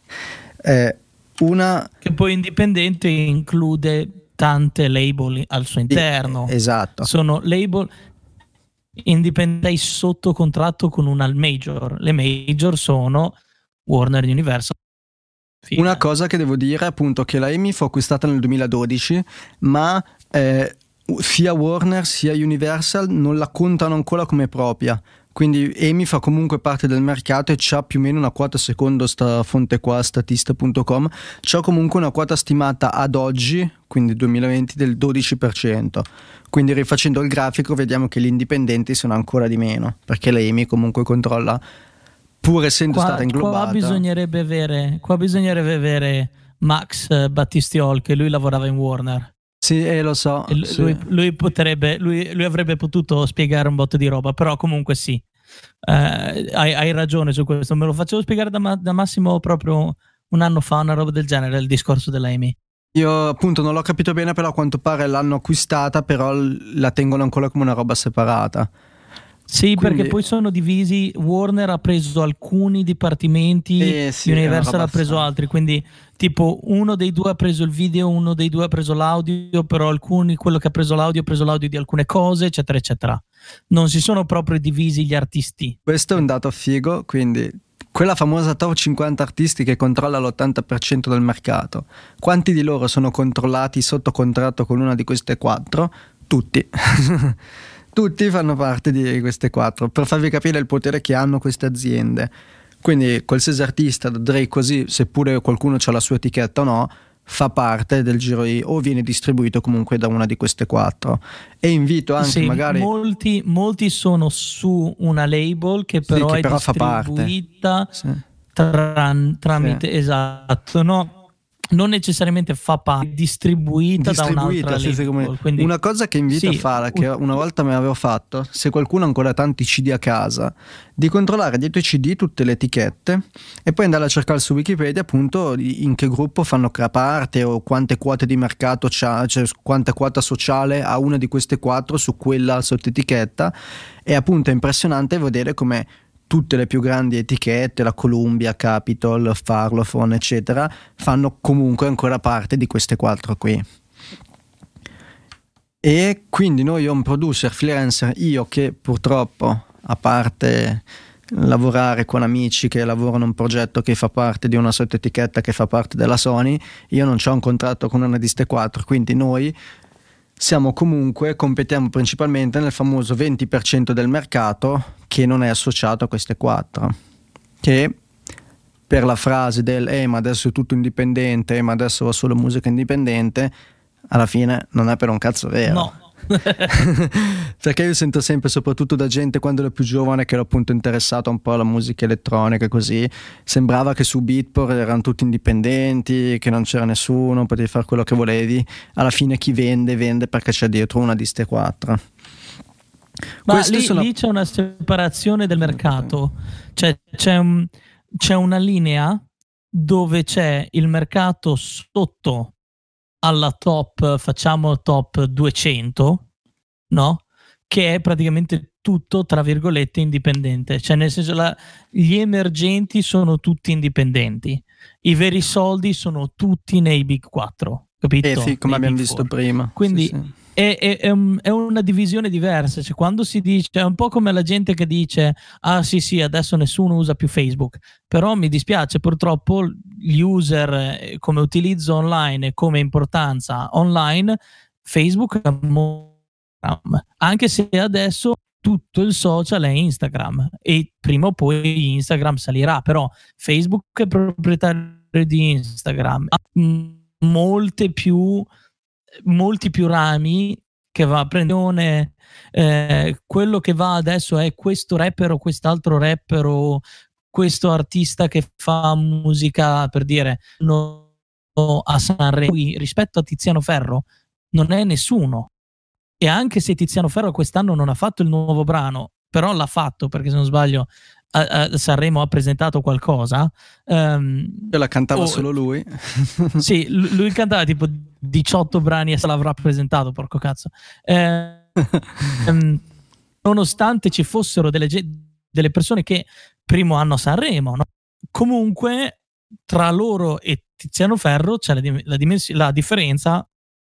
Eh, una... Che poi indipendente include tante label al suo interno. Esatto. Sono label indipendenti sotto contratto con una major. Le major sono Warner, Universal. Fine. Una cosa che devo dire è appunto che la E M I fu acquistata nel duemiladodici, ma... Eh, sia Warner sia Universal non la contano ancora come propria, quindi E M I fa comunque parte del mercato e c'ha più o meno una quota, secondo sta fonte qua, statista punto com, c'ha comunque una quota stimata ad oggi, quindi duemilaventi, del dodici per cento. Quindi rifacendo il grafico vediamo che gli indipendenti sono ancora di meno, perché la E M I comunque controlla, pur essendo qua, stata inglobata. Qua bisognerebbe avere, qua bisognerebbe avere Max Battistiol, che lui lavorava in Warner. Sì, eh, lo so. Lui, sì. lui, potrebbe, lui, lui avrebbe potuto spiegare un botto di roba, però comunque sì, eh, hai, hai ragione su questo. Me lo facevo spiegare da, da Massimo proprio un anno fa, una roba del genere, il discorso della E M I. Io appunto non l'ho capito bene, però a quanto pare l'hanno acquistata, però la tengono ancora come una roba separata. Sì, Quindi... perché poi sono divisi. Warner ha preso alcuni dipartimenti, eh, sì, Universal ha preso altri, quindi tipo uno dei due ha preso il video, uno dei due ha preso l'audio, però alcuni, quello che ha preso l'audio ha preso l'audio di alcune cose, eccetera eccetera. Non si sono proprio divisi gli artisti. Questo è un dato figo, quindi quella famosa top cinquanta artisti che controlla l'ottanta per cento del mercato, quanti di loro sono controllati sotto contratto con una di queste quattro? Tutti. Tutti fanno parte di queste quattro, per farvi capire il potere che hanno queste aziende. Quindi qualsiasi artista, da Drake così, seppure qualcuno ha la sua etichetta o no, fa parte del giro di, o viene distribuito comunque da una di queste quattro. E invito anche sì, magari... Molti, molti sono su una label che però sì, che è però distribuita sì. tra, tramite... Sì. Esatto, no? Non necessariamente fa parte, distribuita, distribuita da un'altra sì, sì, come... Quindi... Una cosa che invito sì. a fare, che una volta me l'avevo fatto, se qualcuno ha ancora tanti C D a casa, di controllare dietro i C D tutte le etichette e poi andare a cercare su Wikipedia appunto in che gruppo fanno parte o quante quote di mercato c'ha, cioè quanta quota sociale ha una di queste quattro su quella sottoetichetta. E appunto è impressionante vedere come tutte le più grandi etichette, la Columbia, Capitol, Parlophone, eccetera, fanno comunque ancora parte di queste quattro qui. E quindi noi home producer, freelancer, io che purtroppo, a parte lavorare con amici che lavorano un progetto che fa parte di una sottoetichetta che fa parte della Sony, io non c'ho un contratto con una di queste quattro, quindi noi siamo comunque, competiamo principalmente nel famoso venti per cento del mercato che non è associato a queste quattro, che per la frase del eh ma adesso è tutto indipendente, eh, ma adesso va solo musica indipendente, alla fine non è per un cazzo vero. No. Perché io sento sempre, soprattutto da gente quando ero più giovane, che ero appunto interessato un po' alla musica elettronica, così sembrava che su Beatport erano tutti indipendenti, che non c'era nessuno, potevi fare quello che volevi. Alla fine chi vende vende perché c'è dietro una di ste quattro. Ma Queste lì, sono... lì c'è una separazione del mercato, cioè c'è, un, c'è una linea dove c'è il mercato sotto alla top, facciamo top duecento, no? Che è praticamente tutto, tra virgolette, indipendente. Cioè, nel senso, la, gli emergenti sono tutti indipendenti. I veri soldi sono tutti nei Big quattro, capito? Eh, sì, come Nei abbiamo Big visto Four. prima. Quindi sì, sì. È, è, è, un, è una divisione diversa. Cioè, quando si dice, è un po' come la gente che dice ah sì sì adesso nessuno usa più Facebook, però mi dispiace, purtroppo gli user come utilizzo online e come importanza online Facebook è molto, anche se adesso tutto il social è Instagram e prima o poi Instagram salirà, però Facebook è proprietario di Instagram, ha molte più molti più rami che va a prendere, eh, quello che va adesso è questo rapper o quest'altro rapper o questo artista che fa musica, per dire, no, a Sanremo rispetto a Tiziano Ferro non è nessuno, e anche se Tiziano Ferro quest'anno non ha fatto il nuovo brano, però l'ha fatto perché se non sbaglio a, a Sanremo ha presentato qualcosa, um, la cantava oh, solo lui. Sì, lui cantava tipo diciotto brani e se l'avrà presentato, porco cazzo. Eh, ehm, nonostante ci fossero delle, delle persone che primo anno a Sanremo, no? Comunque tra loro e Tiziano Ferro c'è la, la, dimens- la differenza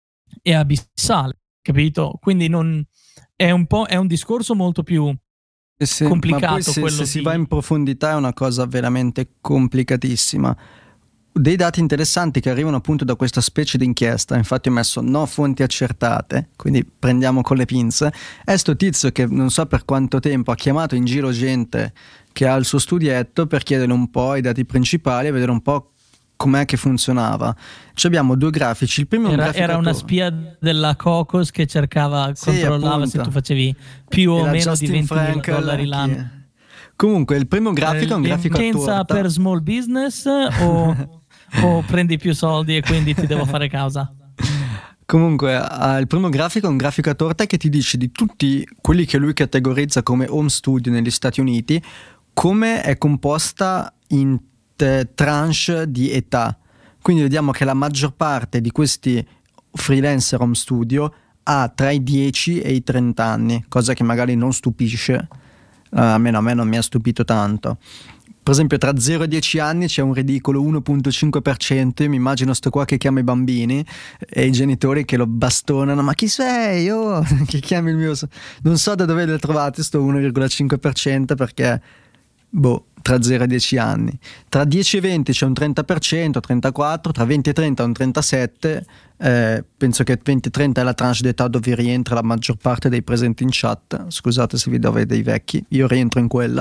è abissale, capito? Quindi non, è un po' è un discorso molto più sì, complicato. Ma poi se, quello se di... si va in profondità è una cosa veramente complicatissima. Dei dati interessanti che arrivano appunto da questa specie di inchiesta, infatti ho messo no fonti accertate, quindi prendiamo con le pinze, è sto tizio che non so per quanto tempo ha chiamato in giro gente che ha il suo studietto per chiedere un po' i dati principali e vedere un po' com'è che funzionava. Ci abbiamo due grafici, il primo è un era, era una spia della Cocos che cercava, sì, controllava appunto, se tu facevi più o meno Justin di ventimila dollari l'anno. Comunque il primo grafico è un grafico a torta. Per small business o, o prendi più soldi e quindi ti devo fare causa? Comunque uh, il primo grafico è un grafico a torta che ti dice di tutti quelli che lui categorizza come home studio negli Stati Uniti come è composta in t- tranche di età. Quindi vediamo che la maggior parte di questi freelancer home studio ha tra i dieci e i trenta anni, cosa che magari non stupisce, uh, almeno a me non mi ha stupito tanto. Per esempio tra zero e dieci anni c'è un ridicolo uno virgola cinque per cento, mi immagino sto qua che chiama i bambini e i genitori che lo bastonano, ma chi sei? Oh, che chiami il mio... Non so da dove le trovate sto uno virgola cinque per cento perché, boh, tra zero e dieci anni. Tra dieci e venti c'è un trenta per cento, trentaquattro, tra venti e trenta un trentasette, eh, penso che venti e trenta è la tranche d'età dove rientra la maggior parte dei presenti in chat, scusate se vi do dei vecchi, io rientro in quella.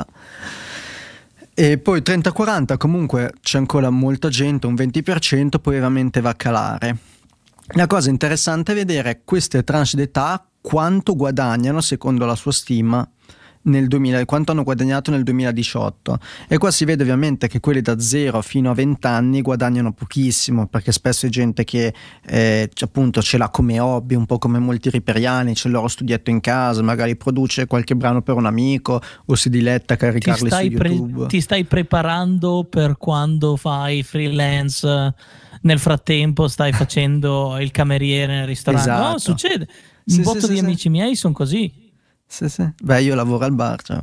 E poi trenta quaranta comunque c'è ancora molta gente, un venti per cento, poi ovviamente va a calare. La cosa interessante è vedere queste tranche d'età quanto guadagnano secondo la sua stima nel duemila, quanto hanno guadagnato nel duemiladiciotto, e qua si vede ovviamente che quelli da zero fino a venti anni guadagnano pochissimo, perché spesso è gente che eh, appunto ce l'ha come hobby, un po' come molti riperiani, c'è il loro studietto in casa, magari produce qualche brano per un amico o si diletta a caricarli su YouTube. Pre- ti stai preparando per quando fai freelance, nel frattempo stai facendo il cameriere nel ristorante. Esatto. No, succede, un sì, botto sì, di sì, amici sì. miei sono così. Sì, sì. Beh, io lavoro al bar, cioè.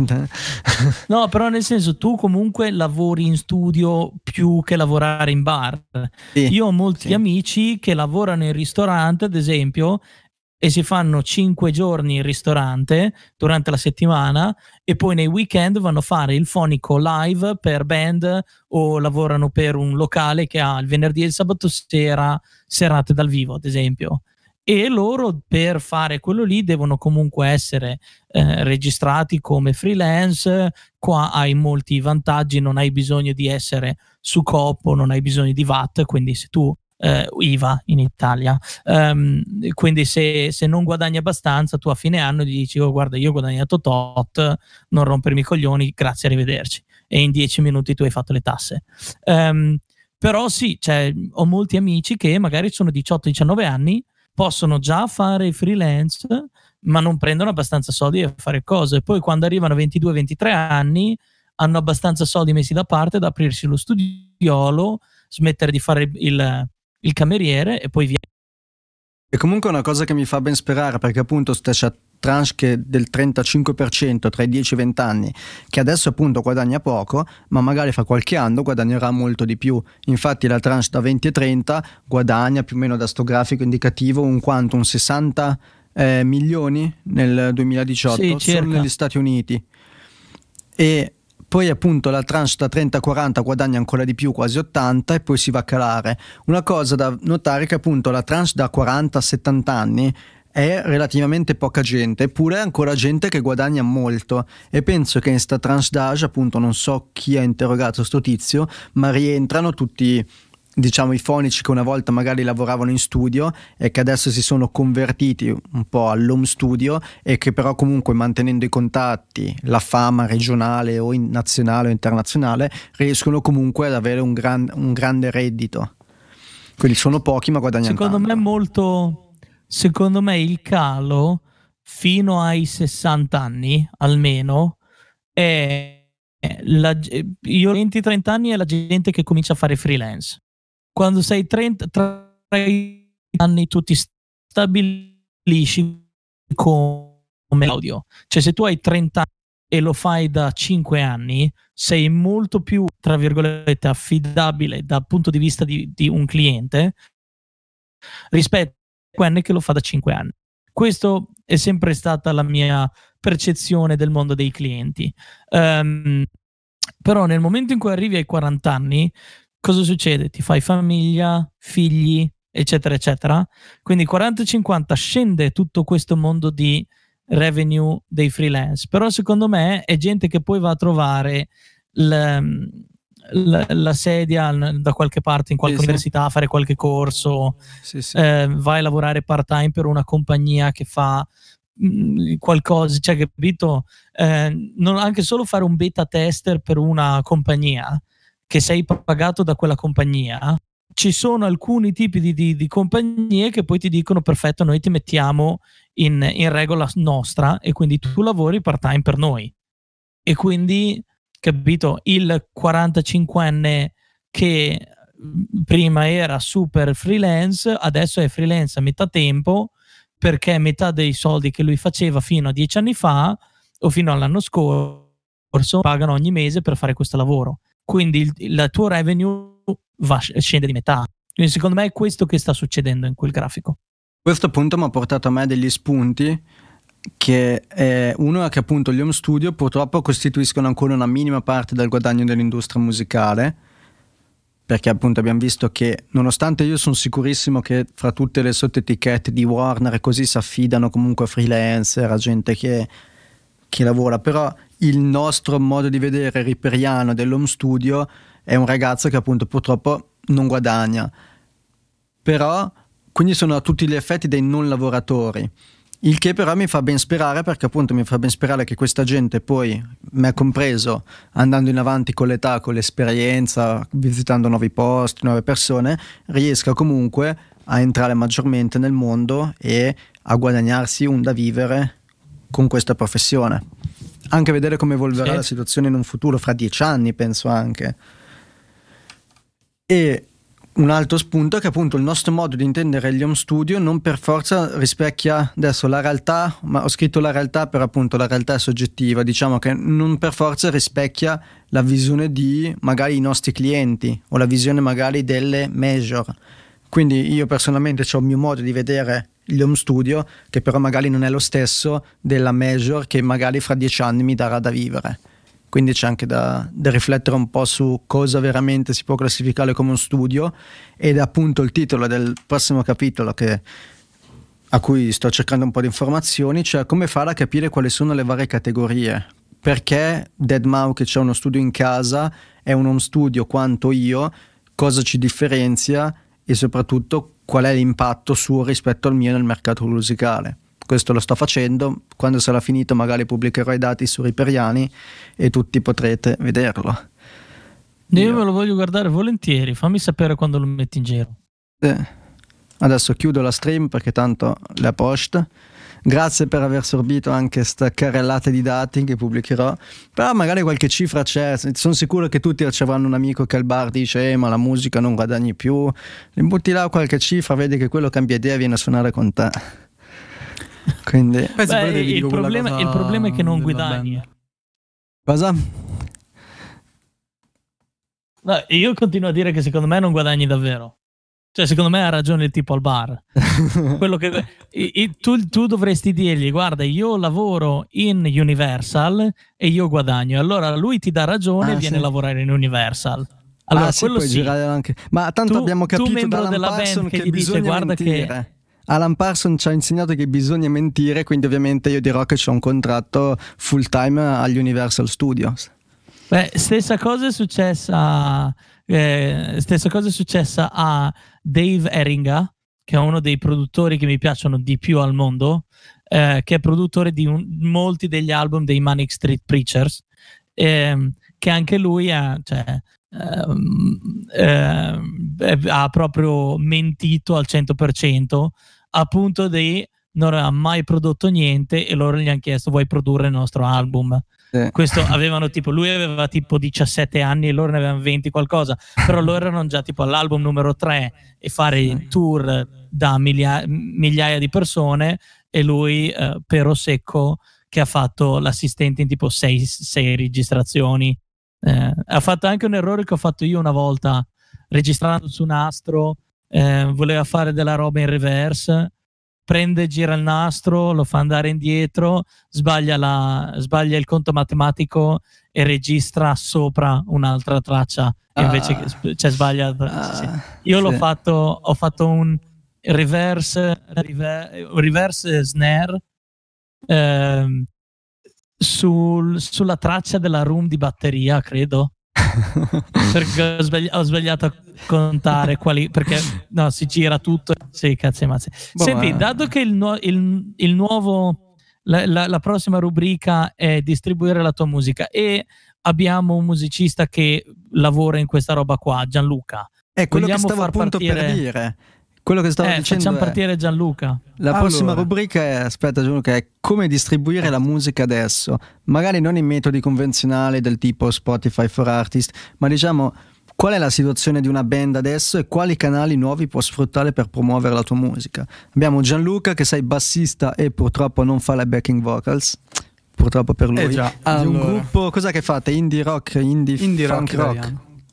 No, però nel senso, tu comunque lavori in studio più che lavorare in bar. Sì, io ho molti sì. amici che lavorano in ristorante, ad esempio, e si fanno cinque giorni in ristorante durante la settimana e poi nei weekend vanno a fare il fonico live per band o lavorano per un locale che ha il venerdì e il sabato sera serate dal vivo, ad esempio. e loro per fare quello lì devono comunque essere eh, registrati come freelance. Qua hai molti vantaggi, non hai bisogno di essere su Coop, non hai bisogno di V A T, quindi se tu eh, I V A in Italia, um, quindi se, se non guadagni abbastanza, tu a fine anno gli dici oh guarda io ho guadagnato tot, non rompermi i coglioni, grazie, arrivederci, e in dieci minuti tu hai fatto le tasse. Um, però sì, cioè, ho molti amici che magari sono diciotto diciannove anni, possono già fare freelance, ma non prendono abbastanza soldi per fare cose. Poi quando arrivano a ventidue ventitré anni hanno abbastanza soldi messi da parte da aprirsi lo studiolo, smettere di fare il, il cameriere e poi via. E comunque è una cosa che mi fa ben sperare, perché appunto questa tranche che del trentacinque per cento tra i dieci e i venti anni, che adesso appunto guadagna poco, ma magari fra qualche anno guadagnerà molto di più. Infatti la tranche da venti e trenta guadagna più o meno, da sto grafico indicativo, un quanto? Un sessanta eh, milioni nel duemiladiciotto, sì, solo negli Stati Uniti. E poi appunto la tranche da trenta a quaranta guadagna ancora di più, quasi ottanta, e poi si va a calare. Una cosa da notare è che appunto la tranche da quaranta a settanta anni è relativamente poca gente, eppure è ancora gente che guadagna molto, e penso che in sta tranche d'âge, appunto non so chi ha interrogato sto tizio, ma rientrano tutti, diciamo, i fonici che una volta magari lavoravano in studio e che adesso si sono convertiti un po' all'home studio, e che però comunque, mantenendo i contatti, la fama regionale o in nazionale o internazionale, riescono comunque ad avere un, gran, un grande reddito. Quindi sono pochi ma guadagnano secondo tanto. me molto secondo me il calo fino ai sessanta anni almeno è la, io venti trenta anni è la gente che comincia a fare freelance. Quando sei trenta anni tu ti stabilisci come audio, cioè se tu hai trenta anni e lo fai da cinque anni sei molto più, tra virgolette, affidabile dal punto di vista di, di un cliente rispetto a quello che lo fa da cinque anni. Questo è sempre stata la mia percezione del mondo dei clienti. Um, però nel momento in cui arrivi ai quaranta anni, cosa succede? Ti fai famiglia, figli, eccetera, eccetera. Quindi quaranta cinquanta scende tutto questo mondo di revenue dei freelance. Però secondo me è gente che poi va a trovare la, la, la sedia da qualche parte, in qualche sì, università, sì. a fare qualche corso, sì, sì. Eh, vai a lavorare part time per una compagnia che fa mh, qualcosa, cioè, capito? Eh, non, anche solo fare un beta tester per una compagnia, che sei pagato da quella compagnia. Ci sono alcuni tipi di, di, di compagnie che poi ti dicono perfetto, noi ti mettiamo in, in regola nostra e quindi tu lavori part time per noi. E quindi, capito, il quarantacinquenne che prima era super freelance adesso è freelance a metà tempo, perché metà dei soldi che lui faceva fino a dieci anni fa o fino all'anno scorso pagano ogni mese per fare questo lavoro. Quindi il, il tuo revenue va, scende di metà. Quindi secondo me è questo che sta succedendo in quel grafico. Questo appunto mi ha portato a me degli spunti, che è, uno è che appunto gli home studio purtroppo costituiscono ancora una minima parte del guadagno dell'industria musicale, perché appunto abbiamo visto che, nonostante io sono sicurissimo che fra tutte le sottoetichette di Warner e così si affidano comunque a freelancer, a gente che, che lavora, però il nostro modo di vedere riperiano dell'home studio è un ragazzo che appunto purtroppo non guadagna, però quindi sono a tutti gli effetti dei non lavoratori, il che però mi fa ben sperare, perché appunto mi fa ben sperare che questa gente poi, me compreso, andando in avanti con l'età, con l'esperienza, visitando nuovi posti, nuove persone, riesca comunque a entrare maggiormente nel mondo e a guadagnarsi un da vivere con questa professione. Anche vedere come evolverà sì. la situazione in un futuro, fra dieci anni penso anche. E un altro spunto è che appunto il nostro modo di intendere gli home studio non per forza rispecchia adesso la realtà, ma ho scritto la realtà per appunto la realtà è soggettiva, diciamo che non per forza rispecchia la visione di magari i nostri clienti o la visione magari delle major. Quindi io personalmente ho il mio modo di vedere gli home studio, che però magari non è lo stesso della major che magari fra dieci anni mi darà da vivere. Quindi c'è anche da, da riflettere un po' su cosa veramente si può classificare come un studio, ed appunto il titolo del prossimo capitolo, che a cui sto cercando un po' di informazioni, cioè come fare a capire quali sono le varie categorie. Perché deadmau che c'è uno studio in casa è un home studio quanto io, cosa ci differenzia e soprattutto qual è l'impatto suo rispetto al mio nel mercato musicale. Questo lo sto facendo, quando sarà finito magari pubblicherò i dati su Riperiani e tutti potrete vederlo. Io, io me lo voglio guardare volentieri, fammi sapere quando lo metti in giro. Eh, adesso chiudo la stream perché tanto le post. Grazie per aver sorbito anche sta carrellata di dati che pubblicherò, però magari qualche cifra c'è, sono sicuro che tutti riceveranno un amico che al bar dice eh, ma la musica non guadagni più, li butti là qualche cifra, vedi che quello cambia idea e viene a suonare con te. Quindi Beh, il, problema, il problema è che non guadagni. Cosa? No, io continuo a dire che secondo me non guadagni davvero. Cioè, secondo me ha ragione il tipo al bar. Quello che i, i, tu, tu dovresti dirgli: guarda, io lavoro in Universal e io guadagno. Allora lui ti dà ragione ah, e viene sì. a lavorare in Universal. Allora, ah, sì, quello puoi sì. girare anche. Ma tanto tu, abbiamo capito tu membro da Alan della Parsons band che, che gli dice: guarda mentire. che Alan Parsons ci ha insegnato che bisogna mentire, quindi ovviamente io dirò che c'è un contratto full time agli Universal Studios. Beh, stessa cosa è successa eh, stessa cosa è successa a Dave Eringa, che è uno dei produttori che mi piacciono di più al mondo, eh, che è produttore di un, molti degli album dei Manic Street Preachers, eh, che anche lui ha, cioè, eh, eh, ha proprio mentito al cento per cento, a punto di non ha mai prodotto niente e loro gli hanno chiesto: vuoi produrre il nostro album? Eh. Questo avevano tipo, lui aveva tipo diciassette anni e loro ne avevano venti qualcosa, però loro erano già tipo all'album numero tre e fare tour da migliaia, migliaia di persone, e lui eh, pero secco che ha fatto l'assistente in tipo sei, sei registrazioni. Eh, ha fatto anche un errore che ho fatto io una volta registrando su nastro, eh, voleva fare della roba in reverse, prende, gira il nastro, lo fa andare indietro, sbaglia, la, sbaglia il conto matematico e registra sopra un'altra traccia, ah, invece che cioè sbaglia. Ah, sì. Io sì. l'ho fatto, ho fatto un reverse, reverse, reverse snare ehm, sul, sulla traccia della room di batteria, credo. Perché ho, sbagli- ho sbagliato a contare quali, perché no, si gira tutto. Sì, cazzo e mazzi. Boh, Senti, ma... dato che il, nu- il, il nuovo la, la, la prossima rubrica è distribuire la tua musica e abbiamo un musicista che lavora in questa roba qua, Gianluca. È quello che stavo appunto partire... per dire. Quello che stavo eh, dicendo facciamo è... partire Gianluca. La allora. prossima rubrica è, aspetta Gianluca, è come distribuire la musica adesso, magari non in metodi convenzionali del tipo Spotify for Artists, ma diciamo qual è la situazione di una band adesso e quali canali nuovi può sfruttare per promuovere la tua musica. Abbiamo Gianluca che sei bassista e purtroppo non fa le backing vocals, purtroppo per lui. Eh già, allora. Di un gruppo, cos'è che fate? Indie rock, indie, indie funk rock, rock?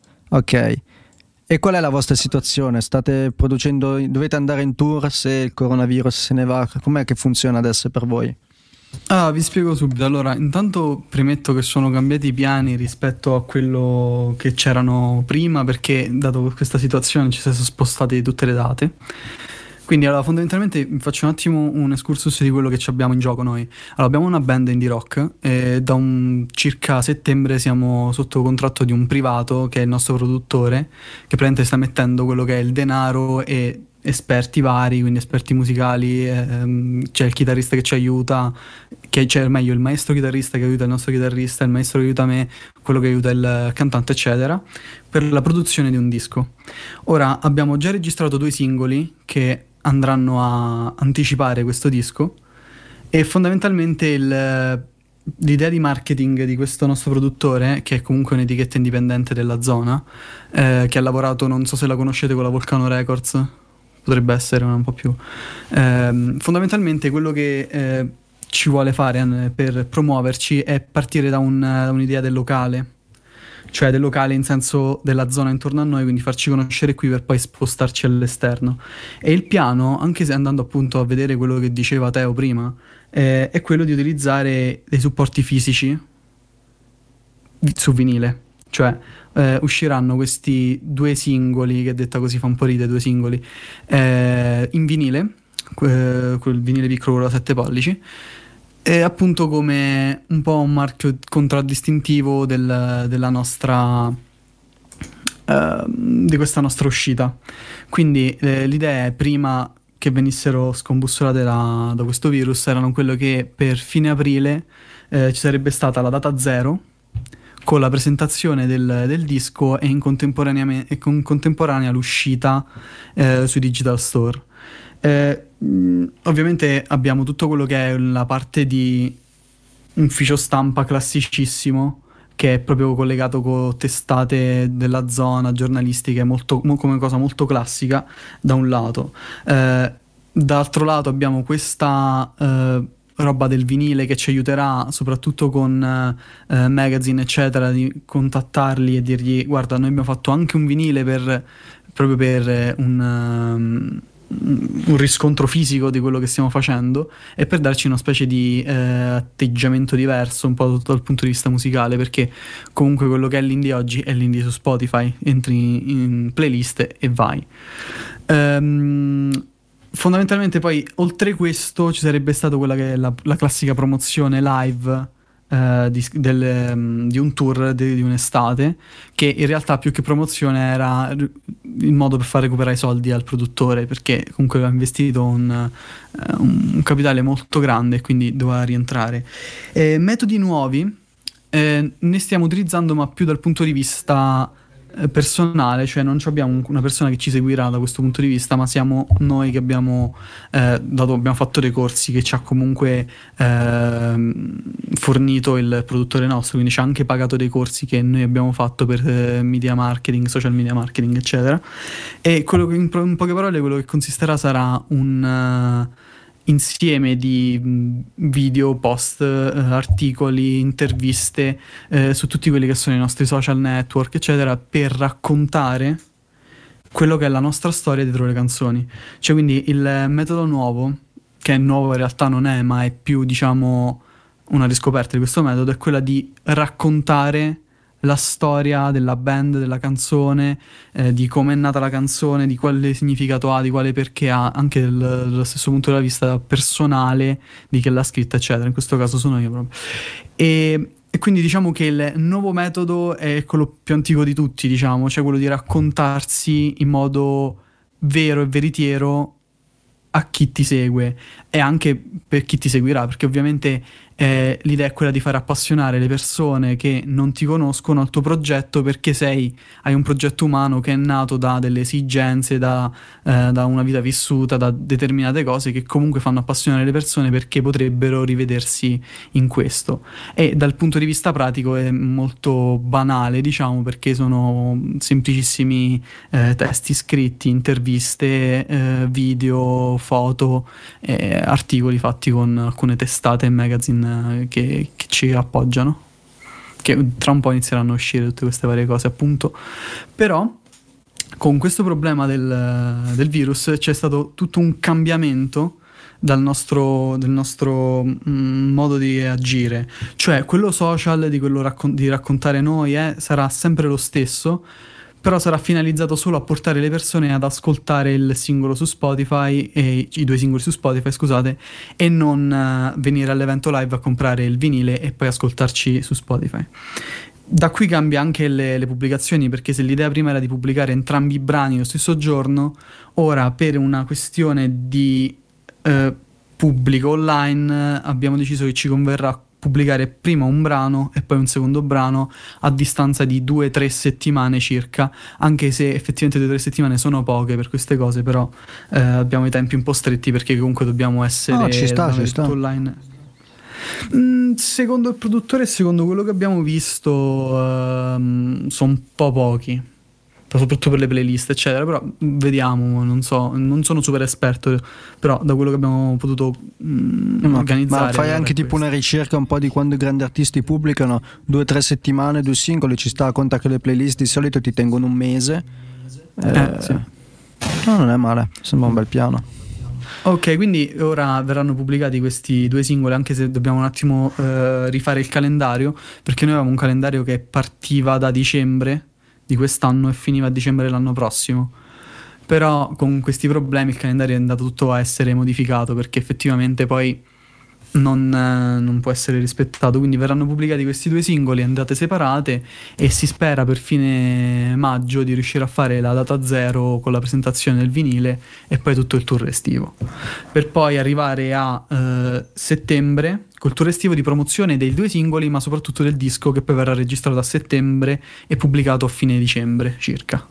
Ok. E qual è la vostra situazione? State producendo, dovete andare in tour se il coronavirus se ne va? Com'è che funziona adesso per voi? Ah, vi spiego subito. Allora, intanto premetto che sono cambiati i piani rispetto a quello che c'erano prima, perché dato questa situazione ci sono spostate tutte le date. Quindi allora fondamentalmente faccio un attimo un excursus di quello che ci abbiamo in gioco noi. Allora abbiamo una band indie rock e da un circa settembre siamo sotto contratto di un privato che è il nostro produttore, che praticamente sta mettendo quello che è il denaro e esperti vari, quindi esperti musicali, ehm, c'è il chitarrista che ci aiuta, che c'è meglio il maestro chitarrista che aiuta il nostro chitarrista, il maestro che aiuta me, quello che aiuta il cantante eccetera, per la produzione di un disco. Ora abbiamo già registrato due singoli che andranno a anticipare questo disco e fondamentalmente il, l'idea di marketing di questo nostro produttore, che è comunque un'etichetta indipendente della zona, eh, che ha lavorato, non so se la conoscete, con la Volcano Records, potrebbe essere un po' più, eh, fondamentalmente quello che eh, ci vuole fare per promuoverci è partire da, un, da un'idea del locale, cioè del locale in senso della zona intorno a noi, quindi farci conoscere qui per poi spostarci all'esterno. E il piano, anche se andando appunto a vedere quello che diceva Teo prima, eh, è quello di utilizzare dei supporti fisici su vinile, cioè eh, usciranno questi due singoli, che detta così fa un po' ridere, due singoli, eh, in vinile, que- quel vinile piccolo da sette pollici, è appunto come un po' un marchio contraddistintivo del- della nostra eh, di questa nostra uscita. Quindi eh, l'idea è, prima che venissero scombussolate da, da questo virus, erano quello che per fine aprile eh, ci sarebbe stata la data zero con la presentazione del, del disco e in contemporanea, e con contemporanea l'uscita eh, sui digital store. Eh, mh, ovviamente abbiamo tutto quello che è la parte di ufficio stampa classicissimo, che è proprio collegato con testate della zona, giornalistiche, molto, mo- come cosa molto classica da un lato. Eh, d'altro lato abbiamo questa eh, roba del vinile che ci aiuterà soprattutto con eh, magazine eccetera, di contattarli e dirgli: guarda, noi abbiamo fatto anche un vinile per, proprio per eh, un... um, un riscontro fisico di quello che stiamo facendo, e per darci una specie di eh, atteggiamento diverso un po' dal punto di vista musicale, perché comunque quello che è l'indie oggi è l'indie su Spotify, entri in playlist e vai. Ehm, fondamentalmente poi oltre questo ci sarebbe stato quella che è la, la classica promozione live eh, di, del, um, di un tour di, di un'estate, che in realtà più che promozione era il modo per far recuperare i soldi al produttore, perché comunque aveva investito un, uh, un capitale molto grande e quindi doveva rientrare. Eh, metodi nuovi eh, ne stiamo utilizzando, ma più dal punto di vista eh, personale, cioè non abbiamo un- una persona che ci seguirà da questo punto di vista, ma siamo noi che abbiamo eh, dato, abbiamo fatto dei corsi che ci ha comunque ehm, fornito il produttore nostro, quindi ci ha anche pagato dei corsi che noi abbiamo fatto per eh, media marketing, social media marketing eccetera. E quello che, in, pro- in poche parole, quello che consisterà sarà un eh, insieme di mh, video, post, eh, articoli, interviste eh, su tutti quelli che sono i nostri social network eccetera, per raccontare quello che è la nostra storia dietro le canzoni. Cioè, quindi il metodo nuovo, che è nuovo in realtà non è, ma è più, diciamo, una riscoperta di questo metodo, è quella di raccontare la storia della band, della canzone, eh, di come è nata la canzone, di quale significato ha, di quale perché ha, anche dal- dallo stesso punto di vista personale di chi l'ha scritta eccetera. In questo caso sono io proprio. E, e quindi diciamo che il nuovo metodo è quello più antico di tutti, diciamo, cioè quello di raccontarsi in modo vero e veritiero a chi ti segue e anche per chi ti seguirà, perché ovviamente eh, l'idea è quella di far appassionare le persone che non ti conoscono al tuo progetto, perché sei, hai un progetto umano che è nato da delle esigenze, da, eh, da una vita vissuta, da determinate cose che comunque fanno appassionare le persone, perché potrebbero rivedersi in questo. E dal punto di vista pratico è molto banale, diciamo, perché sono semplicissimi eh, testi scritti, interviste, eh, video, foto, eh, articoli fatti con alcune testate e magazine eh, che, che ci appoggiano, che tra un po' inizieranno a uscire tutte queste varie cose appunto. Però con questo problema del, del virus c'è stato tutto un cambiamento dal nostro, del nostro mm, modo di agire, cioè quello social, di quello raccon- di raccontare noi eh, sarà sempre lo stesso, però sarà finalizzato solo a portare le persone ad ascoltare il singolo su Spotify, e i due singoli su Spotify, scusate, e non eh, venire all'evento live a comprare il vinile e poi ascoltarci su Spotify. Da qui cambia anche le, le pubblicazioni, perché se l'idea prima era di pubblicare entrambi i brani lo stesso giorno, ora per una questione di eh, pubblico online abbiamo deciso che ci converrà pubblicare prima un brano e poi un secondo brano a distanza di due o tre settimane circa, anche se effettivamente due o tre settimane sono poche per queste cose, però eh, abbiamo i tempi un po' stretti, perché comunque dobbiamo essere No, ci sta, avere ci sta. tutto online. Mm, secondo il produttore e secondo quello che abbiamo visto ehm, sono un po' pochi, soprattutto per le playlist eccetera, però vediamo, non so, non sono super esperto, però da quello che abbiamo potuto mm, Ma, organizzare. ma fai allora anche è tipo questo. una ricerca un po' di quando i grandi artisti pubblicano due o tre settimane, due singoli, ci sta, conta che le playlist di solito ti tengono un mese. Eh, Eh, sì. No, non è male, sembra un bel piano. Ok, quindi ora verranno pubblicati questi due singoli, anche se dobbiamo un attimo eh, rifare il calendario, perché noi avevamo un calendario che partiva da dicembre di quest'anno e finiva a dicembre dell'anno prossimo. Però con questi problemi il calendario è andato tutto a essere modificato, perché effettivamente poi non, eh, non può essere rispettato, quindi verranno pubblicati questi due singoli in date separate e si spera per fine maggio di riuscire a fare la data zero con la presentazione del vinile e poi tutto il tour estivo, per poi arrivare a eh, settembre col tour estivo di promozione dei due singoli, ma soprattutto del disco, che poi verrà registrato a settembre e pubblicato a fine dicembre circa.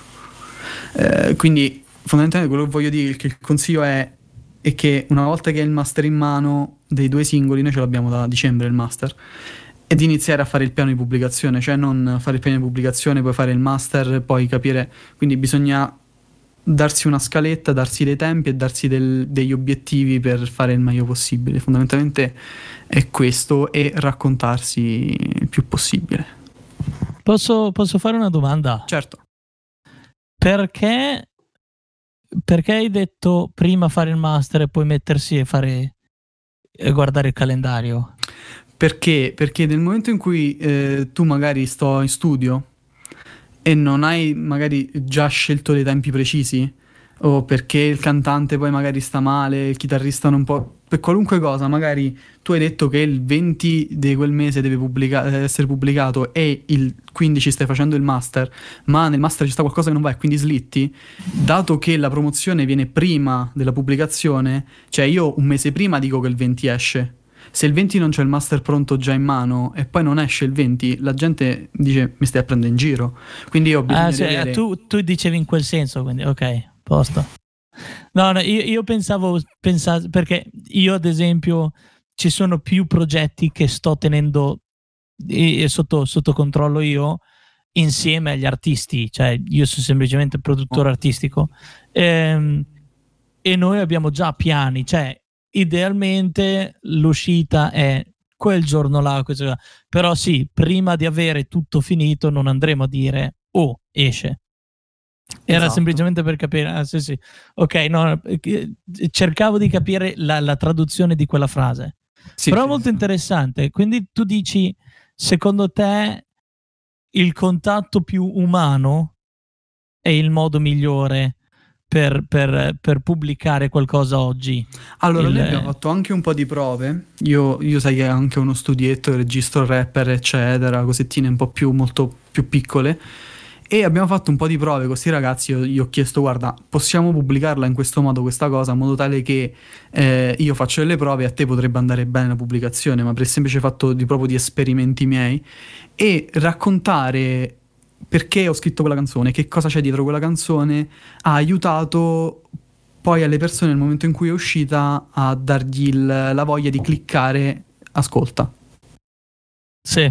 Eh, quindi fondamentalmente quello che voglio dire è che il consiglio è e che una volta che hai il master in mano dei due singoli, noi ce l'abbiamo da dicembre il master, e di iniziare a fare il piano di pubblicazione, cioè non fare il piano di pubblicazione, poi fare il master, poi capire, quindi bisogna darsi una scaletta, darsi dei tempi e darsi del, degli obiettivi per fare il meglio possibile. Fondamentalmente è questo, e raccontarsi il più possibile. Posso, posso fare una domanda? Certo. Perché Perché hai detto prima fare il master e poi mettersi e fare e guardare il calendario? Perché? Perché nel momento in cui eh, tu magari sto in studio e non hai magari già scelto dei tempi precisi, o perché il cantante poi magari sta male, il chitarrista non può, per qualunque cosa, magari tu hai detto che il venti di quel mese deve pubblica- essere pubblicato e il quindici stai facendo il master, ma nel master ci sta qualcosa che non va e quindi slitti, dato che la promozione viene prima della pubblicazione, cioè io un mese prima dico che il venti esce. Se il venti non c'è il master pronto già in mano e poi non esce il venti, la gente dice mi stai a prendere in giro. Quindi io ho bisogno Ah, di sì, avere... tu, tu dicevi in quel senso, quindi ok, posto. No, no, io, io pensavo, pensavo, perché io ad esempio ci sono più progetti che sto tenendo e, e sotto, sotto controllo io insieme agli artisti, cioè io sono semplicemente produttore artistico, ehm, e noi abbiamo già piani, cioè idealmente l'uscita è quel giorno là, questo là. Però sì, prima di avere tutto finito non andremo a dire oh, esce. Era Esatto. semplicemente per capire. Ah, sì, sì. Ok, no, cercavo di capire la, la traduzione di quella frase. Sì, però sì, è molto sì. interessante. Quindi tu dici, secondo te il contatto più umano è il modo migliore per, per, per pubblicare qualcosa oggi? Allora, Il- noi abbiamo fatto anche un po' di prove. Io, io sai che ho anche uno studietto, registro rapper, eccetera, cosettine un po' più, molto più piccole. E abbiamo fatto un po' di prove con questi ragazzi. Io gli ho chiesto, guarda, possiamo pubblicarla in questo modo, questa cosa, in modo tale che eh, io faccio delle prove e a te potrebbe andare bene la pubblicazione, ma per il semplice fatto di proprio di esperimenti miei, e raccontare perché ho scritto quella canzone, che cosa c'è dietro quella canzone, ha aiutato poi alle persone nel momento in cui è uscita a dargli il- la voglia di cliccare ascolta. Sì.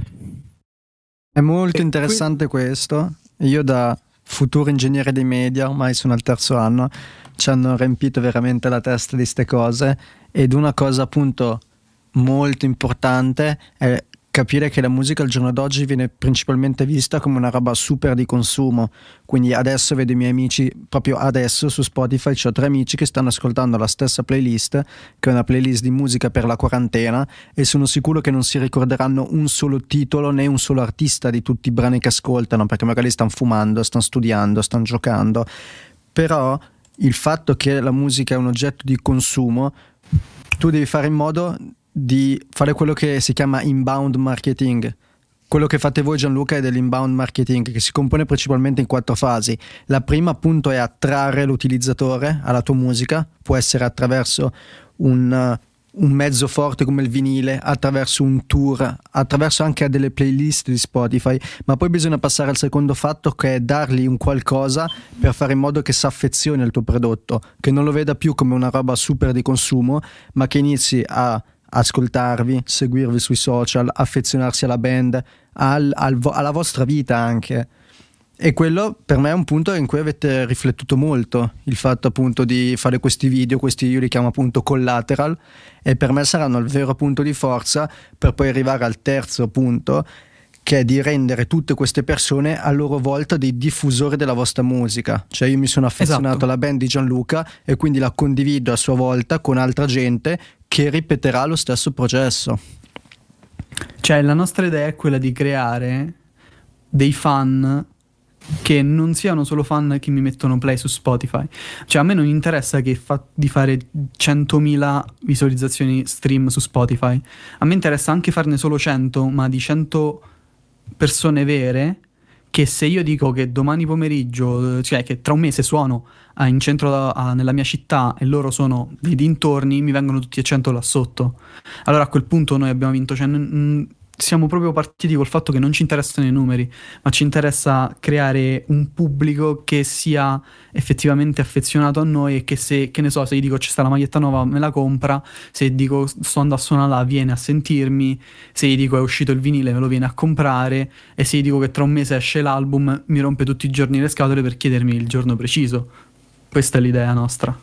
È molto E interessante questo. Io da futuro ingegnere dei media, ormai sono al terzo anno, ci hanno riempito veramente la testa di ste cose, ed una cosa appunto molto importante è capire che la musica al giorno d'oggi viene principalmente vista come una roba super di consumo. Quindi adesso vedo i miei amici, proprio adesso su Spotify c'ho tre amici che stanno ascoltando la stessa playlist, che è una playlist di musica per la quarantena, e sono sicuro che non si ricorderanno un solo titolo né un solo artista di tutti i brani che ascoltano, perché magari stanno fumando, stanno studiando, stanno giocando. Però il fatto che la musica è un oggetto di consumo, tu devi fare in modo di fare quello che si chiama inbound marketing. Quello che fate voi, Gianluca, è dell'inbound marketing, che si compone principalmente in quattro fasi. La prima appunto è attrarre l'utilizzatore alla tua musica, può essere attraverso un, un mezzo forte come il vinile, attraverso un tour, attraverso anche delle playlist di Spotify, ma poi bisogna passare al secondo fatto, che è dargli un qualcosa per fare in modo che si affezioni al tuo prodotto, che non lo veda più come una roba super di consumo, ma che inizi a ascoltarvi, seguirvi sui social, affezionarsi alla band, al, al, alla vostra vita anche. E quello per me è un punto in cui avete riflettuto molto, il fatto appunto di fare questi video, questi io li chiamo appunto collateral, e per me saranno il vero punto di forza per poi arrivare al terzo punto, che è di rendere tutte queste persone a loro volta dei diffusori della vostra musica. Cioè io mi sono affezionato Esatto. alla band di Gianluca e quindi la condivido a sua volta con altra gente che ripeterà lo stesso processo. Cioè, la nostra idea è quella di creare dei fan che non siano solo fan che mi mettono play su Spotify. Cioè a me non interessa che fa- di fare centomila visualizzazioni stream su Spotify, a me interessa anche farne solo cento, ma di cento persone vere, che se io dico che domani pomeriggio, cioè che tra un mese suono ah, in centro da- ah, nella mia città e loro sono dei dintorni, mi vengono tutti e cento là sotto. Allora a quel punto noi abbiamo vinto, cioè n- n- siamo proprio partiti col fatto che non ci interessano i numeri, ma ci interessa creare un pubblico che sia effettivamente affezionato a noi e che se, che ne so, se gli dico c'è sta la maglietta nuova me la compra, se dico sto andando a suonare là viene a sentirmi, se gli dico è uscito il vinile me lo viene a comprare, e se gli dico che tra un mese esce l'album mi rompe tutti i giorni le scatole per chiedermi il giorno preciso. Questa è l'idea nostra.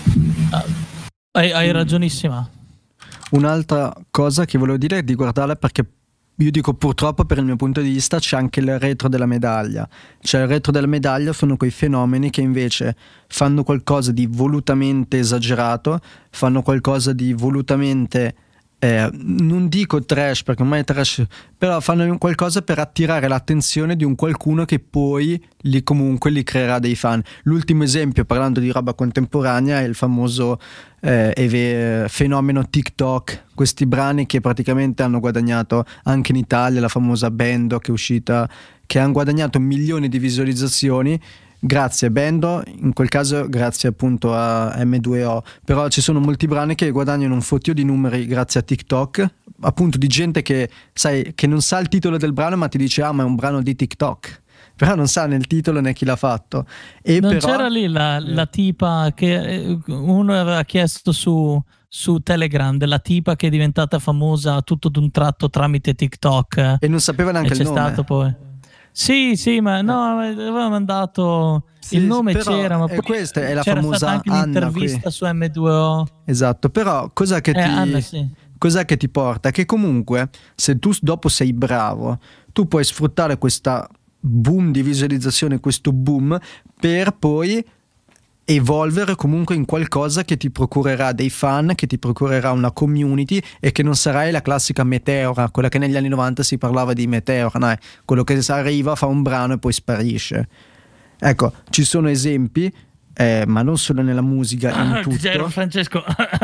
Hai, hai ragionissima. Un'altra cosa che volevo dire è di guardare, perché io dico purtroppo, per il mio punto di vista c'è anche il retro della medaglia. Cioè il retro della medaglia sono quei fenomeni che invece fanno qualcosa di volutamente esagerato, fanno qualcosa di volutamente eh, non dico trash perché ormai è trash, però fanno qualcosa per attirare l'attenzione di un qualcuno che poi li comunque li creerà dei fan. L'ultimo esempio, parlando di roba contemporanea, è il famoso eh, eve- fenomeno TikTok, questi brani che praticamente hanno guadagnato anche in Italia, la famosa Bendo che è uscita, che hanno guadagnato milioni di visualizzazioni grazie a Bendo, in quel caso grazie appunto a emme due o, però ci sono molti brani che guadagnano un fottio di numeri grazie a TikTok, appunto di gente che sai che non sa il titolo del brano ma ti dice ah ma è un brano di TikTok, però non sa né il titolo né chi l'ha fatto. E non però... c'era lì la, la tipa che uno aveva chiesto su, su Telegram della tipa che è diventata famosa tutto d'un tratto tramite TikTok e non sapeva neanche e c'è il nome. stato poi sì sì ma no aveva mandato sì, il nome però, c'era ma poi questa è la c'era famosa stata anche Anna un'intervista qui su emme due o. Esatto, però cos'è che eh, ti Anna, sì. cos'è che ti porta? Che comunque se tu dopo sei bravo tu puoi sfruttare questa boom di visualizzazione, questo boom, per poi evolvere comunque in qualcosa che ti procurerà dei fan, che ti procurerà una community e che non sarai la classica meteora, quella che negli anni novanta si parlava di meteora, no? Quello che arriva, fa un brano e poi sparisce. Ecco, ci sono esempi, eh, ma non solo nella musica, in tutto. D J Francesco.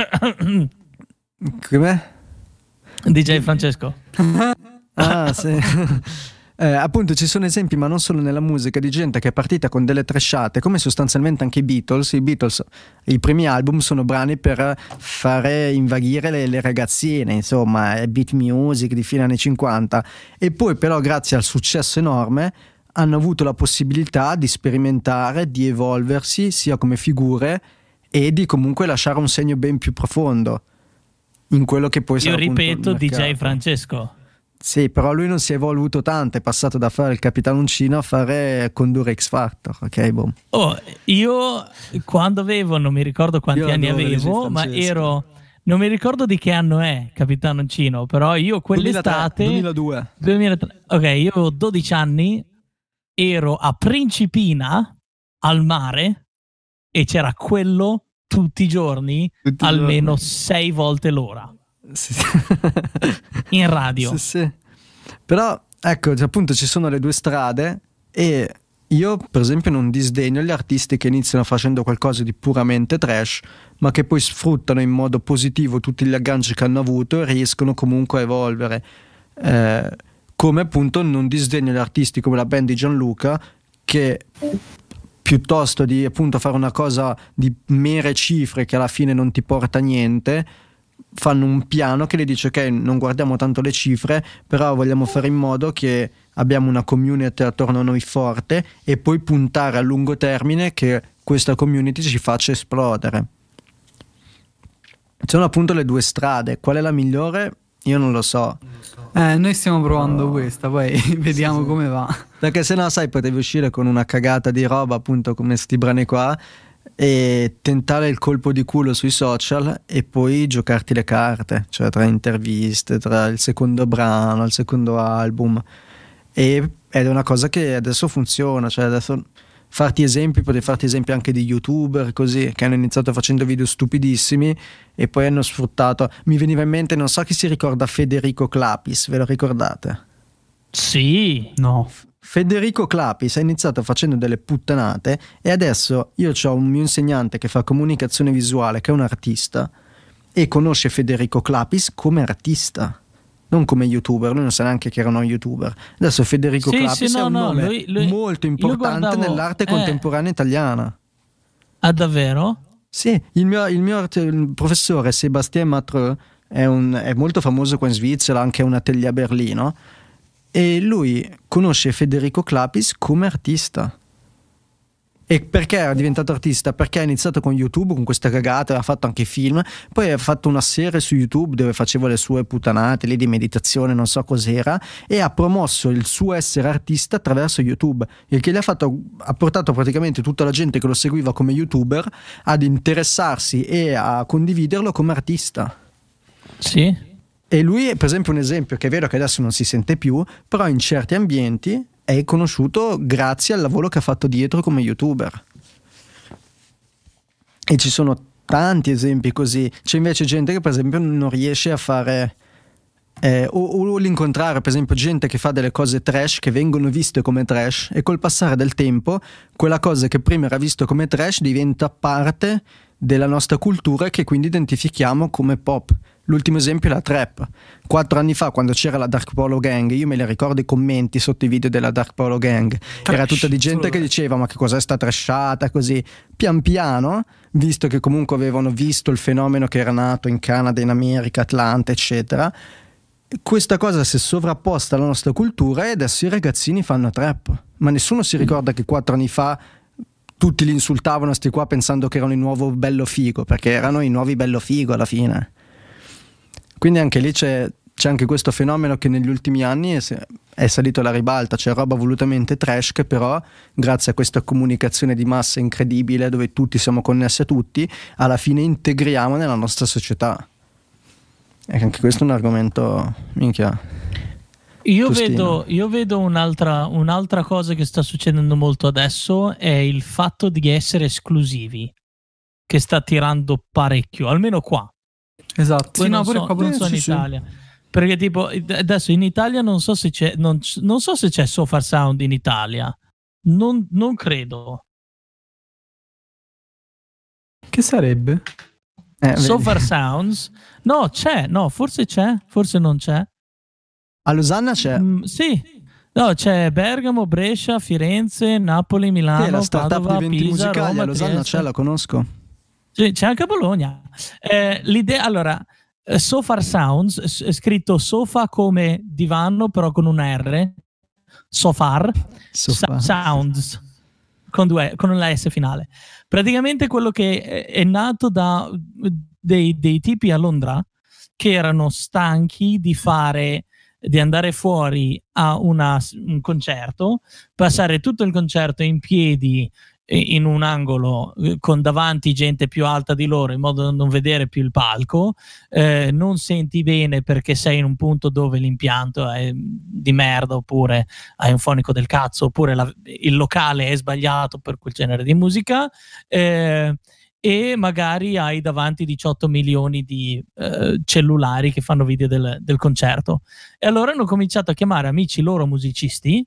Com'è? D J Francesco. Ah, sì. Eh, appunto ci sono esempi, ma non solo nella musica, di gente che è partita con delle trashate, come sostanzialmente anche i Beatles. I Beatles, i primi album sono brani per fare invaghire le, le ragazzine, insomma, è beat music di fine anni cinquanta, e poi però grazie al successo enorme hanno avuto la possibilità di sperimentare, di evolversi sia come figure e di comunque lasciare un segno ben più profondo in quello che poi sarà. Io ripeto, D J mercato. Francesco. Sì, però lui non si è evoluto tanto, è passato da fare il Capitano Uncino a fare condurre X Factor, ok, boh. Oh, io quando avevo, non mi ricordo quanti Io anni adoro avevo, ma ero, non mi ricordo di che anno è Capitano Uncino, però io quell'estate duemiladue duemilatré, ok, io avevo dodici anni, ero a Principina al mare e c'era quello tutti i giorni, Tutti i almeno giorni. sei volte l'ora. Sì, sì. In radio. Sì, sì. Però ecco, cioè, appunto ci sono le due strade e io per esempio non disdegno gli artisti che iniziano facendo qualcosa di puramente trash ma che poi sfruttano in modo positivo tutti gli agganci che hanno avuto e riescono comunque a evolvere, eh, come appunto non disdegno gli artisti come la band di Gianluca che piuttosto di appunto fare una cosa di mere cifre che alla fine non ti porta a niente, fanno un piano che le dice ok, non guardiamo tanto le cifre, però vogliamo fare in modo che abbiamo una community attorno a noi forte e poi puntare a lungo termine che questa community ci faccia esplodere. Sono appunto le due strade, qual è la migliore? Io non lo so. Eh, noi stiamo provando questa, poi vediamo Sì, sì. come va. Perché se no sai potevi uscire con una cagata di roba appunto come sti brani qua e tentare il colpo di culo sui social e poi giocarti le carte, cioè tra interviste, tra il secondo brano, il secondo album, e ed è una cosa che adesso funziona, cioè adesso farti esempi, potevi farti esempi anche di youtuber così che hanno iniziato facendo video stupidissimi e poi hanno sfruttato. Mi veniva in mente, non so chi si ricorda Federico Clapis, ve lo ricordate? Sì. No. Federico Clapis ha iniziato facendo delle puttanate e adesso io ho un mio insegnante che fa comunicazione visuale, che è un artista, e conosce Federico Clapis come artista, non come youtuber. Lui non sa neanche che era uno youtuber. Adesso Federico Sì, Clapis sì, è no, un no, nome lui- lui- molto io importante guardavo- nell'arte eh. contemporanea italiana. Ah, davvero? Sì, il mio, il mio art- il professore Sébastien Matreux è, un- è molto famoso qua in Svizzera, anche a un atelier a Berlino, e lui conosce Federico Clapis come artista. E perché era diventato artista? Perché ha iniziato con YouTube, con questa cagata, ha fatto anche film, poi ha fatto una serie su YouTube dove faceva le sue puttanate lì di meditazione, non so cos'era, e ha promosso il suo essere artista attraverso YouTube, il che gli ha fatto, ha portato praticamente tutta la gente che lo seguiva come YouTuber ad interessarsi e a condividerlo come artista. Sì. E lui è per esempio un esempio che è vero che adesso non si sente più, però in certi ambienti è conosciuto grazie al lavoro che ha fatto dietro come youtuber. E ci sono tanti esempi così. C'è invece gente che per esempio non riesce a fare eh, o, o l'incontrare, per esempio gente che fa delle cose trash che vengono viste come trash, e col passare del tempo quella cosa che prima era visto come trash diventa parte della nostra cultura, che quindi identifichiamo come pop. L'ultimo esempio è la trap. Quattro anni fa, quando c'era la Dark Polo Gang, io me le ricordo i commenti sotto i video della Dark Polo Gang, Trash, era tutta di gente solo che trash. diceva ma che cos'è sta trashata così. Pian piano, visto che comunque avevano visto il fenomeno che era nato in Canada, in America, Atlanta eccetera, questa cosa si è sovrapposta alla nostra cultura e adesso i ragazzini fanno trap. Ma nessuno si ricorda che quattro anni fa tutti li insultavano sti qua pensando che erano il nuovo bello figo, perché erano i nuovi bello figo alla fine. Quindi anche lì c'è, c'è anche questo fenomeno che negli ultimi anni è, è salito alla ribalta. C'è roba volutamente trash che però, grazie a questa comunicazione di massa incredibile dove tutti siamo connessi a tutti, alla fine integriamo nella nostra società. E anche questo è un argomento minchia. Io Tostino. vedo, io vedo un'altra, un'altra cosa che sta succedendo molto adesso, è il fatto di essere esclusivi, che sta tirando parecchio, almeno qua. Esatto. Poi Sì, non no, pure so, qua pure non so sì, in sì. Italia. Perché tipo adesso in Italia non so se c'è, non, non so se c'è So Far Sound in Italia. Non, non credo. Che sarebbe? Eh, So vedi. Far Sounds? No, c'è, no, forse c'è, forse non c'è. A Losanna c'è. Mm, sì. No, c'è Bergamo, Brescia, Firenze, Napoli, Sì, Milano, la startup Padova, di eventi Pisa, musicali Roma, a Losanna Trieste. c'è, la conosco. Sì, c'è anche a Bologna. Eh, l'idea, allora, eh, So Far Sounds, s- è scritto sofa come divano, però con una R. So Far Sofa. Sa- Sounds, con, due, con una S finale. Praticamente quello che è, è nato da dei, dei tipi a Londra che erano stanchi di fare, di andare fuori a una, un concerto, passare tutto il concerto in piedi in un angolo eh, con davanti gente più alta di loro in modo da non vedere più il palco, eh, non senti bene perché sei in un punto dove l'impianto è di merda oppure hai un fonico del cazzo oppure la, il locale è sbagliato per quel genere di musica, eh, e magari hai davanti diciotto milioni di eh, cellulari che fanno video del, del concerto, e allora hanno cominciato a chiamare amici loro musicisti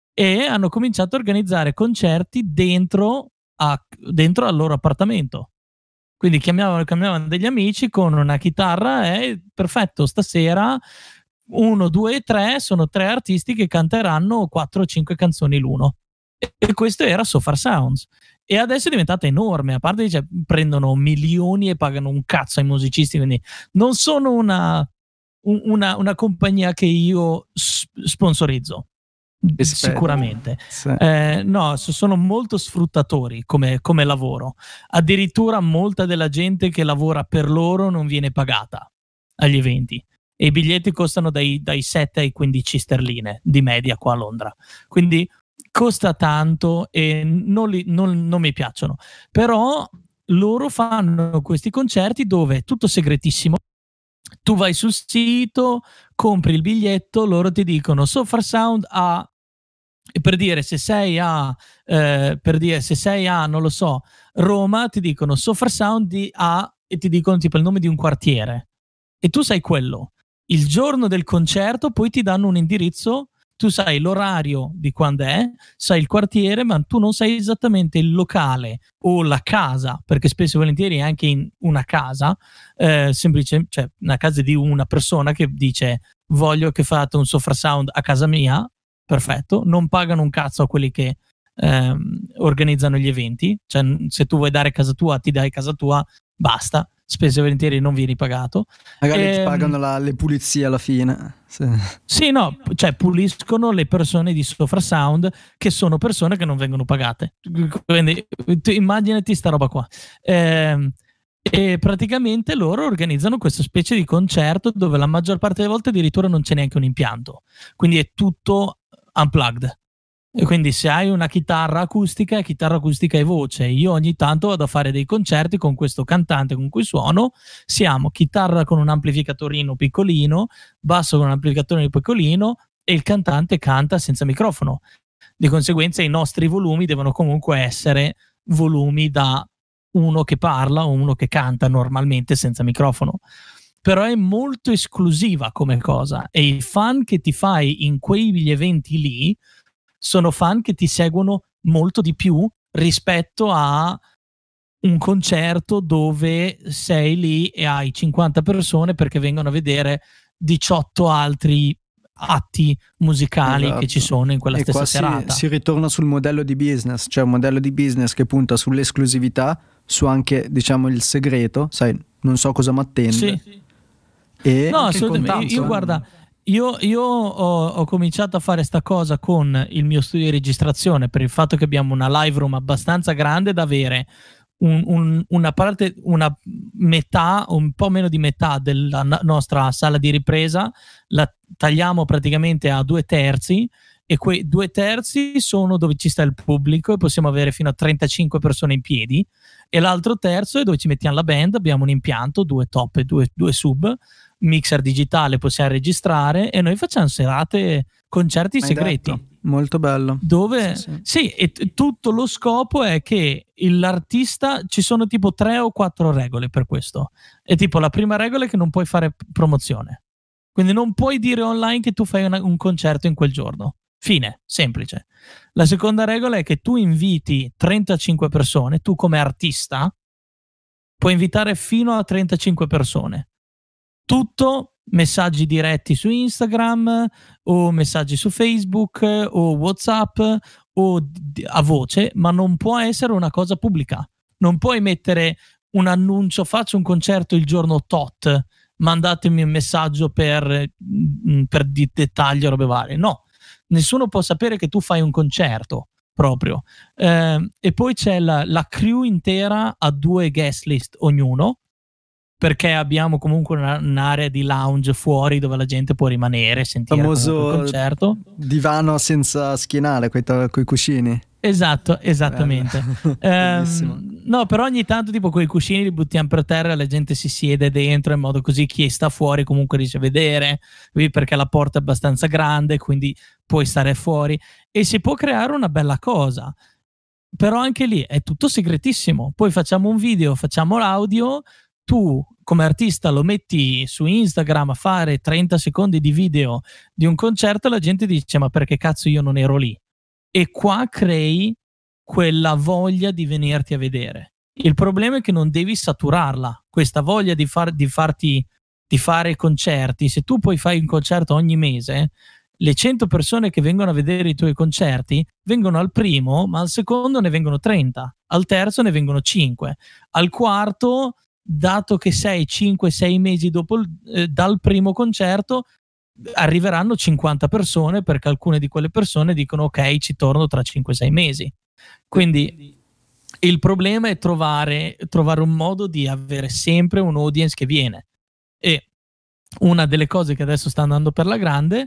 e hanno cominciato a organizzare concerti dentro, a, dentro al loro appartamento. Quindi chiamavano, chiamavano degli amici con una chitarra e perfetto, stasera uno, due e tre sono tre artisti che canteranno quattro o cinque canzoni l'uno. E, e questo era So Far Sounds. E adesso è diventata enorme, a parte che cioè, prendono milioni e pagano un cazzo ai musicisti, quindi non sono una, una, una compagnia che io sponsorizzo. Rispetto. Sicuramente Sì. eh, no, sono molto sfruttatori come, come lavoro. Addirittura molta della gente che lavora per loro non viene pagata agli eventi e i biglietti costano dai, dai sette ai quindici sterline di media qua a Londra, quindi costa tanto e non, li, non, non mi piacciono. Però loro fanno questi concerti dove è tutto segretissimo. Tu vai sul sito, compri il biglietto, loro ti dicono So Far Sound a, e per dire se sei a eh, per dire se sei a non lo so Roma, ti dicono So Far Sound di a e ti dicono tipo il nome di un quartiere e tu sai quello. Il giorno del concerto poi ti danno un indirizzo tu sai l'orario di quando è, sai il quartiere, ma tu non sai esattamente il locale o la casa, perché spesso e volentieri anche in una casa, eh, semplice, cioè una casa di una persona che dice voglio che fate un sofrasound a casa mia, perfetto, non pagano un cazzo a quelli che ehm, organizzano gli eventi, cioè se tu vuoi dare casa tua ti dai casa tua, basta, spesso e volentieri non vieni pagato. Magari Ehm, ti pagano la- le pulizie alla fine. Sì. Sì, no, cioè puliscono le persone di Sofrasound che sono persone che non vengono pagate. Quindi tu immaginati sta roba qua. Ehm, e praticamente loro organizzano questa specie di concerto dove la maggior parte delle volte addirittura non c'è neanche un impianto. Quindi è tutto unplugged. E quindi se hai una chitarra acustica, chitarra acustica e voce. Io ogni tanto vado a fare dei concerti con questo cantante con cui suono. Siamo chitarra con un amplificatorino piccolino, basso con un amplificatorino piccolino e il cantante canta senza microfono. Di conseguenza i nostri volumi devono comunque essere volumi da uno che parla o uno che canta normalmente senza microfono. Però è molto esclusiva come cosa e i fan che ti fai in quegli eventi lì sono fan che ti seguono molto di più rispetto a un concerto dove sei lì e hai cinquanta persone perché vengono a vedere diciotto altri atti musicali Esatto. che ci sono in quella E stessa qua si, serata. si ritorna sul modello di business, cioè un modello di business che punta sull'esclusività, su anche diciamo il segreto, sai, non so cosa mi attende. Sì. E No, anche il assolutamente. contanzo, Io eh. guarda, io, io ho, ho cominciato a fare sta cosa con il mio studio di registrazione per il fatto che abbiamo una live room abbastanza grande da avere un, un, una parte, una metà, un po' meno di metà della na- nostra sala di ripresa la tagliamo praticamente a due terzi e quei due terzi sono dove ci sta il pubblico e possiamo avere fino a trentacinque persone in piedi e l'altro terzo è dove ci mettiamo la band, abbiamo un impianto, due top e due, due sub, mixer digitale, possiamo registrare e noi facciamo serate, concerti hai segreti. detto, molto bello. Dove Sì, sì. sì, e t- tutto lo scopo è che l'artista, ci sono tipo tre o quattro regole per questo. E tipo la prima regola è che non puoi fare p- promozione. Quindi non puoi dire online che tu fai una- un concerto in quel giorno. Fine, semplice. La seconda regola è che tu inviti trentacinque persone, tu come artista puoi invitare fino a trentacinque persone. Tutto messaggi diretti su Instagram o messaggi su Facebook o WhatsApp o d- a voce, ma non può essere una cosa pubblica. Non puoi mettere un annuncio, faccio un concerto il giorno tot, mandatemi un messaggio per, mm, per di dettaglio, robe varie. No, nessuno può sapere che tu fai un concerto proprio. Eh, e poi c'è la, la crew intera a due guest list ognuno, perché abbiamo comunque una, un'area di lounge fuori dove la gente può rimanere, sentire comunque il Famoso concerto. divano senza schienale, coi, ta- coi cuscini. Esatto, esattamente. Bellissimo. Ehm, no, però ogni tanto tipo quei cuscini li buttiamo per terra e la gente si siede dentro in modo così chi sta fuori comunque riesce a vedere, qui perché la porta è abbastanza grande, quindi puoi stare fuori e si può creare una bella cosa. Però anche lì è tutto segretissimo. Poi facciamo un video, facciamo l'audio, tu come artista lo metti su Instagram a fare trenta secondi di video di un concerto e la gente dice ma perché cazzo io non ero lì? E qua crei quella voglia di venirti a vedere. Il problema è che non devi saturarla, questa voglia di, far, di farti di fare concerti. Se tu poi fai un concerto ogni mese, le cento persone che vengono a vedere i tuoi concerti vengono al primo, ma al secondo ne vengono trenta, al terzo ne vengono cinque, al quarto, dato che sei cinque sei mesi dopo eh, dal primo concerto, arriveranno cinquanta persone perché alcune di quelle persone dicono ok, ci torno tra cinque sei mesi. Quindi il problema è trovare, trovare un modo di avere sempre un audience che viene. E una delle cose che adesso sta andando per la grande,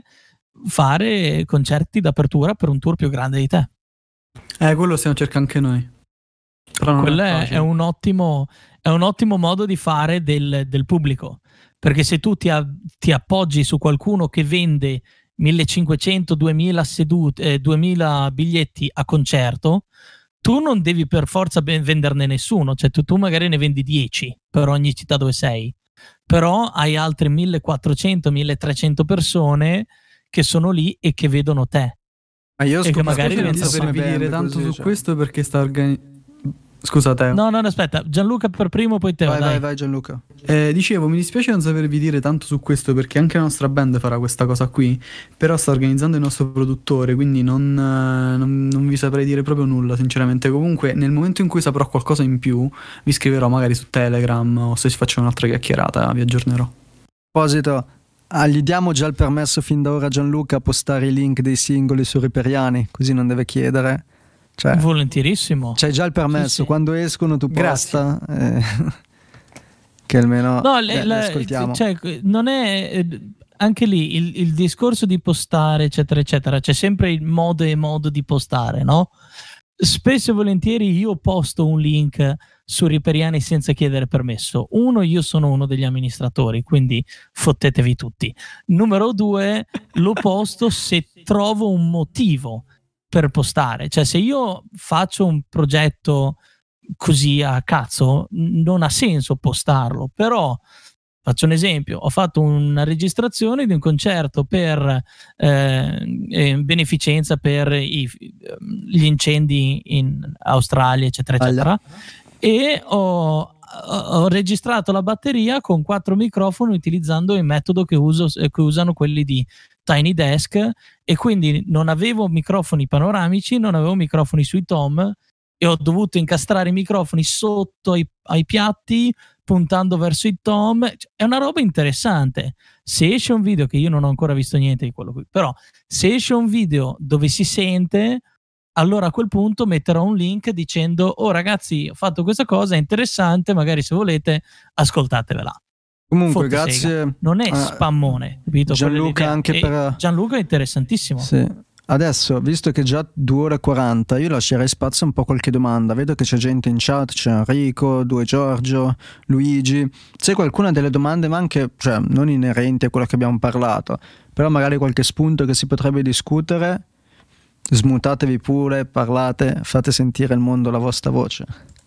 fare concerti d'apertura per un tour più grande di te. Eh, quello stiamo cercando anche noi. Però non Quello è, è, facile. è un ottimo è un ottimo modo di fare del, del pubblico, perché se tu ti, a, ti appoggi su qualcuno che vende millecinquecento duemila sedute, eh, duemila biglietti a concerto, tu non devi per forza ben venderne nessuno, cioè tu, tu magari ne vendi dieci per ogni città dove sei, però hai altre millequattrocento milletrecento persone che sono lì e che vedono te. Ma io E che magari non diventa sapervi band dire tanto così, su cioè. questo perché sta organizzando. Scusa Teo. No, no, no, aspetta, Gianluca per primo, poi Teo, Vai, dai. vai, vai Gianluca. Eh, dicevo, mi dispiace non sapervi dire tanto su questo perché anche la nostra band farà questa cosa qui, però sta organizzando il nostro produttore, quindi non, eh, non- non vi saprei dire proprio nulla, sinceramente. Comunque, nel momento in cui saprò qualcosa in più, vi scriverò magari su Telegram o se ci faccio un'altra chiacchierata, vi aggiornerò. A proposito, ah, gli diamo già il permesso fin da ora a Gianluca a postare i link dei singoli su Riperiani, così non deve chiedere. Cioè, Volentierissimo. c'hai già il permesso, Sì, sì. quando escono tu Grazie. posta, eh, che almeno No, eh, le- li la- ascoltiamo. cioè, non è eh, anche lì il, il discorso di postare, eccetera, eccetera. C'è sempre il modo e modo di postare, no? Spesso e volentieri io posto un link su Riperiani senza chiedere permesso. Uno, io sono uno degli amministratori, quindi fottetevi tutti. Numero due, lo posto se trovo un motivo per postare. Cioè, se io faccio un progetto così a cazzo, non ha senso postarlo, però faccio un esempio, ho fatto una registrazione di un concerto per eh, eh, beneficenza per i- gli incendi in Australia, eccetera, eccetera, e ho, ho registrato la batteria con quattro microfoni utilizzando il metodo che, uso, che usano quelli di Tiny Desk, e quindi non avevo microfoni panoramici, non avevo microfoni sui tom e ho dovuto incastrare i microfoni sotto ai, ai piatti puntando verso i tom. È una roba interessante. Se esce un video, che io non ho ancora visto niente di quello qui, però se esce un video dove si sente, allora a quel punto metterò un link dicendo: oh ragazzi, ho fatto questa cosa, è interessante, magari se volete ascoltatevela. Comunque, Fotte grazie. sega. Non è a spammone, capito? Gianluca, Quella è anche l'idea. per. E Gianluca è interessantissimo. Sì. Adesso, visto che è già due ore e quaranta, io lascerei spazio un po' a qualche domanda. Vedo che c'è gente in chat, c'è Enrico, Due Giorgio, Luigi. C'è qualcuna delle domande, ma anche, cioè, non inerenti a quello che abbiamo parlato, però magari qualche spunto che si potrebbe discutere? Smutatevi pure, parlate, fate sentire il mondo la vostra voce.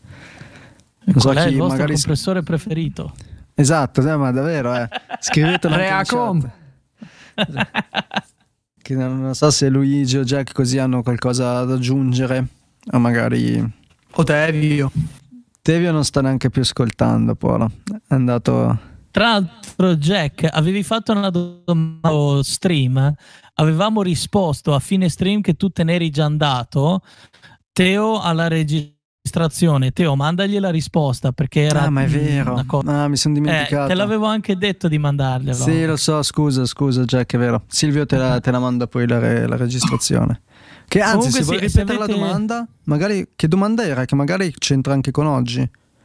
Non so Qual è chi il vostro magari- compressore preferito? Esatto, eh, ma davvero, eh. Scrivetelo anche in Reacom. chat. Che non, non so se Luigi o Jack così hanno qualcosa da aggiungere, o magari O Tevio. Tevio non sta neanche più ascoltando, Polo. È andato. Tra l'altro, Jack, avevi fatto una domanda allo stream, avevamo risposto a fine stream che tu te ne eri già andato. Teo alla registrazione, Teo mandagli la risposta perché era Ah, ma è vero. una cosa. Ah, mi sono Eh, dimenticato. te l'avevo anche detto di mandarglielo. Sì, lo so, scusa, scusa Jack, è vero. Silvio te la, te la manda poi la, re- la registrazione. Che anzi, Comunque se vuoi sì, se ripetere avete- la domanda, magari che domanda era? Che magari c'entra anche con oggi.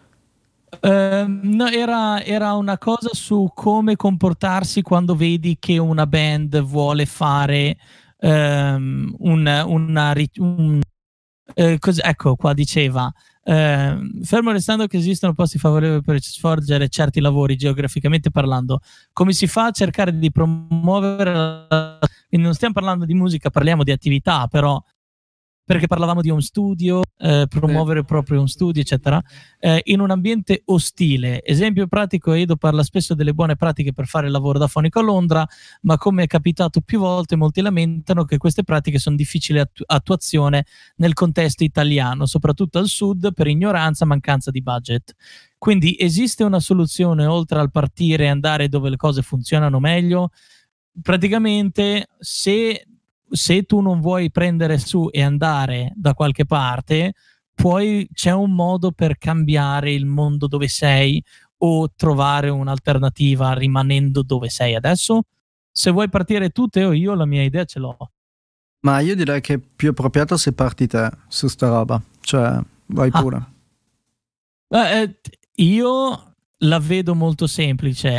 Ehm, no, era, era una cosa su come comportarsi quando vedi che una band vuole fare ehm, un, una, ri- un- eh, cos- ecco qua diceva ehm, fermo restando che esistono posti favorevoli per svolgere certi lavori geograficamente parlando, come si fa a cercare di promuovere la- quindi non stiamo parlando di musica, parliamo di attività, però perché parlavamo di home studio, eh, promuovere proprio un studio, eccetera, eh, in un ambiente ostile. Esempio pratico, Edo parla spesso delle buone pratiche per fare il lavoro da fonico a Londra, ma come è capitato più volte, molti lamentano che queste pratiche sono difficili attu- attuazione nel contesto italiano, soprattutto al sud, per ignoranza, mancanza di budget. Quindi esiste una soluzione oltre al partire e andare dove le cose funzionano meglio? Praticamente, se se tu non vuoi prendere su e andare da qualche parte, poi c'è un modo per cambiare il mondo dove sei o trovare un'alternativa rimanendo dove sei adesso. Se vuoi partire tu, Teo, io la mia idea ce l'ho. Ma io direi che è più appropriato se parti te su sta roba. Cioè, vai Ah. pure. Beh, eh, io la vedo molto semplice.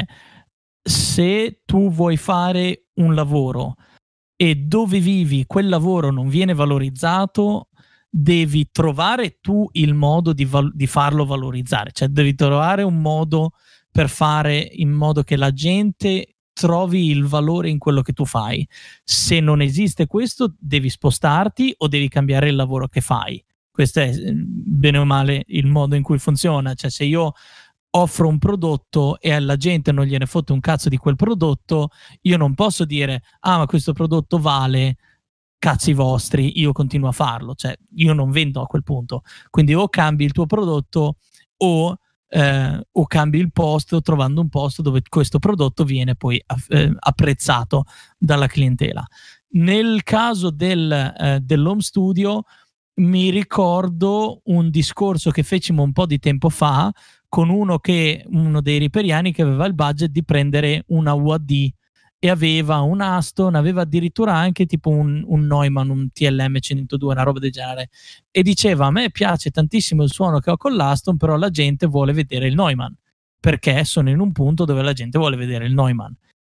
Se tu vuoi fare un lavoro e dove vivi quel lavoro non viene valorizzato, devi trovare tu il modo di, val- di farlo valorizzare, cioè devi trovare un modo per fare in modo che la gente trovi il valore in quello che tu fai. Se non esiste questo, devi spostarti o devi cambiare il lavoro che fai. Questo è bene o male il modo in cui funziona. Cioè, se io offro un prodotto e alla gente non gliene fotte un cazzo di quel prodotto, io non posso dire ah ma questo prodotto vale, cazzi vostri, io continuo a farlo, cioè io non vendo a quel punto, quindi o cambi il tuo prodotto o, eh, o cambi il posto trovando un posto dove questo prodotto viene poi eh, apprezzato dalla clientela. Nel caso del, eh, dell'home studio mi ricordo un discorso che fecimo un po' di tempo fa con uno che uno dei riperiani che aveva il budget di prendere una U A D e aveva un Aston, aveva addirittura anche tipo un, un Neumann, un T L M centodue, una roba del genere, e diceva a me piace tantissimo il suono che ho con l'Aston, però la gente vuole vedere il Neumann perché sono in un punto dove la gente vuole vedere il Neumann.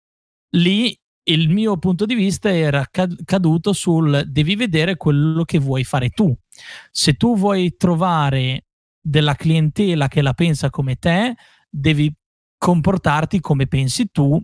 Lì il mio punto di vista era caduto sul devi vedere quello che vuoi fare tu. Se tu vuoi trovare della clientela che la pensa come te, devi comportarti come pensi tu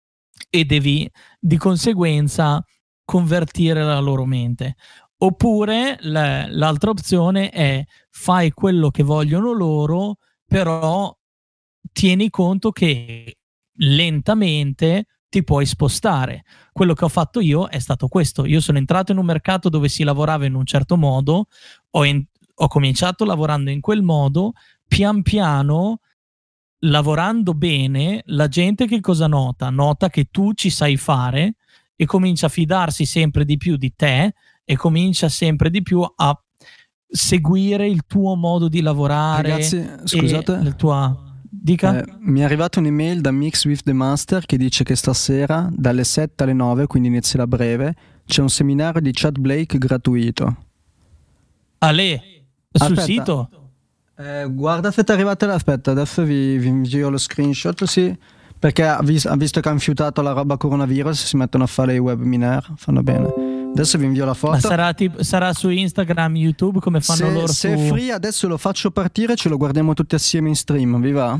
e devi di conseguenza convertire la loro mente. Oppure l'altra opzione è fai quello che vogliono loro, però tieni conto che lentamente ti puoi spostare. Quello che ho fatto io è stato questo. Io sono entrato in un mercato dove si lavorava in un certo modo, ho, in, ho cominciato lavorando in quel modo, pian piano, lavorando bene, la gente che cosa nota? Nota che tu ci sai fare e comincia a fidarsi sempre di più di te e comincia sempre di più a seguire il tuo modo di lavorare. Ragazzi, scusate. La tua... Dica. Eh, mi è arrivata un'email da Mix with the Master che dice che stasera dalle sette alle nove, quindi inizierà a breve, c'è un seminario di Chad Blake gratuito. Ale, sul Aspetta. sito? Eh, guarda se ti è arrivata, aspetta, adesso vi, vi invio lo screenshot, sì, perché ha, vis- ha visto che hanno fiutato la roba coronavirus, si mettono a fare i webinar, fanno bene. Adesso vi invio la foto. Ma sarà, tipo, sarà su Instagram, YouTube, come fanno se, loro se su... è free adesso lo faccio partire, ce lo guardiamo tutti assieme in stream, vi va?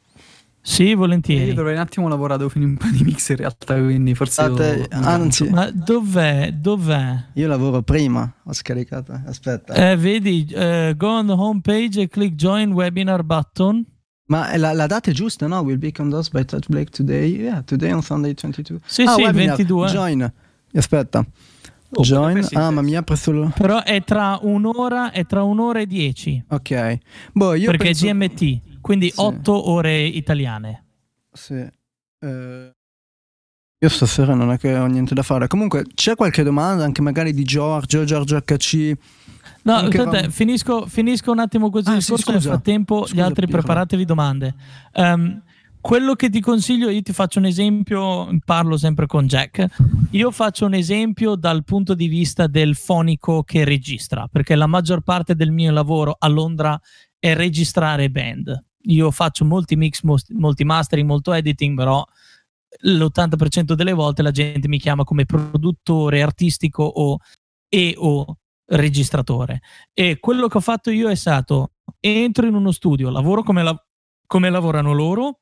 Sì, volentieri. Io dovrei un attimo lavorare, devo finire un po' di mix in realtà, quindi forse State, devo... anzi, Ma dov'è? Dov'è? io lavoro prima, ho scaricato, aspetta. Eh, vedi, eh, go on the home page e click join webinar button. Ma la, la data è giusta, no? Will be conducted by Chad Blake today. Yeah, today on Sunday twenty-two. Sì, ah, sì, webinar. ventidue. Join. Aspetta. Oh, Join. Ah, ma mi apre solo... Però è tra un'ora è tra un'ora e dieci. Ok. Boh, io perché penso... è G M T, quindi sì. otto ore italiane. Sì. Eh... Io stasera non è che ho niente da fare. Comunque, c'è qualche domanda anche magari di Giorgio, Giorgio H C? No, Anche aspetta, vam- finisco, finisco un attimo questo Ah, discorso, sì, nel scusa. frattempo Scusa, gli altri Pirro. preparatevi domande. Um, quello che ti consiglio, io ti faccio un esempio, parlo sempre con Jack, io faccio un esempio dal punto di vista del fonico che registra, perché la maggior parte del mio lavoro a Londra è registrare band. Io faccio molti mix, molti mastering, molto editing, però l'ottanta per cento delle volte la gente mi chiama come produttore artistico o, e o registratore. E quello che ho fatto io è stato: entro in uno studio, lavoro come, la, come lavorano loro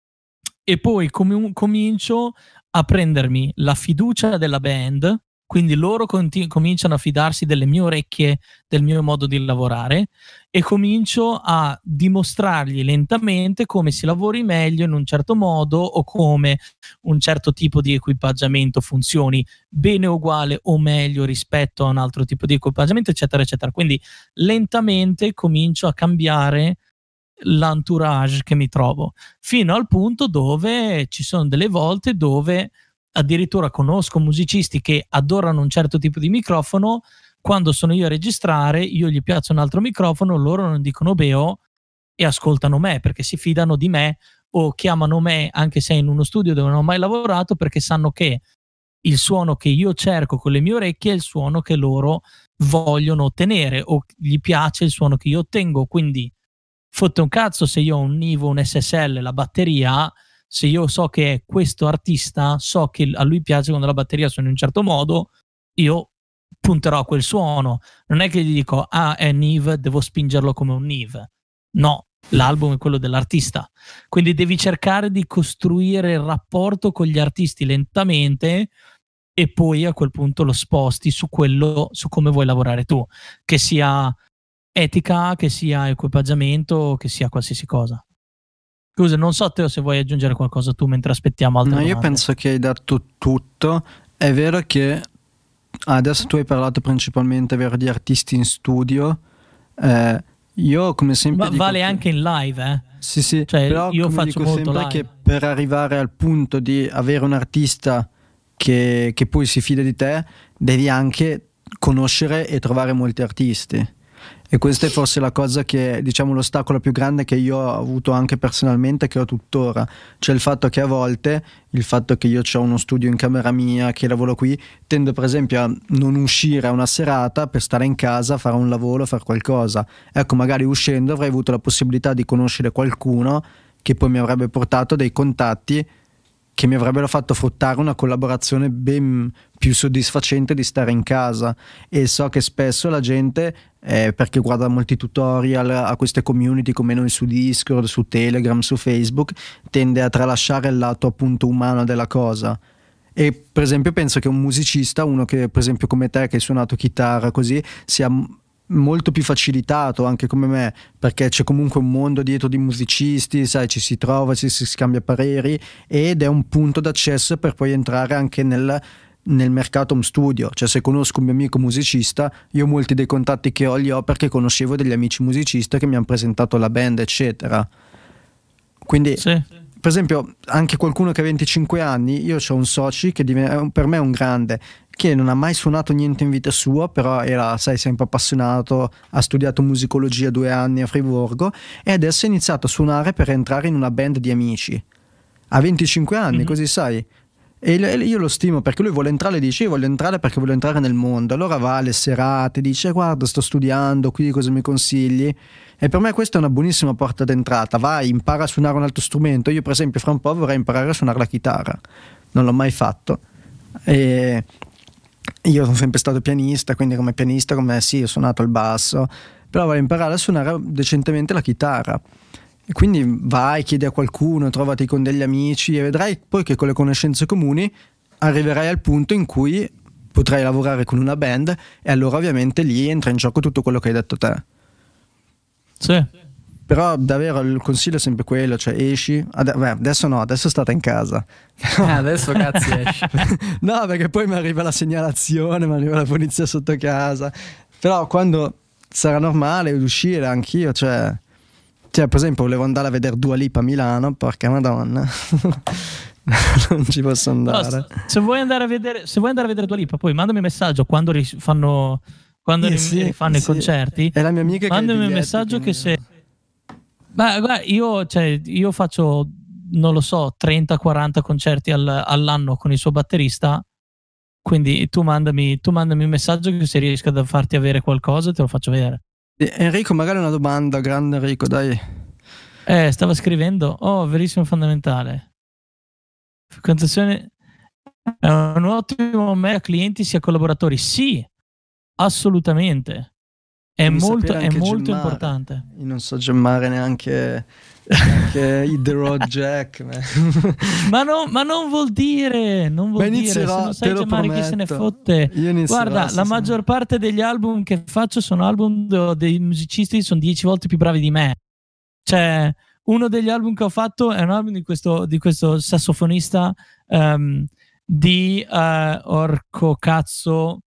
e poi com- comincio a prendermi la fiducia della band, quindi loro conti- cominciano a fidarsi delle mie orecchie, del mio modo di lavorare, e comincio a dimostrargli lentamente come si lavori meglio in un certo modo o come un certo tipo di equipaggiamento funzioni bene uguale o meglio rispetto a un altro tipo di equipaggiamento, eccetera, eccetera. Quindi lentamente comincio a cambiare l'entourage che mi trovo, fino al punto dove ci sono delle volte dove addirittura conosco musicisti che adorano un certo tipo di microfono. Quando sono io a registrare, io gli piazzo un altro microfono, loro non dicono beo e ascoltano me perché si fidano di me, o chiamano me anche se è in uno studio dove non ho mai lavorato, perché sanno che il suono che io cerco con le mie orecchie è il suono che loro vogliono ottenere, o gli piace il suono che io ottengo. Quindi fotte un cazzo se io ho un Nivo, un S S L, la batteria. Se io so che è questo artista, so che a lui piace quando la batteria suona in un certo modo, io punterò a quel suono. Non è che gli dico, ah, è Nive, devo spingerlo come un Nive. No, l'album è quello dell'artista. Quindi devi cercare di costruire il rapporto con gli artisti lentamente e poi a quel punto lo sposti su quello, su come vuoi lavorare tu, che sia etica, che sia equipaggiamento, che sia qualsiasi cosa. Scusa, non so Teo se vuoi aggiungere qualcosa tu mentre aspettiamo altre No, io domande. penso che hai detto tutto. È vero che adesso tu hai parlato principalmente, è vero, di artisti in studio. Eh, io come sempre Ma dico vale che- anche in live, eh? Sì, sì, Cioè, però io come faccio dico molto sempre live. che per arrivare al punto di avere un artista che, che poi si fida di te, devi anche conoscere e trovare molti artisti. E questa è forse la cosa che, diciamo, l'ostacolo più grande che io ho avuto anche personalmente, che ho tuttora. Cioè il fatto che a volte, il fatto che io ho uno studio in camera mia, che lavoro qui, tendo per esempio a non uscire a una serata per stare in casa, fare un lavoro, fare qualcosa. Ecco, magari uscendo avrei avuto la possibilità di conoscere qualcuno che poi mi avrebbe portato dei contatti che mi avrebbero fatto fruttare una collaborazione ben più soddisfacente di stare in casa. E so che spesso la gente, eh, perché guarda molti tutorial a queste community come noi su Discord, su Telegram, su Facebook, tende a tralasciare il lato appunto umano della cosa. E per esempio penso che un musicista, uno che per esempio come te che hai suonato chitarra così, sia molto più facilitato anche come me, perché c'è comunque un mondo dietro di musicisti, sai, ci si trova, ci si scambia pareri ed è un punto d'accesso per poi entrare anche nel, nel mercato home studio. Cioè se conosco un mio amico musicista, io molti dei contatti che ho li ho perché conoscevo degli amici musicisti che mi hanno presentato la band eccetera. Quindi Sì. per esempio anche qualcuno che ha venticinque anni, io ho un soci che div- per me è un grande, che non ha mai suonato niente in vita sua, però era, sai, sempre appassionato, ha studiato musicologia due anni a Friburgo e adesso ha iniziato a suonare per entrare in una band di amici. Ha venticinque anni, Mhm. così sai. E io lo stimo perché lui vuole entrare, dice io voglio entrare perché voglio entrare nel mondo. Allora va alle serate, dice guarda sto studiando, qui cosa mi consigli? E per me questa è una buonissima porta d'entrata. Vai, impara a suonare un altro strumento. Io per esempio fra un po' vorrei imparare a suonare la chitarra, non l'ho mai fatto. E io sono sempre stato pianista, quindi come pianista, come sì, ho suonato il basso, però vorrei imparare a suonare decentemente la chitarra. E quindi vai, chiedi a qualcuno, trovati con degli amici e vedrai poi che con le conoscenze comuni arriverai al punto in cui potrai lavorare con una band e allora ovviamente lì entra in gioco tutto quello che hai detto te. Sì. Però davvero il consiglio è sempre quello, cioè esci, Ade- beh, adesso no, adesso state in casa. Eh, adesso cazzi esci. No, perché poi mi arriva la segnalazione, mi arriva la polizia sotto casa. Però quando sarà normale uscire anch'io, cioè, cioè per esempio volevo andare a vedere Dua Lipa a Milano, porca madonna. Non ci posso Però, andare. se- se vuoi andare a vedere, se vuoi andare a vedere Dua Lipa, poi mandami un messaggio quando ris- fanno quando Eh, ri- sì, rifanno i sì. concerti. È la mia amica che ha i Mandami un biglietti, messaggio che quindi- se Ma guarda, io, cioè, io faccio, non lo so, trenta quaranta concerti al- all'anno con il suo batterista, quindi tu mandami, tu mandami un messaggio che se riesco a farti avere qualcosa te lo faccio vedere. Eh, Enrico, magari una domanda, grande Enrico, dai. Eh, stava scrivendo, oh, verissimo fondamentale. Frequentazione è un ottimo mezzo a clienti sia collaboratori. Sì, assolutamente. È Devi molto, sapere è anche molto gemmare. importante. Io non so gemmare neanche, neanche Hit the Road Jack. ma- Ma, no, ma non vuol dire, non vuol Ma dire, se inizierò, non sai te lo gemmare chi se ne prometto. fotte. Io inizierò, Guarda, sì, la sì. maggior parte degli album che faccio sono album do- dei musicisti sono dieci volte più bravi di me. Cioè, uno degli album che ho fatto è un album di questo, di questo sassofonista ehm, di eh, Orco Cazzo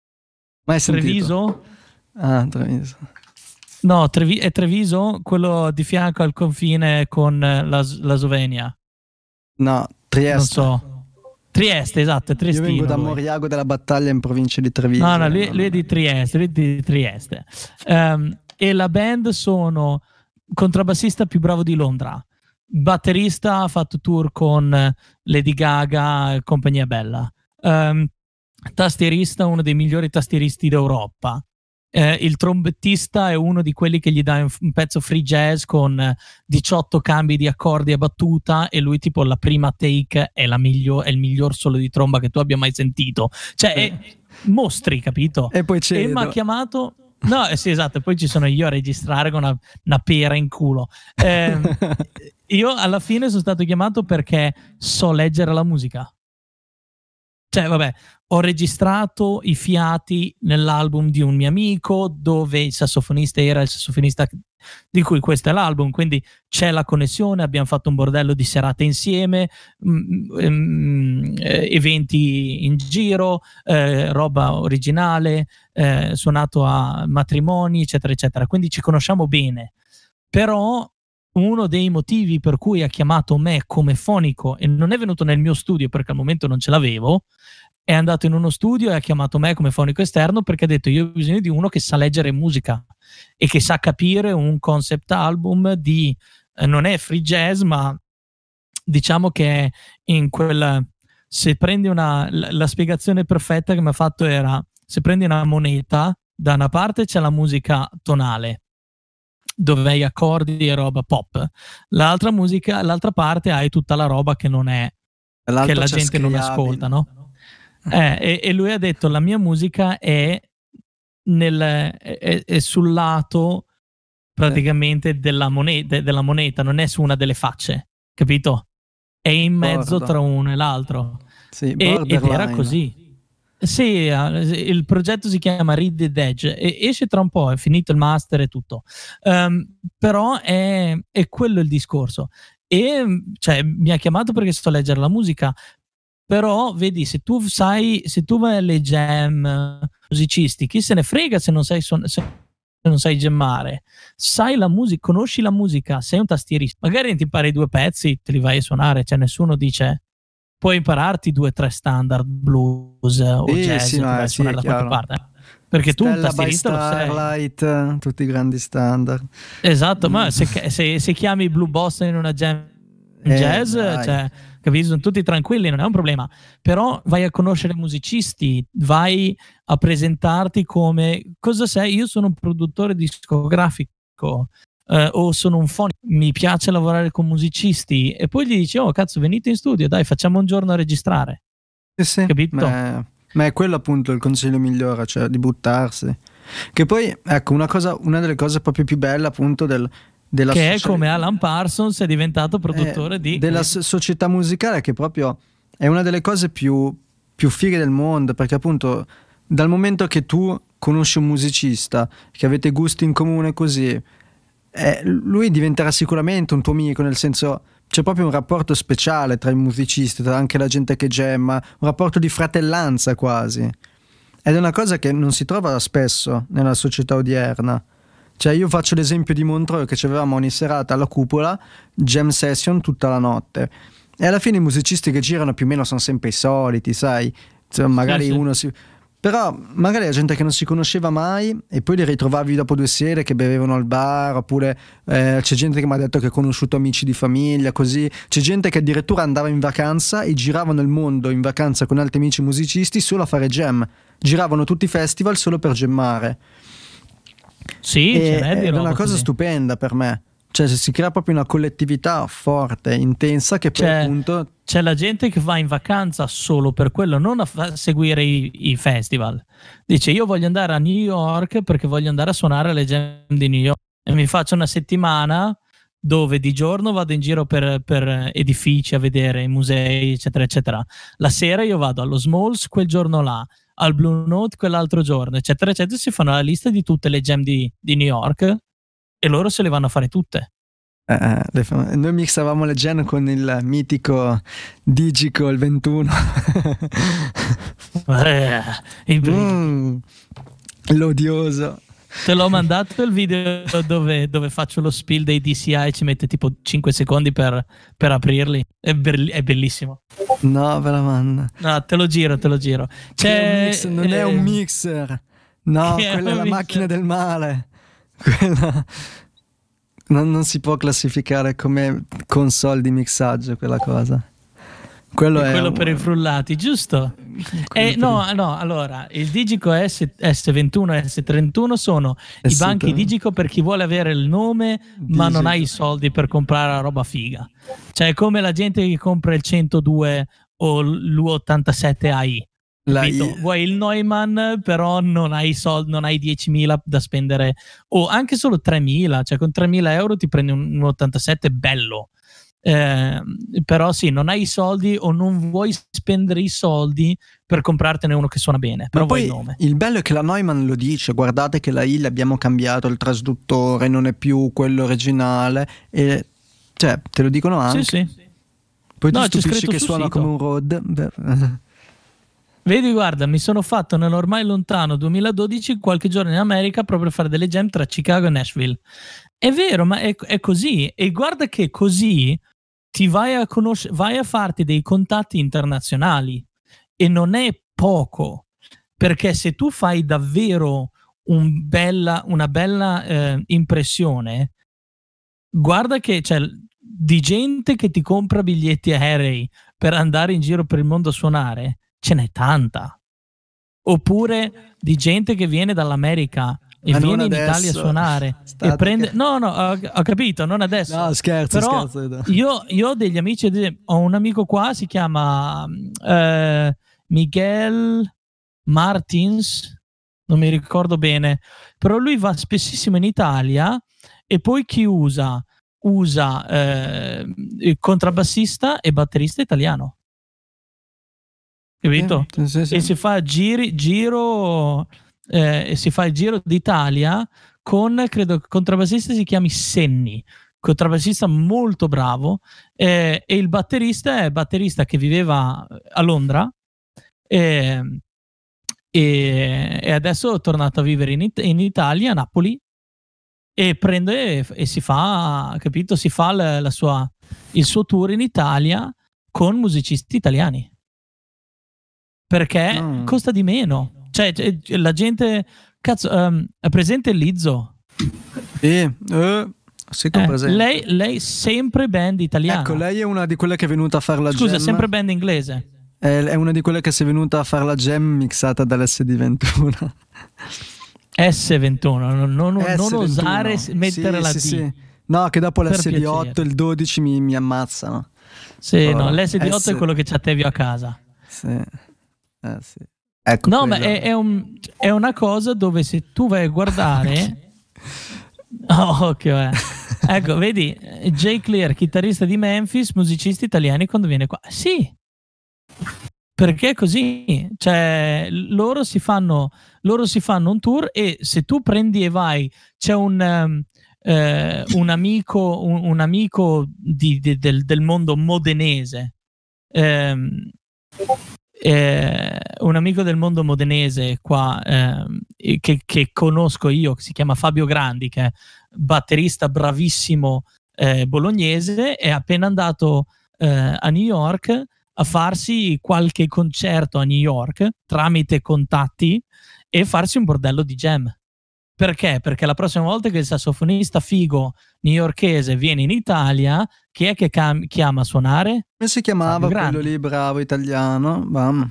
Mai sentito? Treviso? Ah, Treviso. No, Trevi- è Treviso, quello di fianco al confine con eh, la, la Slovenia. No, Trieste. Non so. Trieste, esatto, è Io Triestino. vengo da lui. Moriago della Battaglia in provincia di Treviso. No, no, lui, No, lui è no. di Trieste, lui è di Trieste. Ehm, e la band sono contrabbassista più bravo di Londra, batterista, ha fatto tour con Lady Gaga e compagnia bella, Ehm, tastierista, uno dei migliori tastieristi d'Europa. Eh, il trombettista è uno di quelli che gli dà un, un pezzo free jazz con eh, diciotto cambi di accordi a battuta e lui tipo la prima take è, la miglior, è il miglior solo di tromba che tu abbia mai sentito. Cioè, è, mostri, capito? E poi E c'è. mi ha chiamato... No, eh, sì, esatto, e poi ci sono io a registrare con una, una pera in culo. Eh, io alla fine sono stato chiamato perché so leggere la musica. Cioè, vabbè, ho registrato i fiati nell'album di un mio amico dove il sassofonista era il sassofonista di cui questo è l'album, quindi c'è la connessione, abbiamo fatto un bordello di serate insieme, mh, mh, eventi in giro, eh, roba originale, eh, suonato a matrimoni eccetera eccetera, quindi ci conosciamo bene. Però uno dei motivi per cui ha chiamato me come fonico e non è venuto nel mio studio perché al momento non ce l'avevo, è andato in uno studio e ha chiamato me come fonico esterno perché ha detto io ho bisogno di uno che sa leggere musica e che sa capire un concept album di, eh, non è free jazz, ma diciamo che è in quel, se prendi una, la, la spiegazione perfetta che mi ha fatto era, se prendi una moneta, da una parte c'è la musica tonale, dove hai accordi e roba pop, l'altra musica, l'altra parte hai tutta la roba che non è, che la gente non ascolta, no? Eh, e, e lui ha detto la mia musica è, nel, è, è sul lato praticamente eh. della, moneta, della moneta, non è su una delle facce, capito? È in mezzo Bordo. tra uno e l'altro. Sì, e, ed era così. Sì, il progetto si chiama Read the Edge e esce tra un po', è finito il master e tutto. Um, però è, è quello il discorso. E cioè, mi ha chiamato perché sto a leggere la musica. Però vedi, se tu sai, se tu vai alle jam musicisti, chi se ne frega se non sai, se non sai gemmare, sai la musica, conosci la musica, sei un tastierista, magari ti impari due pezzi, te li vai a suonare, cioè nessuno dice puoi impararti due o tre standard blues o sì, jazz sì, e ti no, vai a sì, suonare da qualche parte. Perché Stella tu un tastierista lo sei. Starlight, tutti i grandi standard. Esatto, mm. ma se, se, se chiami Blue Boston in una jam eh, jazz, dai. cioè capito? Sono tutti tranquilli, non è un problema. Però vai a conoscere musicisti, vai a presentarti come cosa sei. Io sono un produttore discografico eh, o sono un fonico, mi piace lavorare con musicisti e poi gli dici oh cazzo venite in studio, dai facciamo un giorno a registrare. Sì, sì, capito? Ma, ma è quello appunto il consiglio migliore, cioè di buttarsi. Che poi ecco una cosa, una delle cose proprio più belle appunto del Della che socia- è come Alan Parsons è diventato produttore eh, di della so- società musicale, che proprio è una delle cose più, più fighe del mondo, perché appunto dal momento che tu conosci un musicista, che avete gusti in comune così, eh, lui diventerà sicuramente un tuo amico, nel senso c'è proprio un rapporto speciale tra i musicisti, tra anche la gente che gemma, un rapporto di fratellanza quasi, ed è una cosa che non si trova spesso nella società odierna. Cioè io faccio l'esempio di Montreux, che ci avevamo ogni serata alla cupola, jam session tutta la notte, e alla fine i musicisti che girano più o meno sono sempre i soliti, sai, cioè, magari sì, uno si... però magari la gente che non si conosceva mai e poi li ritrovavi dopo due sere che bevevano al bar, oppure eh, c'è gente che mi ha detto che ha conosciuto amici di famiglia, così c'è gente che addirittura andava in vacanza e giravano il mondo in vacanza con altri amici musicisti solo a fare jam, giravano tutti i festival solo per gemmare. Sì, e, è è una cosa così. stupenda per me, cioè si crea proprio una collettività forte, intensa, che poi c'è, appunto c'è la gente che va in vacanza solo per quello, non a fa- seguire i, i festival, dice io voglio andare a New York perché voglio andare a suonare alle jam di New York e mi faccio una settimana dove di giorno vado in giro per, per edifici a vedere i musei eccetera eccetera, la sera io vado allo Smalls quel giorno là, al Blue Note quell'altro giorno eccetera eccetera, si fanno la lista di tutte le jam di, di New York e loro se le vanno a fare tutte. eh, le fam- noi mixavamo le jam con il mitico Digico il ventuno. eh, il mm, l'odioso. te l'ho mandato il video dove, dove faccio lo spiel dei D C I e ci mette tipo cinque secondi per, per aprirli, è, be- è bellissimo. No, ve la manda. No, te lo giro, te lo giro. C'è, mix, non eh, è un mixer. No, quella è, è la mixer. Macchina del male. Quella non, non si può classificare come console di mixaggio quella cosa. Quello è, è quello un... per i frullati, giusto? Eh, no, i... no, allora, il Digico S ventuno e S trentuno sono S- i banchi Digico per chi vuole avere il nome Digico, ma non ha i soldi per comprare la roba figa. Cioè è come la gente che compra il centodue o l'U ottantasette A I. I... Vuoi il Neumann però non hai i soldi, non hai diecimila da spendere o anche solo tremila, cioè con tremila euro ti prendi un, un ottantasette bello. Eh, però sì, non hai i soldi o non vuoi spendere i soldi per comprartene uno che suona bene, però Ma vuoi poi il nome. il bello è che la Neumann lo dice, guardate che la I l'abbiamo cambiato, il trasduttore non è più quello originale, e cioè te lo dicono anche. Sì, sì. Poi No, ti c'è stupisci scritto che sul suona sito. come un Rode. Beh. Vedi, guarda, mi sono fatto nell'ormai lontano duemiladodici qualche giorno in America proprio per fare delle jam tra Chicago e Nashville. È vero, ma è, è così. E guarda che così ti vai a conoscere, vai a farti dei contatti internazionali. E non è poco, perché se tu fai davvero un bella, una bella eh, impressione, guarda che c'è di gente che ti compra biglietti aerei per andare in giro per il mondo a suonare, ce n'è tanta. Oppure di gente che viene dall'America e Ma non viene in adesso. Italia a suonare State e prende... che- No, no, ho, ho capito, non adesso. No, scherzo, Però scherzo. io, io ho degli amici, ho un amico qua, si chiama eh, Miguel Martins, non mi ricordo bene, però lui va spessissimo in Italia e poi chi usa? Usa eh, il contrabbassista e batterista italiano. Capito? Sì, sì, sì. E si fa giri, giro eh, e si fa il giro d'Italia con, credo, il contrabbassista si chiami Senni, contrabbassista molto bravo, eh, e il batterista è batterista che viveva a Londra eh, e, e adesso è tornato a vivere in, It- in Italia, a Napoli, e prende e, e si fa, capito, si fa la, la sua, il suo tour in Italia con musicisti italiani. Perché Mm. costa di meno. Cioè, cioè, la gente... Cazzo, um, è presente Lizzo? E, eh, sì, che ho Eh, presente. lei, lei sempre band italiana. Ecco, lei è una di quelle che è venuta a fare la Scusa, jam. sempre band inglese. È, è una di quelle che si è venuta a fare la jam mixata dall'S D ventuno. S ventuno, non, non, non S ventuno. osare s- mettere Sì, la sì, D. sì. No, che dopo Per l'S D otto piacere. e il dodici mi, mi ammazzano. Sì, Oh, no, l'S D otto S- è quello che c'ha Tevio a casa. Sì. Eh, sì. Ecco No, quello. ma è, è, un- è una cosa dove se tu vai a guardare... Oh, occhio, eh. Ecco, vedi, Jay Clear, chitarrista di Memphis, musicisti italiani quando viene qua. Sì, perché è così. Cioè, loro si fanno, loro si fanno un tour e se tu prendi e vai, c'è un, um, eh, un amico, un, un amico di, di- del, del mondo modenese, ehm, eh, un amico del mondo modenese qua ehm, che, che conosco io, che si chiama Fabio Grandi, che è batterista bravissimo eh, bolognese, è appena andato eh, a New York a farsi qualche concerto a New York tramite contatti e farsi un bordello di jam. Perché? Perché la prossima volta che il sassofonista figo newyorkese viene in Italia, chi è che cam- chiama a suonare? Come si chiamava Fabio quello Grandi. lì, bravo, italiano? Bam.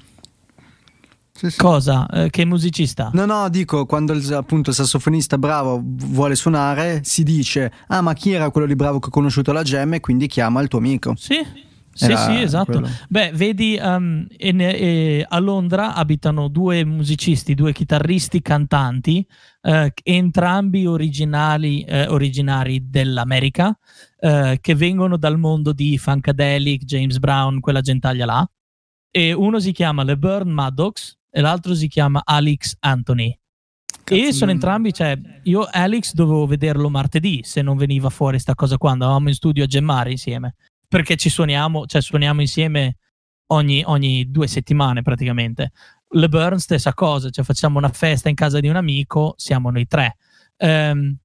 Sì, sì. Cosa? Eh, che musicista? No, no, dico, quando il, appunto il sassofonista bravo vuole suonare, si dice, ah, ma chi era quello lì bravo che ho conosciuto alla jam, e quindi chiama il tuo amico. Sì, sì, Era sì, esatto. quello. Beh, vedi, um, in- eh, a Londra abitano due musicisti, due chitarristi cantanti, eh, entrambi originali, eh, originari dell'America, eh, che vengono dal mondo di Funkadelic, James Brown, quella gentaglia là. E uno si chiama LeBurn Maddox e l'altro si chiama Alex Anthony. Cazzo, E sono non- entrambi, cioè, io Alex dovevo vederlo martedì se non veniva fuori sta cosa qua, andavamo in studio a gemmare insieme, perché ci suoniamo, cioè suoniamo insieme ogni, ogni due settimane praticamente. LeBurn stessa cosa, cioè facciamo una festa in casa di un amico, siamo noi tre. Ehm,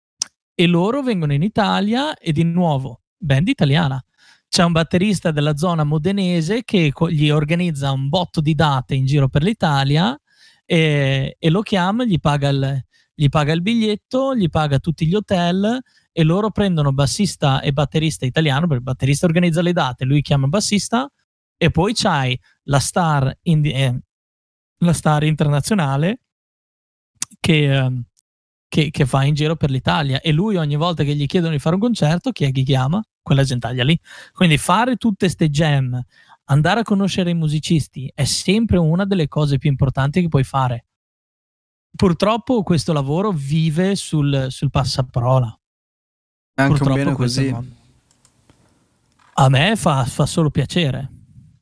e loro vengono in Italia e di nuovo, band italiana. C'è un batterista della zona modenese che co- gli organizza un botto di date in giro per l'Italia e, e lo chiama, gli paga, il, gli paga il biglietto, gli paga tutti gli hotel e loro prendono bassista e batterista italiano, perché il batterista organizza le date, lui chiama il bassista e poi c'hai la star, indi- eh, la star internazionale che, ehm, che, che va in giro per l'Italia e lui ogni volta che gli chiedono di fare un concerto, chi è che chiama? Quella gentaglia lì. Quindi fare tutte ste jam, andare a conoscere i musicisti è sempre una delle cose più importanti che puoi fare. Purtroppo questo lavoro vive sul, sul passaparola. È anche un Purtroppo bene questo è il così. mondo. A me fa, fa solo piacere.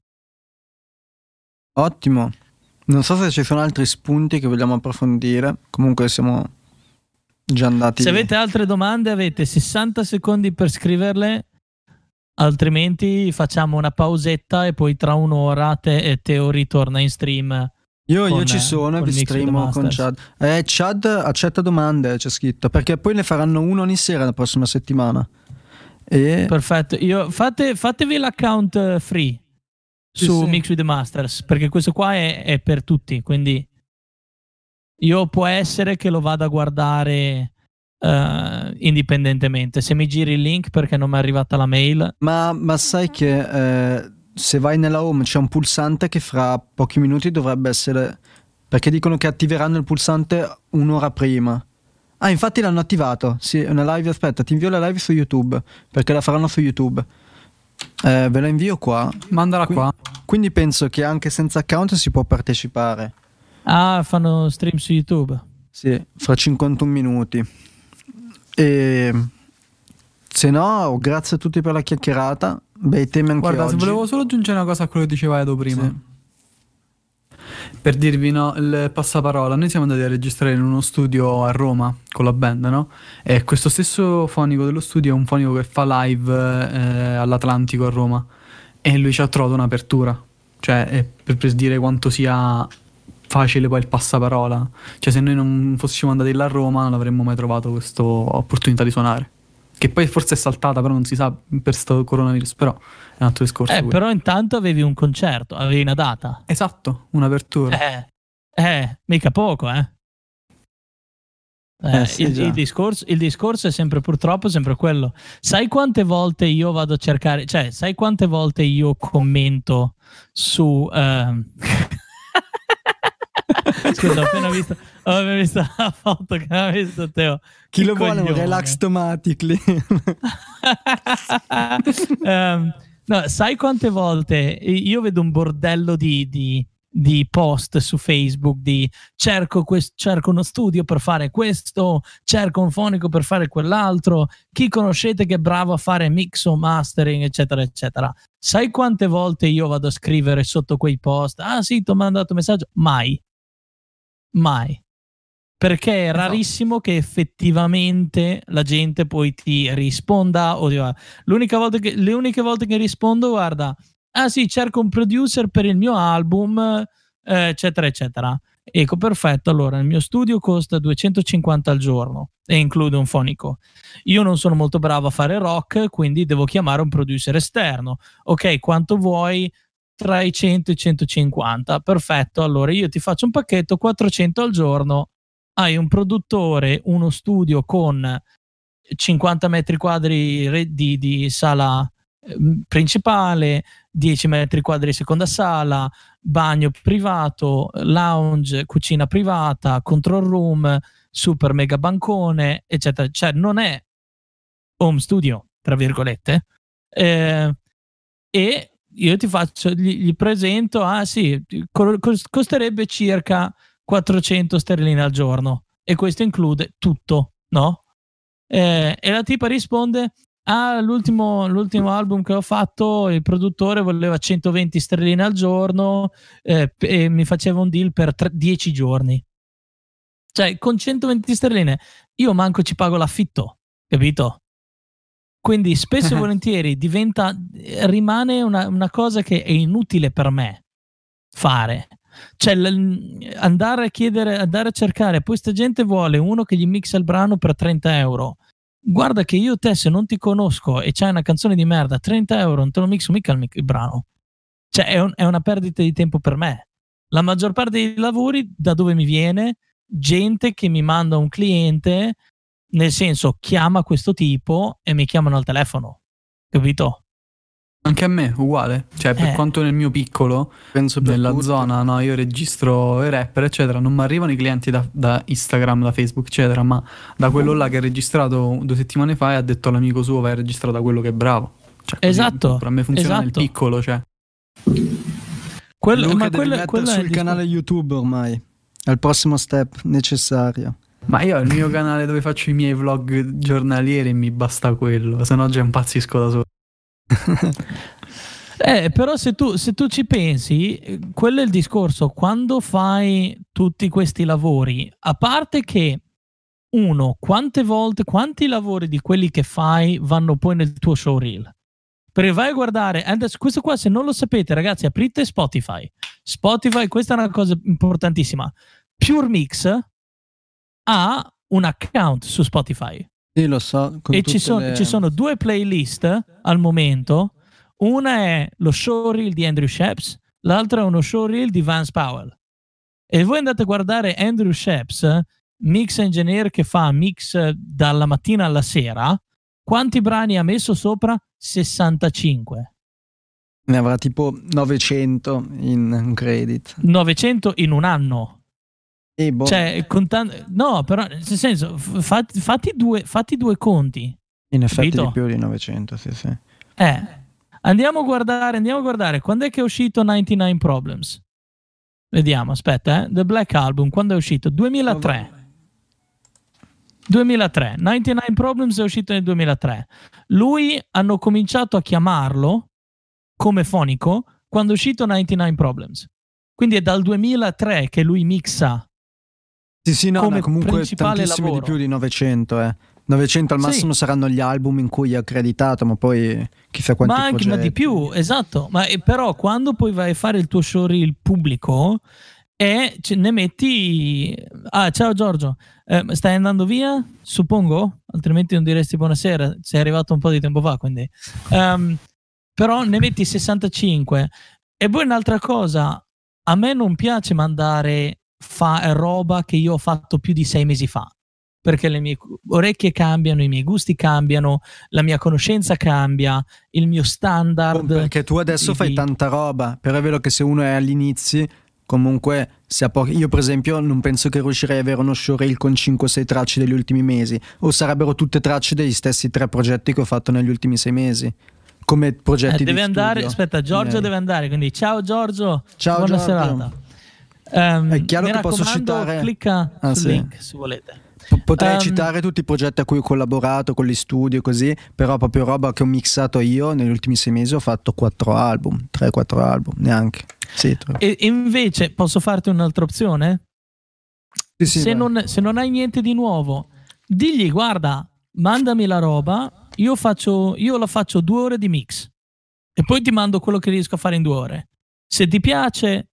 Ottimo. Non so se ci sono altri spunti che vogliamo approfondire. Comunque siamo già andati. Se avete altre domande avete sessanta secondi per scriverle, altrimenti facciamo una pausetta e poi tra un'ora te, Teo ritorna in stream. Io, con, io ci sono e con vi Mix with the streamo con Masters. Chad. Eh, Chad accetta domande, c'è scritto, perché poi ne faranno uno ogni sera la prossima settimana. E Perfetto. Io, fate, fatevi l'account eh, free Sì, su sì. Mix with the Masters, perché questo qua è, è per tutti, quindi io può essere che lo vada a guardare eh, indipendentemente. Se mi giri il link perché non mi è arrivata la mail. Ma, ma sai che eh, se vai nella home c'è un pulsante che fra pochi minuti dovrebbe essere, perché dicono che attiveranno il pulsante un'ora prima. Ah, infatti l'hanno attivato. Sì, è una live. Aspetta, ti invio la live su YouTube, perché la faranno su YouTube. Eh, ve la invio qua. Mandala Qui- qua. Quindi penso che anche senza account si può partecipare. Ah, fanno stream su YouTube. Sì, fra cinquantuno minuti. E se no, grazie a tutti per la chiacchierata. Bei temi anche Guarda, oggi. se volevo solo aggiungere una cosa a quello che diceva Edo prima. Sì. Per dirvi, no, il passaparola, noi siamo andati a registrare in uno studio a Roma con la band, no? E questo stesso fonico dello studio è un fonico che fa live eh, all'Atlantico a Roma e lui ci ha trovato un'apertura, cioè è per, per dire quanto sia facile poi il passaparola. Cioè se noi non fossimo andati là a Roma non avremmo mai trovato questa opportunità di suonare, che poi forse è saltata, però non si sa per sto coronavirus, però è un altro discorso. Eh, quello. però intanto avevi un concerto, avevi una data. Esatto, un'apertura. Eh, eh, mica poco, eh. Eh, Eh, sì, il, già. il discorso, il discorso è sempre purtroppo sempre quello. Sai quante volte io vado a cercare, cioè, sai quante volte io commento su. ehm, Scusa, ho appena visto, ho appena visto la foto che aveva visto Teo. Chi Che lo vuole un coglione. relax automatically? Ehm, no, sai quante volte io vedo un bordello di, di- di post su Facebook di cerco, quest- cerco uno studio per fare questo, cerco un fonico per fare quell'altro, chi conoscete che è bravo a fare mix o mastering, eccetera, eccetera. Sai quante volte io vado a scrivere sotto quei post? Ah sì, ti ho mandato un messaggio. Mai. Mai. Perché è rarissimo che effettivamente la gente poi ti risponda. O dica, l'unica volta che, le uniche volte che rispondo, guarda, ah sì, cerco un producer per il mio album, eh, eccetera, eccetera. Ecco, perfetto. Allora, il mio studio costa duecentocinquanta al giorno e include un fonico. Io non sono molto bravo a fare rock, quindi devo chiamare un producer esterno. Ok, quanto vuoi? Tra i cento e i centocinquanta. Perfetto. Allora, io ti faccio un pacchetto quattrocento al giorno. Hai un produttore, uno studio con cinquanta metri quadri re- di, di sala eh, principale, dieci metri quadri di seconda sala, bagno privato, lounge, cucina privata, control room, super mega bancone, eccetera. Cioè non è home studio, tra virgolette. Eh, e io ti faccio, gli, gli presento, ah sì, co- costerebbe circa quattrocento sterline al giorno e questo include tutto, no? Eh, e la tipa risponde, ah, l'ultimo, l'ultimo album che ho fatto il produttore voleva centoventi sterline al giorno eh, e mi faceva un deal per tre, dieci giorni. Cioè, con centoventi sterline io manco ci pago l'affitto, capito? Quindi spesso e volentieri diventa, rimane una, una cosa che è inutile per me fare. Cioè l- andare a chiedere, andare a cercare, poi sta gente vuole uno che gli mixa il brano per trenta euro. Guarda che io te se non ti conosco e c'hai una canzone di merda, trenta euro non te lo mixo mica il, mic- il brano. Cioè è, un- è una perdita di tempo per me. La maggior parte dei lavori da dove mi viene? Gente che mi manda un cliente, nel senso chiama questo tipo e mi chiamano al telefono, capito? Anche a me, uguale. Cioè, per Eh. quanto nel mio piccolo, Penso per nella tutti. zona, no, io registro i rapper, eccetera, non mi arrivano i clienti da, da Instagram, da Facebook, eccetera, ma da quello là che ha registrato due settimane fa e ha detto all'amico suo vai a registrare da quello che è bravo. Cioè, così, Esatto, per me funziona nel esatto. piccolo, cioè. Quello, Luca, ma devi quello, mettere quello è sul il canale YouTube ormai. È il prossimo step necessario. Ma io ho il mio canale dove faccio i miei vlog giornalieri e mi basta quello, se no già impazzisco da solo. Eh, però se tu, se tu ci pensi, quello è il discorso. Quando fai tutti questi lavori, a parte che uno, quante volte, quanti lavori di quelli che fai vanno poi nel tuo showreel? Perché vai a guardare, adesso, questo qua se non lo sapete ragazzi, aprite Spotify. Spotify, questa è una cosa importantissima. Pure Mix ha un account su Spotify. Sì, lo so. Con E ci sono, le... ci sono due playlist al momento. Una è lo showreel di Andrew Sheps, l'altra è uno showreel di Vance Powell. E voi andate a guardare Andrew Sheps, mix engineer che fa mix dalla mattina alla sera, quanti brani ha messo sopra? sessantacinque. Ne avrà tipo novecento in un credit. novecento in un anno. E boh. Cioè, contan- no, però nel senso, fatti, fatti, due, fatti due conti. In effetti capito? di più di novecento, sì, sì. Eh, andiamo a guardare, andiamo a guardare, quando è che è uscito novantanove Problems? Vediamo, aspetta, eh. The Black Album, quando è uscito? duemilatré. duemilatré. novantanove Problems è uscito nel duemilatré. Lui hanno cominciato a chiamarlo come fonico quando è uscito novantanove Problems. Quindi è dal duemilatré che lui mixa. Sì, sì, no, come no comunque principale tantissimi lavoro. di più di novecento, eh. novecento al massimo Sì. saranno gli album in cui è accreditato, ma poi chissà quanti Ma anche, progetti. ma di più, esatto. Ma eh, però quando poi vai a fare il tuo showreel pubblico e ce ne metti... Ah, ciao Giorgio, eh, stai andando via? Suppongo? Altrimenti non diresti buonasera, sei arrivato un po' di tempo fa, quindi... Um, però ne metti sessantacinque. E poi un'altra cosa, a me non piace mandare fa- roba che io ho fatto più di sei mesi fa, perché le mie orecchie cambiano, i miei gusti cambiano, la mia conoscenza cambia, il mio standard. Oh, perché tu adesso di- fai tanta roba, però è vero che se uno è agli inizi, comunque se ha pochi... io per esempio non penso che riuscirei ad avere uno showreel con cinque sei tracce degli ultimi mesi, o sarebbero tutte tracce degli stessi tre progetti che ho fatto negli ultimi sei mesi, come progetti Eh, di deve andare, studio. aspetta, Giorgio Eh. deve andare, quindi ciao Giorgio, Ciao, buona Giorgio. serata. Ehm, È chiaro mi che posso raccomando, citare- clicca Ah, sul sì. link se volete. P- Potrei Ehm, citare tutti i progetti a cui ho collaborato, con gli studi e così, però proprio roba che ho mixato io negli ultimi sei mesi ho fatto quattro album, tre quattro album, neanche. Sì, tre. E invece posso farti un'altra opzione? Sì, sì, se, vai. non, se non hai niente di nuovo, digli guarda, mandami la roba, io, faccio, io la faccio due ore di mix e poi ti mando quello che riesco a fare in due ore. Se ti piace,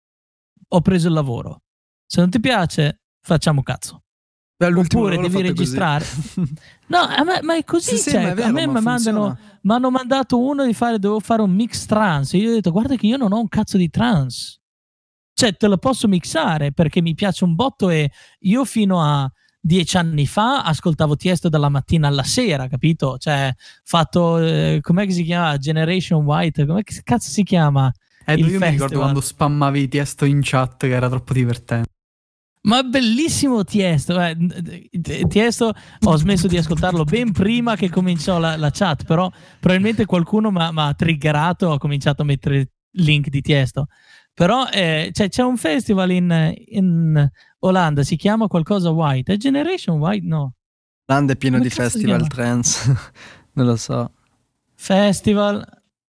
ho preso il lavoro. Se non ti piace, facciamo cazzo. Beh, l'ultimo Oppure l'ho devi fatto registrare. così. No, a me- ma è così. Sì, sì, cioè, ma è vero, a me ma mi mandano, funziona. mi hanno mandato uno di fare, dovevo fare un mix trance. Io ho detto, guarda che io non ho un cazzo di trance. Cioè, te lo posso mixare perché mi piace un botto e io fino a dieci anni fa ascoltavo Tiesto dalla mattina alla sera, capito? Cioè, fatto, eh, com'è che si chiama? Generation White, come cazzo si chiama? Eh, Il io mi ricordo festival. quando spammavi Tiesto in chat, che era troppo divertente. Ma bellissimo Tiesto, eh, Tiesto ho smesso di ascoltarlo ben prima che cominciò la, la chat, però probabilmente qualcuno mi ha triggerato, ho cominciato a mettere link di Tiesto. Però eh, cioè, c'è un festival in, in Olanda, si chiama qualcosa White, è Generation White? No. L'And è pieno Come di cazzo si festival chiama? trance, non lo so. Festival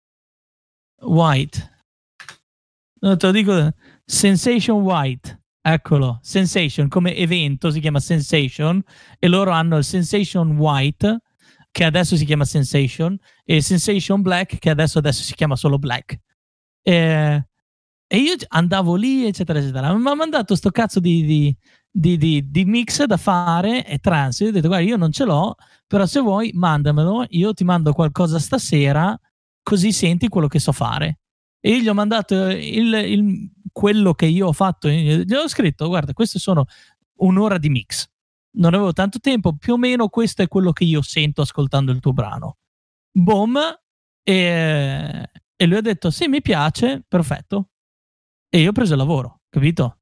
White. No, te lo dico, Sensation White. Eccolo, Sensation come evento si chiama Sensation e loro hanno il Sensation White che adesso si chiama Sensation e il Sensation Black che adesso, adesso si chiama solo Black. E, e io andavo lì eccetera eccetera, mi ha mandato sto cazzo di, di, di, di, di mix da fare e trance. Io ho detto guarda io non ce l'ho, però se vuoi mandamelo, io ti mando qualcosa stasera così senti quello che so fare. E io gli ho mandato il, il, quello che io ho fatto, gli ho scritto guarda queste sono un'ora di mix, non avevo tanto tempo, più o meno questo è quello che io sento ascoltando il tuo brano, boom, e, e lui ha detto sì mi piace, perfetto, e io ho preso il lavoro, capito?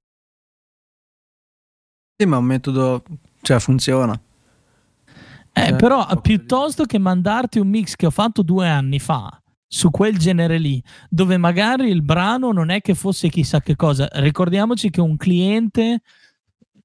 Sì, ma un metodo, cioè funziona. Eh, Cioè, però piuttosto che mandarti un mix che ho fatto due anni fa su quel genere lì, dove magari il brano non è che fosse chissà che cosa, ricordiamoci che un cliente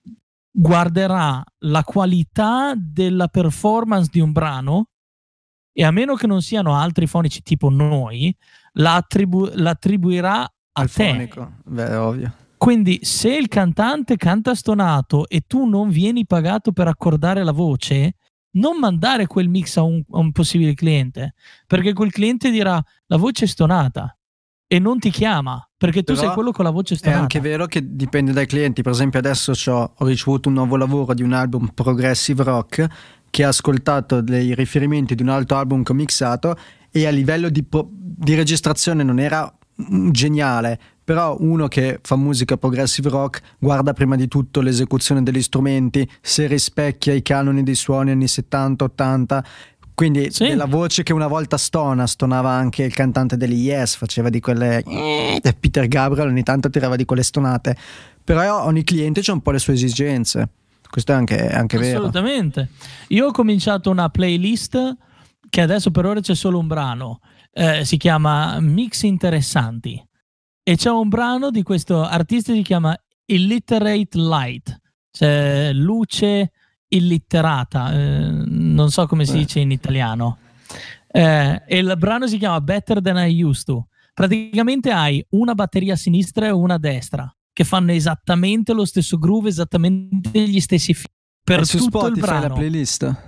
guarderà la qualità della performance di un brano e a meno che non siano altri fonici tipo noi, la attribu- l'attribuirà a Al te. fonico. Beh, ovvio. Quindi se il cantante canta stonato e tu non vieni pagato per accordare la voce, non mandare quel mix a un, a un possibile cliente, perché quel cliente dirà la voce è stonata e non ti chiama, perché tu Però sei quello con la voce È stonata. anche vero che dipende dai clienti. Per esempio adesso c'ho- ho ricevuto un nuovo lavoro di un album progressive rock che ha ascoltato dei riferimenti di un altro album che ho mixato, e a livello di, po- di registrazione non era mm, geniale, però uno che fa musica progressive rock guarda prima di tutto l'esecuzione degli strumenti, se rispecchia i canoni dei suoni anni settanta ottanta. Quindi Sì. della voce che una volta stona, stonava anche il cantante degli Yes, faceva di quelle, e Peter Gabriel ogni tanto tirava di quelle stonate. Però ogni cliente c'ha un po' le sue esigenze, questo è anche, è anche vero. Assolutamente. Io ho cominciato una playlist che adesso per ora c'è solo un brano, eh, si chiama Mix Interessanti, e c'è un brano di questo artista che si chiama Illiterate Light, cioè luce illiterata, eh, non so come si Eh. dice in italiano, eh, e il brano si chiama Better Than I Used To. Praticamente hai una batteria a sinistra e una a destra che fanno esattamente lo stesso groove, esattamente gli stessi fili per È su tutto il Spotify la brano. playlist?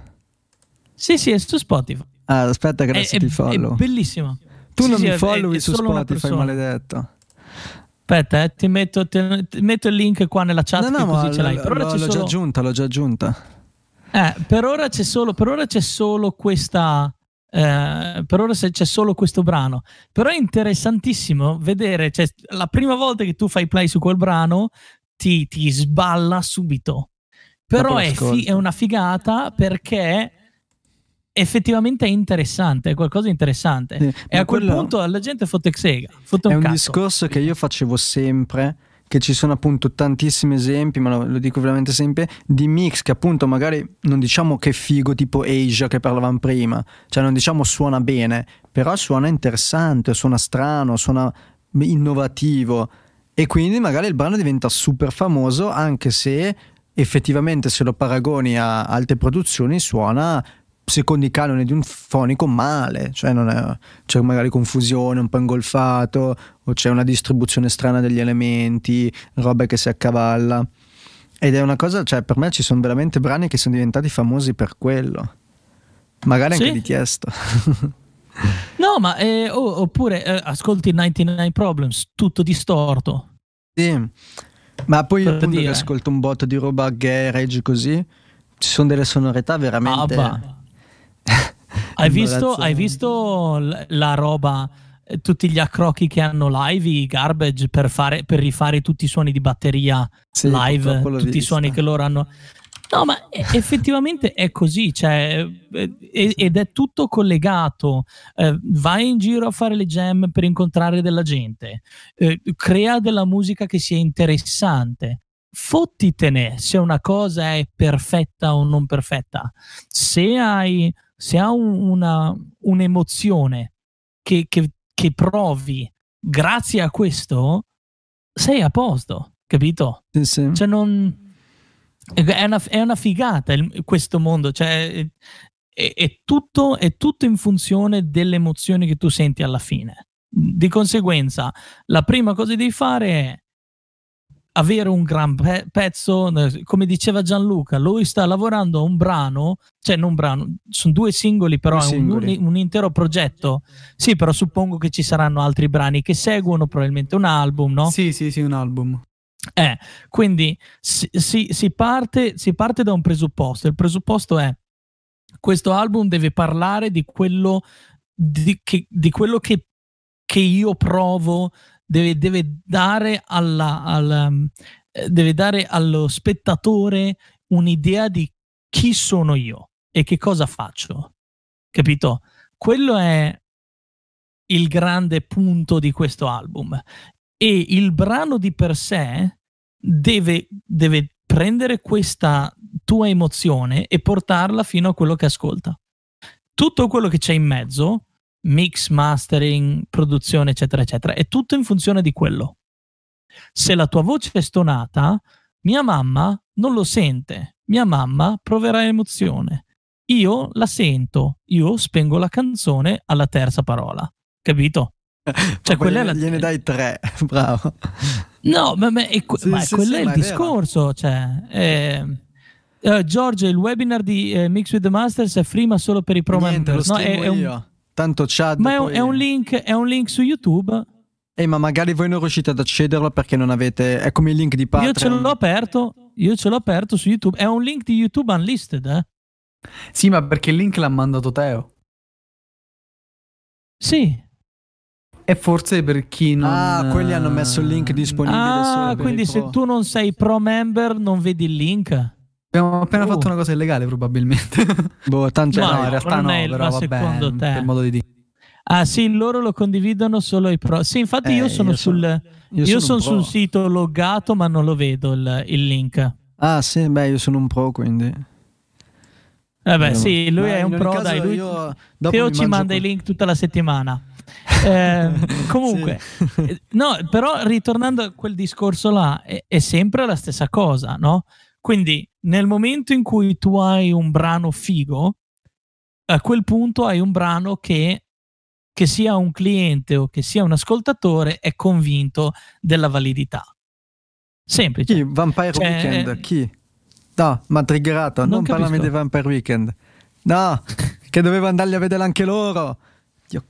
Sì, sì, è su Spotify. Ah, aspetta che È, adesso è- ti follow. è bellissimo. Tu Sì, non sì, mi è- followi è su solo una Spotify, persona. maledetto. Aspetta, eh, ti, metto, ti- ti metto il link qua nella chat, No, che no, così ma ce l'hai. l- Per ora l'ho, c'è l'ho già solo, aggiunta, l'ho già aggiunta. eh, per ora c'è solo, per ora c'è solo questa. eh, per ora se- c'è solo questo brano. Però è interessantissimo vedere. Cioè, la prima volta che tu fai play su quel brano, ti, ti sballa subito. Però Dopo è, fi- l'ascolto. è una figata perché effettivamente è interessante, è qualcosa di interessante. Sì, E ma a quel quello punto la gente fotte sega, fotte un è un cazzo. discorso che io facevo sempre, che ci sono appunto tantissimi esempi, ma lo, lo dico veramente sempre, di mix che appunto magari non diciamo che è figo tipo Asia che parlavamo prima, cioè non diciamo suona bene, però suona interessante, suona strano, suona innovativo, e quindi magari il brano diventa super famoso anche se effettivamente se lo paragoni a altre produzioni suona secondo i canoni di un fonico male, cioè non è, c'è magari confusione, un po' ingolfato, o c'è una distribuzione strana degli elementi, roba che si accavalla, ed è una cosa, cioè per me ci sono veramente brani che sono diventati famosi per quello, magari anche Sì. di Tiesto. No, ma eh, oh, oppure eh, ascolti novantanove Problems, tutto distorto. Sì, ma poi Per appunto che dire. ascolto un botto di roba garage così, ci sono delle sonorità veramente Ah, bah. Hai visto, imbarazzanti. hai visto l- la roba, eh, tutti gli accrocchi che hanno live, i garbage, per, fare, per rifare tutti i suoni di batteria Sì, live, purtroppo l'ho tutti i visto. suoni che loro hanno. No, ma e- effettivamente è così, cioè, eh, e- ed è tutto collegato. Eh, vai in giro a fare le jam per incontrare della gente, eh, crea della musica che sia interessante. Fottitene se una cosa è perfetta o non perfetta. Se hai, se ha un- una, un'emozione che, che, che provi grazie a questo, sei a posto, capito? Sì, sì. Cioè non è una, è una figata il- questo mondo, cioè è, è tutto, è tutto in funzione delle emozioni che tu senti alla fine. Di conseguenza, la prima cosa che devi fare è avere un gran pe- pezzo, eh, come diceva Gianluca, lui sta lavorando a un brano, cioè non un brano, sono due singoli, però Due è un, singoli. un- un intero progetto. Sì, però suppongo che ci saranno altri brani che seguono, probabilmente un album, no? Sì, sì, sì, un album. Eh, quindi si, si- si parte, si parte da un presupposto. Il presupposto è: questo album deve parlare di quello, di, che, di quello che, che io provo, deve, deve dare alla, al, eh, deve dare allo spettatore un'idea di chi sono io e che cosa faccio. Capito? Quello è il grande punto di questo album. E il brano di per sé deve, deve prendere questa tua emozione e portarla fino a quello che ascolta. Tutto quello che c'è in mezzo, mix, mastering, produzione, eccetera, eccetera, è tutto in funzione di quello. Se la tua voce è stonata, mia mamma non lo sente. Mia mamma proverà emozione. io la sento, io spengo la canzone alla terza parola, capito? Cioè, quella è la... gliene dai tre, bravo. No, ma, ma, è, Sì, ma sì, quello sì, è il ma è discorso. Cioè, eh, eh, Giorgio, il webinar di eh, Mix with the Masters è free ma solo per i pro Niente, lo members. No, è, streamo è un, io. Tanto Chad ma è un, poi... è un link, è un link su YouTube. Eh, ma magari voi non riuscite ad accederlo perché non avete... È come il link di Patreon. Io ce l'ho aperto, io ce l'ho aperto su YouTube. È un link di YouTube unlisted, eh? Sì, ma perché il link l'ha mandato Teo. Sì. E forse per chi non... Ah, quelli hanno messo il link disponibile Ah, solo per quindi i se pro. tu non sei pro member non vedi il link? Abbiamo appena Oh. fatto una cosa illegale probabilmente. Boh, tanto... Cioè, Ma no, in no, realtà non no, è il- però ma vabbè, secondo te? per modo di dire. Ah sì, loro lo condividono solo i pro. Sì, infatti Eh, io sono io sul sono- io, io sono, sono un sul pro. sito loggato ma non lo vedo il, il link. Ah, sì, beh, io sono un pro, quindi... Vabbè, Eh, sì, lui ma è in un ogni pro, caso dai, lui io dopo Teo mi ci mangio manda i quel- link tutta la settimana. Eh, comunque, Sì. eh, no, però ritornando a quel discorso là, è, è sempre la stessa cosa, no? Quindi nel momento in cui tu hai un brano figo, a quel punto hai un brano che, che sia un cliente o che sia un ascoltatore è convinto della validità. Semplice. Chi? Vampire Cioè, Weekend? Chi? No, ma triggerato, non, Non parlami capisco. di Vampire Weekend. No, che dovevo andarli a vedere anche loro. Dio.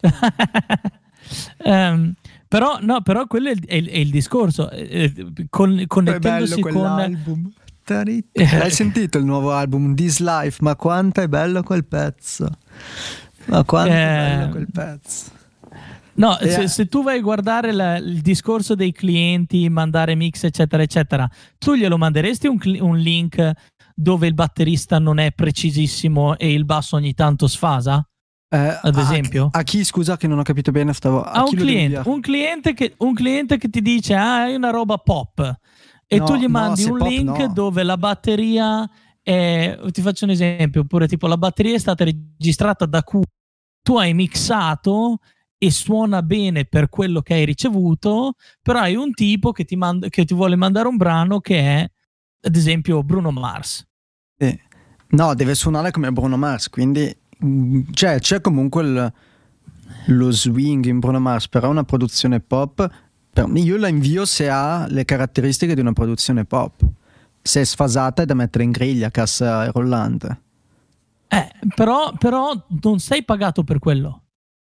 Ehm, però, no, però quello è il, è il- è il discorso. eh, eh, con- È bello connettendosi con. quell'album. Hai sentito il nuovo album This Life? Ma quanto è bello quel pezzo. Ma quanto Eh, è bello quel pezzo. No, E- se, se tu vai a guardare la- il discorso dei clienti, mandare mix, eccetera, eccetera, tu glielo manderesti un, cli- un link dove il batterista non è precisissimo e il basso ogni tanto sfasa? Eh, Ad a- esempio? A, chi, scusa che non ho capito bene, stavo... A un chi lo devi cliente, inviare? un, cliente che, un cliente che ti dice ah, è una roba pop e No, tu gli no, mandi se un pop link no. dove la batteria è, ti faccio un esempio, oppure tipo la batteria è stata registrata da Q, tu hai mixato e suona bene per quello che hai ricevuto, però hai un tipo che ti, manda, che ti vuole mandare un brano che è ad esempio Bruno Mars. Sì. No, deve suonare come Bruno Mars, quindi mm, cioè, c'è comunque il- lo swing in Bruno Mars, però è una produzione pop. Per me, io la invio se ha le caratteristiche di una produzione pop. Se è sfasata è da mettere in griglia, cassa rollante. Eh, però, però non sei pagato per quello.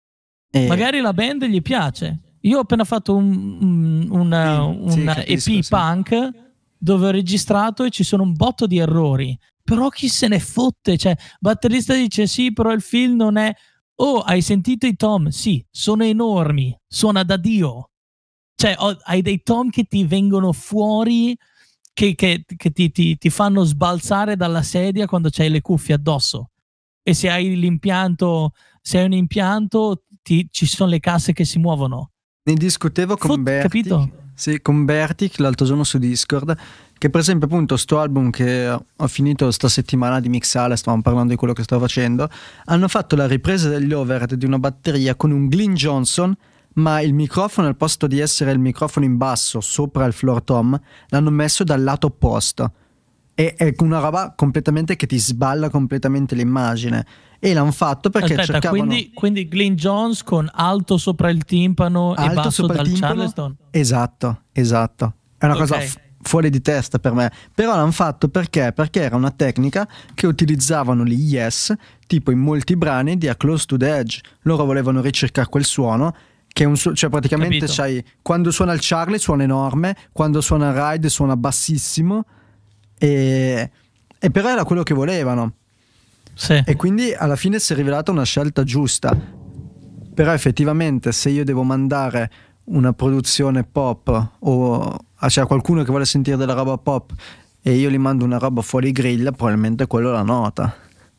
E- Magari la band gli piace. Io ho appena fatto un, un, una- Sì, sì, un capisco, E P sì. punk dove ho registrato e ci sono un botto di errori. Però chi se ne fotte? Cioè, il batterista dice sì, però il film non è... Oh, hai sentito i tom? Sì, sono enormi. Suona da Dio. Cioè, ho- hai dei tom che ti vengono fuori, che, che- che ti, ti- ti fanno sbalzare dalla sedia quando c'hai le cuffie addosso. E se hai l'impianto, se hai un impianto, ti- ci sono le casse che si muovono. Ne discutevo con Fot- Bertic, capito? sì, con Bertic l'altro giorno su Discord, che per esempio appunto sto album che ho finito sta settimana di mixare, stavamo parlando di quello che stavo facendo, hanno fatto la ripresa degli overhead di una batteria con un Glyn Johnson, ma il microfono al posto di essere il microfono in basso sopra il floor tom l'hanno messo dal lato opposto. E è una roba completamente che ti sballa completamente l'immagine. E l'hanno fatto perché Aspetta, cercavano quindi, quindi Glyn Jones con alto sopra il timpano e alto basso sopra il dal timpano. Charleston. Esatto, esatto. È una Ok. cosa f- fuori di testa per me. Però l'hanno fatto perché? Perché era una tecnica che utilizzavano gli Yes, tipo in molti brani di A Close to the Edge. Loro volevano ricercare quel suono che è un su- cioè praticamente Capito. c'hai, quando suona il Charlie suona enorme, quando suona il Ride suona bassissimo e, e però era quello che volevano. Sì. E quindi alla fine si è rivelata una scelta giusta. Però effettivamente se io devo mandare una produzione pop o c'è qualcuno che vuole sentire della roba pop e io gli mando una roba fuori griglia, probabilmente quello la nota.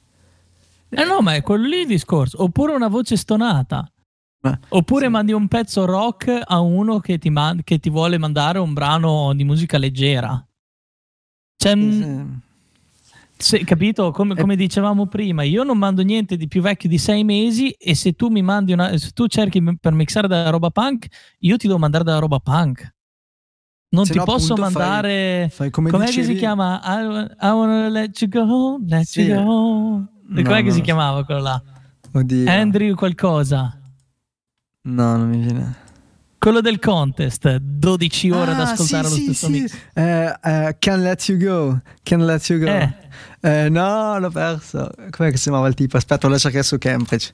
Eh no, ma è quello lì il discorso. Oppure una voce stonata. Eh, Oppure sì. mandi un pezzo rock a uno che ti, man- che ti vuole mandare un brano di musica leggera. Cioè, mh, Sì. se- capito? Come, come dicevamo prima, io non mando niente di più vecchio di sei mesi e se tu mi mandi una... se tu cerchi per mixare della roba punk, io ti devo mandare della roba punk. Non Se ti no, posso appunto, fai- mandare... fai come com'è che dicevi- si chiama? I, I wanna let you go, let Sì. you go. No, com'è che non si lo so. chiamava quello là? Oddio. Andrew qualcosa. No, non mi viene. Quello del contest, dodici ore ad Ah, ascoltare sì, lo sì, stesso sì. mix. Eh, eh, Can't Let You Go. Can't Let You Go. Eh. Eh, no, l'ho perso. Com'è che si chiamava il tipo? Aspetta, lo cercare su Cambridge.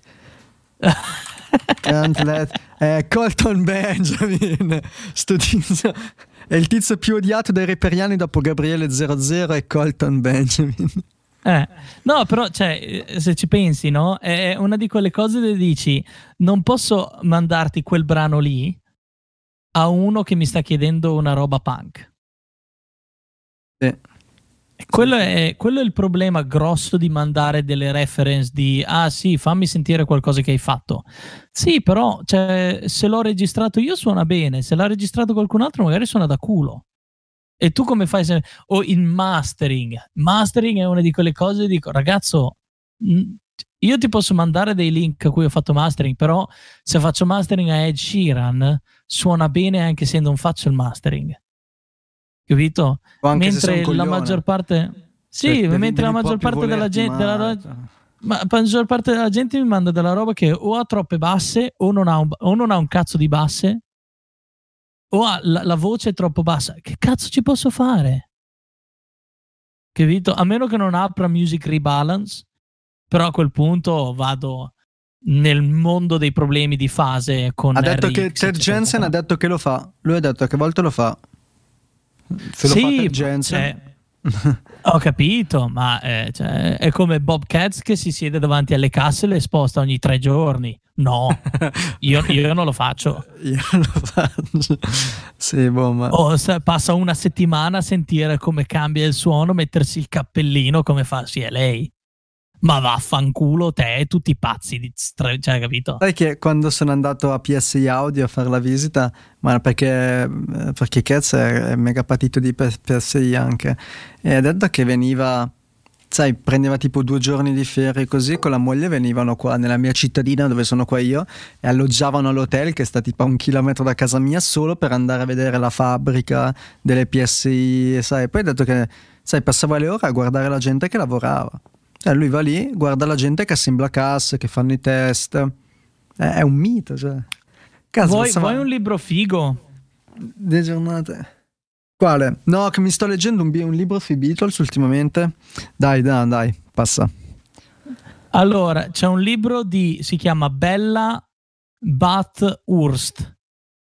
Can't let... Eh, Colton Benjamin. Sto tizio. È il tizio più odiato dai reperiani dopo Gabriele zero zero e Colton Benjamin. Eh, no, però, cioè, eh, se ci pensi, no? È una di quelle cose dove dici, non posso mandarti quel brano lì a uno che mi sta chiedendo una roba punk. Sì. E quello, è, quello è il problema grosso di mandare delle reference di, ah sì, fammi sentire qualcosa che hai fatto. Sì, però, cioè, se l'ho registrato io suona bene, se l'ha registrato qualcun altro magari suona da culo. E tu come fai? Se... O il mastering. Mastering è una di quelle cose, dico, ragazzo, mh, io ti posso mandare dei link a cui ho fatto mastering, però se faccio mastering a Ed Sheeran, suona bene anche se non faccio il mastering. Capito? O anche se sei un Mentre la coglione. maggior parte... Sì, Cioè, devi- mentre devi la maggior proprio parte della volerti gente... Della male, ro- cioè. ma la maggior parte della gente mi manda della roba che o ha troppe basse o non ha un, o non ha un cazzo di basse o ha la, la voce è troppo bassa. Che cazzo ci posso fare? Capito? A meno che non apra Music Rebalance, però a quel punto vado nel mondo dei problemi di fase con Ha detto R X, che Ted eccetera, Jensen ha eccetera. detto che lo fa. Lui ha detto che a volte lo fa. Se lo fa Sì, Ted ma, Jensen. cioè, ho capito, ma eh, cioè, è come Bob Katz che si siede davanti alle casse e le sposta ogni tre giorni. No, io, io non lo faccio. Io lo faccio. Sì, boh, ma... O se passa una settimana a sentire come cambia il suono, mettersi il cappellino come fa, sì, è lei. Ma vaffanculo te e tutti i pazzi di stra- cioè, capito? Sai che quando sono andato a P S I Audio a fare la visita, ma perché, perché Caz è, è mega patito di P S I anche, e ha detto che veniva, sai, prendeva tipo due giorni di ferie così, con la moglie venivano qua nella mia cittadina dove sono qua io e alloggiavano all'hotel che sta tipo a un chilometro da casa mia solo per andare a vedere la fabbrica delle P S I, sai, poi ha detto che, sai, passava le ore a guardare la gente che lavorava. Cioè lui va lì, guarda la gente che assembla casse, che fanno i test. È, è un mito, cioè. Cazzo, Vuoi, passava- vuoi un libro figo? Le giornate. Quale? No, che mi sto leggendo un, bi- un libro sui Beatles ultimamente. Dai, dai, dai, passa. Allora, c'è un libro di, si chiama Bella Bathurst.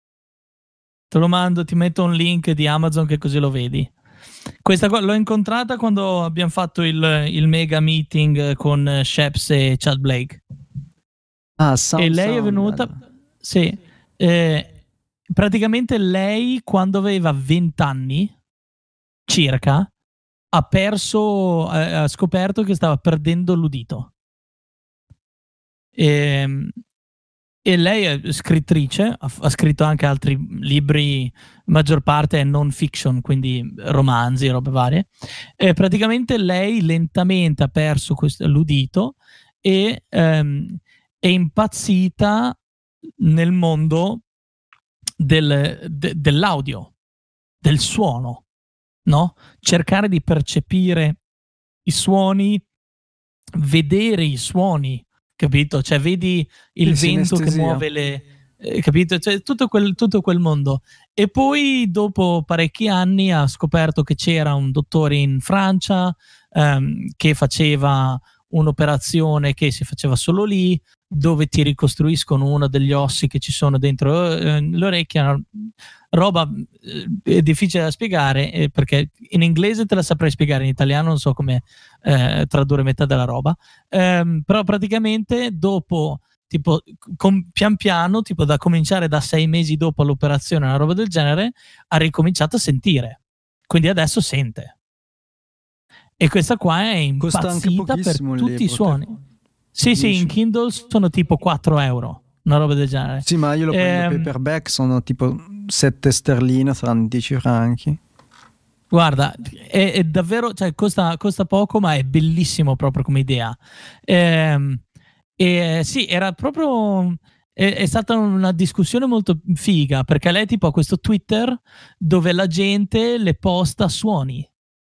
Te lo mando, ti metto un link di Amazon che così lo vedi. Questa qua l'ho incontrata quando abbiamo fatto il, il mega meeting con Sheps e Chad Blake. Ah, Sound E lei è Sound, venuta, bello. sì, eh, praticamente lei quando aveva venti anni circa ha perso, eh, ha scoperto che stava perdendo l'udito. E, e lei è scrittrice, ha, ha scritto anche altri libri, maggior parte è non fiction, quindi romanzi, robe varie. E praticamente lei lentamente ha perso questo, l'udito e ehm, è impazzita nel mondo del, de, dell'audio, del suono, no? Cercare di percepire i suoni, vedere i suoni, capito? Cioè vedi il Sì, vento che sinestesia. muove le... eh, capito? Cioè tutto quel, tutto quel mondo. E poi dopo parecchi anni ha scoperto che c'era un dottore in Francia ehm, che faceva un'operazione che si faceva solo lì, dove ti ricostruiscono uno degli ossi che ci sono dentro eh, l'orecchia, roba eh, è difficile da spiegare eh, perché in inglese te la saprei spiegare, in italiano non so come eh, tradurre metà della roba, ehm, però praticamente dopo tipo con, pian piano, tipo da cominciare da sei mesi dopo l'operazione, una roba del genere, ha ricominciato a sentire, quindi adesso sente. E questa qua è Costa anche impazzita per pochissimo il tutti libro, i suoni. te- Sì, sì, dici? in Kindle sono tipo quattro euro, una roba del genere. Sì, ma io lo prendo Ehm, paperback, sono tipo sette sterline, saranno dieci franchi. Guarda, è, è davvero, cioè costa, costa poco, ma è bellissimo proprio come idea. Ehm, e sì, era proprio. È, è stata una discussione molto figa perché lei tipo ha questo Twitter dove la gente le posta suoni.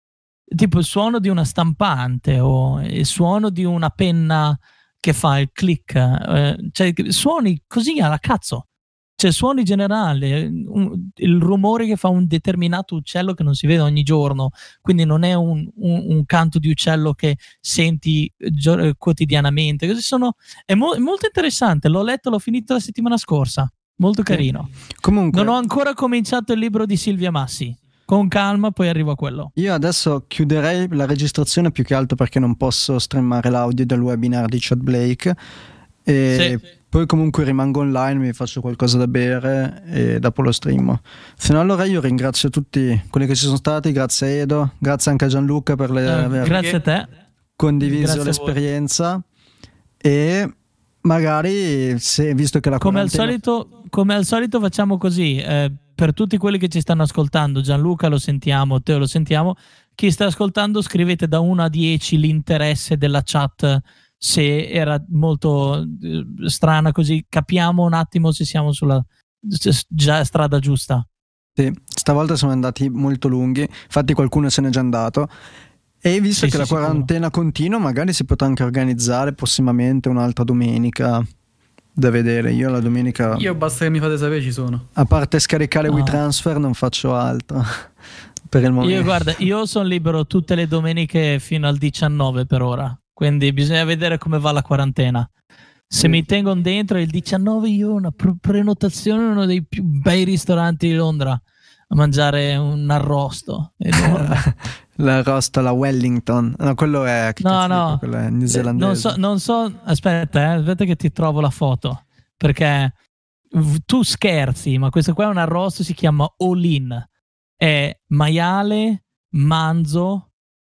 tipo il suono di una stampante o il suono di una penna che fa il click, eh, cioè suoni così alla cazzo, cioè suoni generali, un, il rumore che fa un determinato uccello che non si vede ogni giorno, quindi non è un, un, un canto di uccello che senti gio- quotidianamente. Questi sono, è, mo- è molto interessante, l'ho letto, l'ho finito la settimana scorsa, molto carino. Comunque, non ho ancora cominciato il libro di Silvia Massi, con calma poi arrivo a quello. Io adesso chiuderei la registrazione più che altro perché non posso streamare l'audio del webinar di Chad Blake e Sì. poi comunque rimango online, mi faccio qualcosa da bere e dopo lo streamo. Se no, allora io ringrazio tutti quelli che ci sono stati, grazie a Edo, grazie anche a Gianluca per le, Eh, aver grazie a te. condiviso Grazie a voi. l'esperienza e magari se visto che la Come al quarantena... solito, come al solito facciamo così, eh, per tutti quelli che ci stanno ascoltando, Gianluca lo sentiamo, Teo lo sentiamo, chi sta ascoltando scrivete da uno a dieci l'interesse della chat, se era molto eh, strana, così capiamo un attimo se siamo sulla s- già strada giusta. Sì, stavolta siamo andati molto lunghi, infatti qualcuno se n'è già andato. E visto Sì, che sì, la sicuro. quarantena continua, magari si potrà anche organizzare prossimamente un'altra domenica da vedere. Io la domenica, Io basta che mi fate sapere, ci sono. a parte scaricare Ah. WeTransfer, non faccio altro per il momento. Io guarda, io sono libero tutte le domeniche fino al diciannove per ora, quindi bisogna vedere come va la quarantena. Se Sì. mi tengono dentro il diciannove io ho una pre- prenotazione in uno dei più bei ristoranti di Londra a mangiare un arrosto enorme. La rosta, la Wellington. No, quello è, che No, cazzo no. dico, quello è neozelandese. Non so, non so, aspetta, eh, aspetta che ti trovo la foto, perché v- tu scherzi, ma questo qua è un arrosto, si chiama All In, è maiale, manzo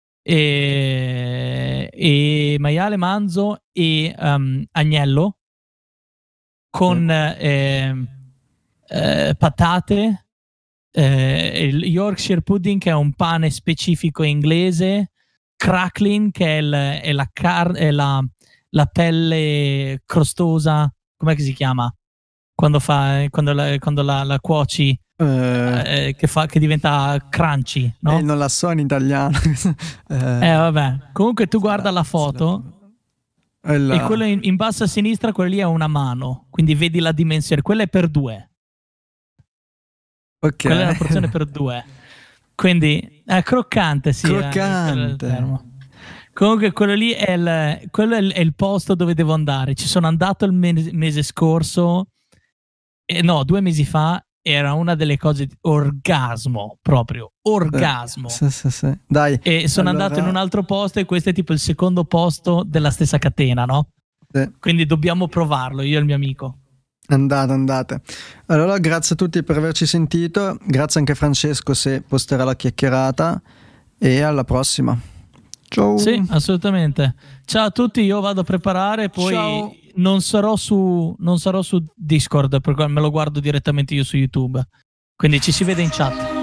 e, e maiale, manzo e um, agnello con eh, eh, patate, eh, il Yorkshire pudding che è un pane specifico inglese, crackling che è, il, è, la, car- è la, la pelle crostosa, com'è che si chiama? Quando, fa, quando, la, quando la, la cuoci Eh, eh, che, fa, che diventa crunchy, no? eh, non la so in italiano. Eh vabbè, comunque tu guarda la foto È la- e quello in, in basso a sinistra, quello lì è una mano, quindi vedi la dimensione, quella è per due, Ok. quella è una porzione per due, quindi è croccante, sì. Croccante. eh, quello è il termo. Comunque quello lì è il, quello è il, è il posto dove devo andare. Ci sono andato il mese, mese scorso, eh, no, due mesi fa. Era una delle cose, orgasmo proprio, orgasmo. Sì, sì, sì. Dai. E sono allora- andato in un altro posto e questo è tipo il secondo posto della stessa catena, no? Sì. Quindi dobbiamo provarlo, io e il mio amico. Andate, andate. Allora, grazie a tutti per averci sentito. Grazie anche a Francesco se posterà la chiacchierata. E alla prossima. Ciao. Sì, assolutamente. Ciao a tutti, io vado a preparare, poi Ciao. non sarò su non sarò su Discord, perché me lo guardo direttamente io su YouTube. Quindi ci si vede in chat.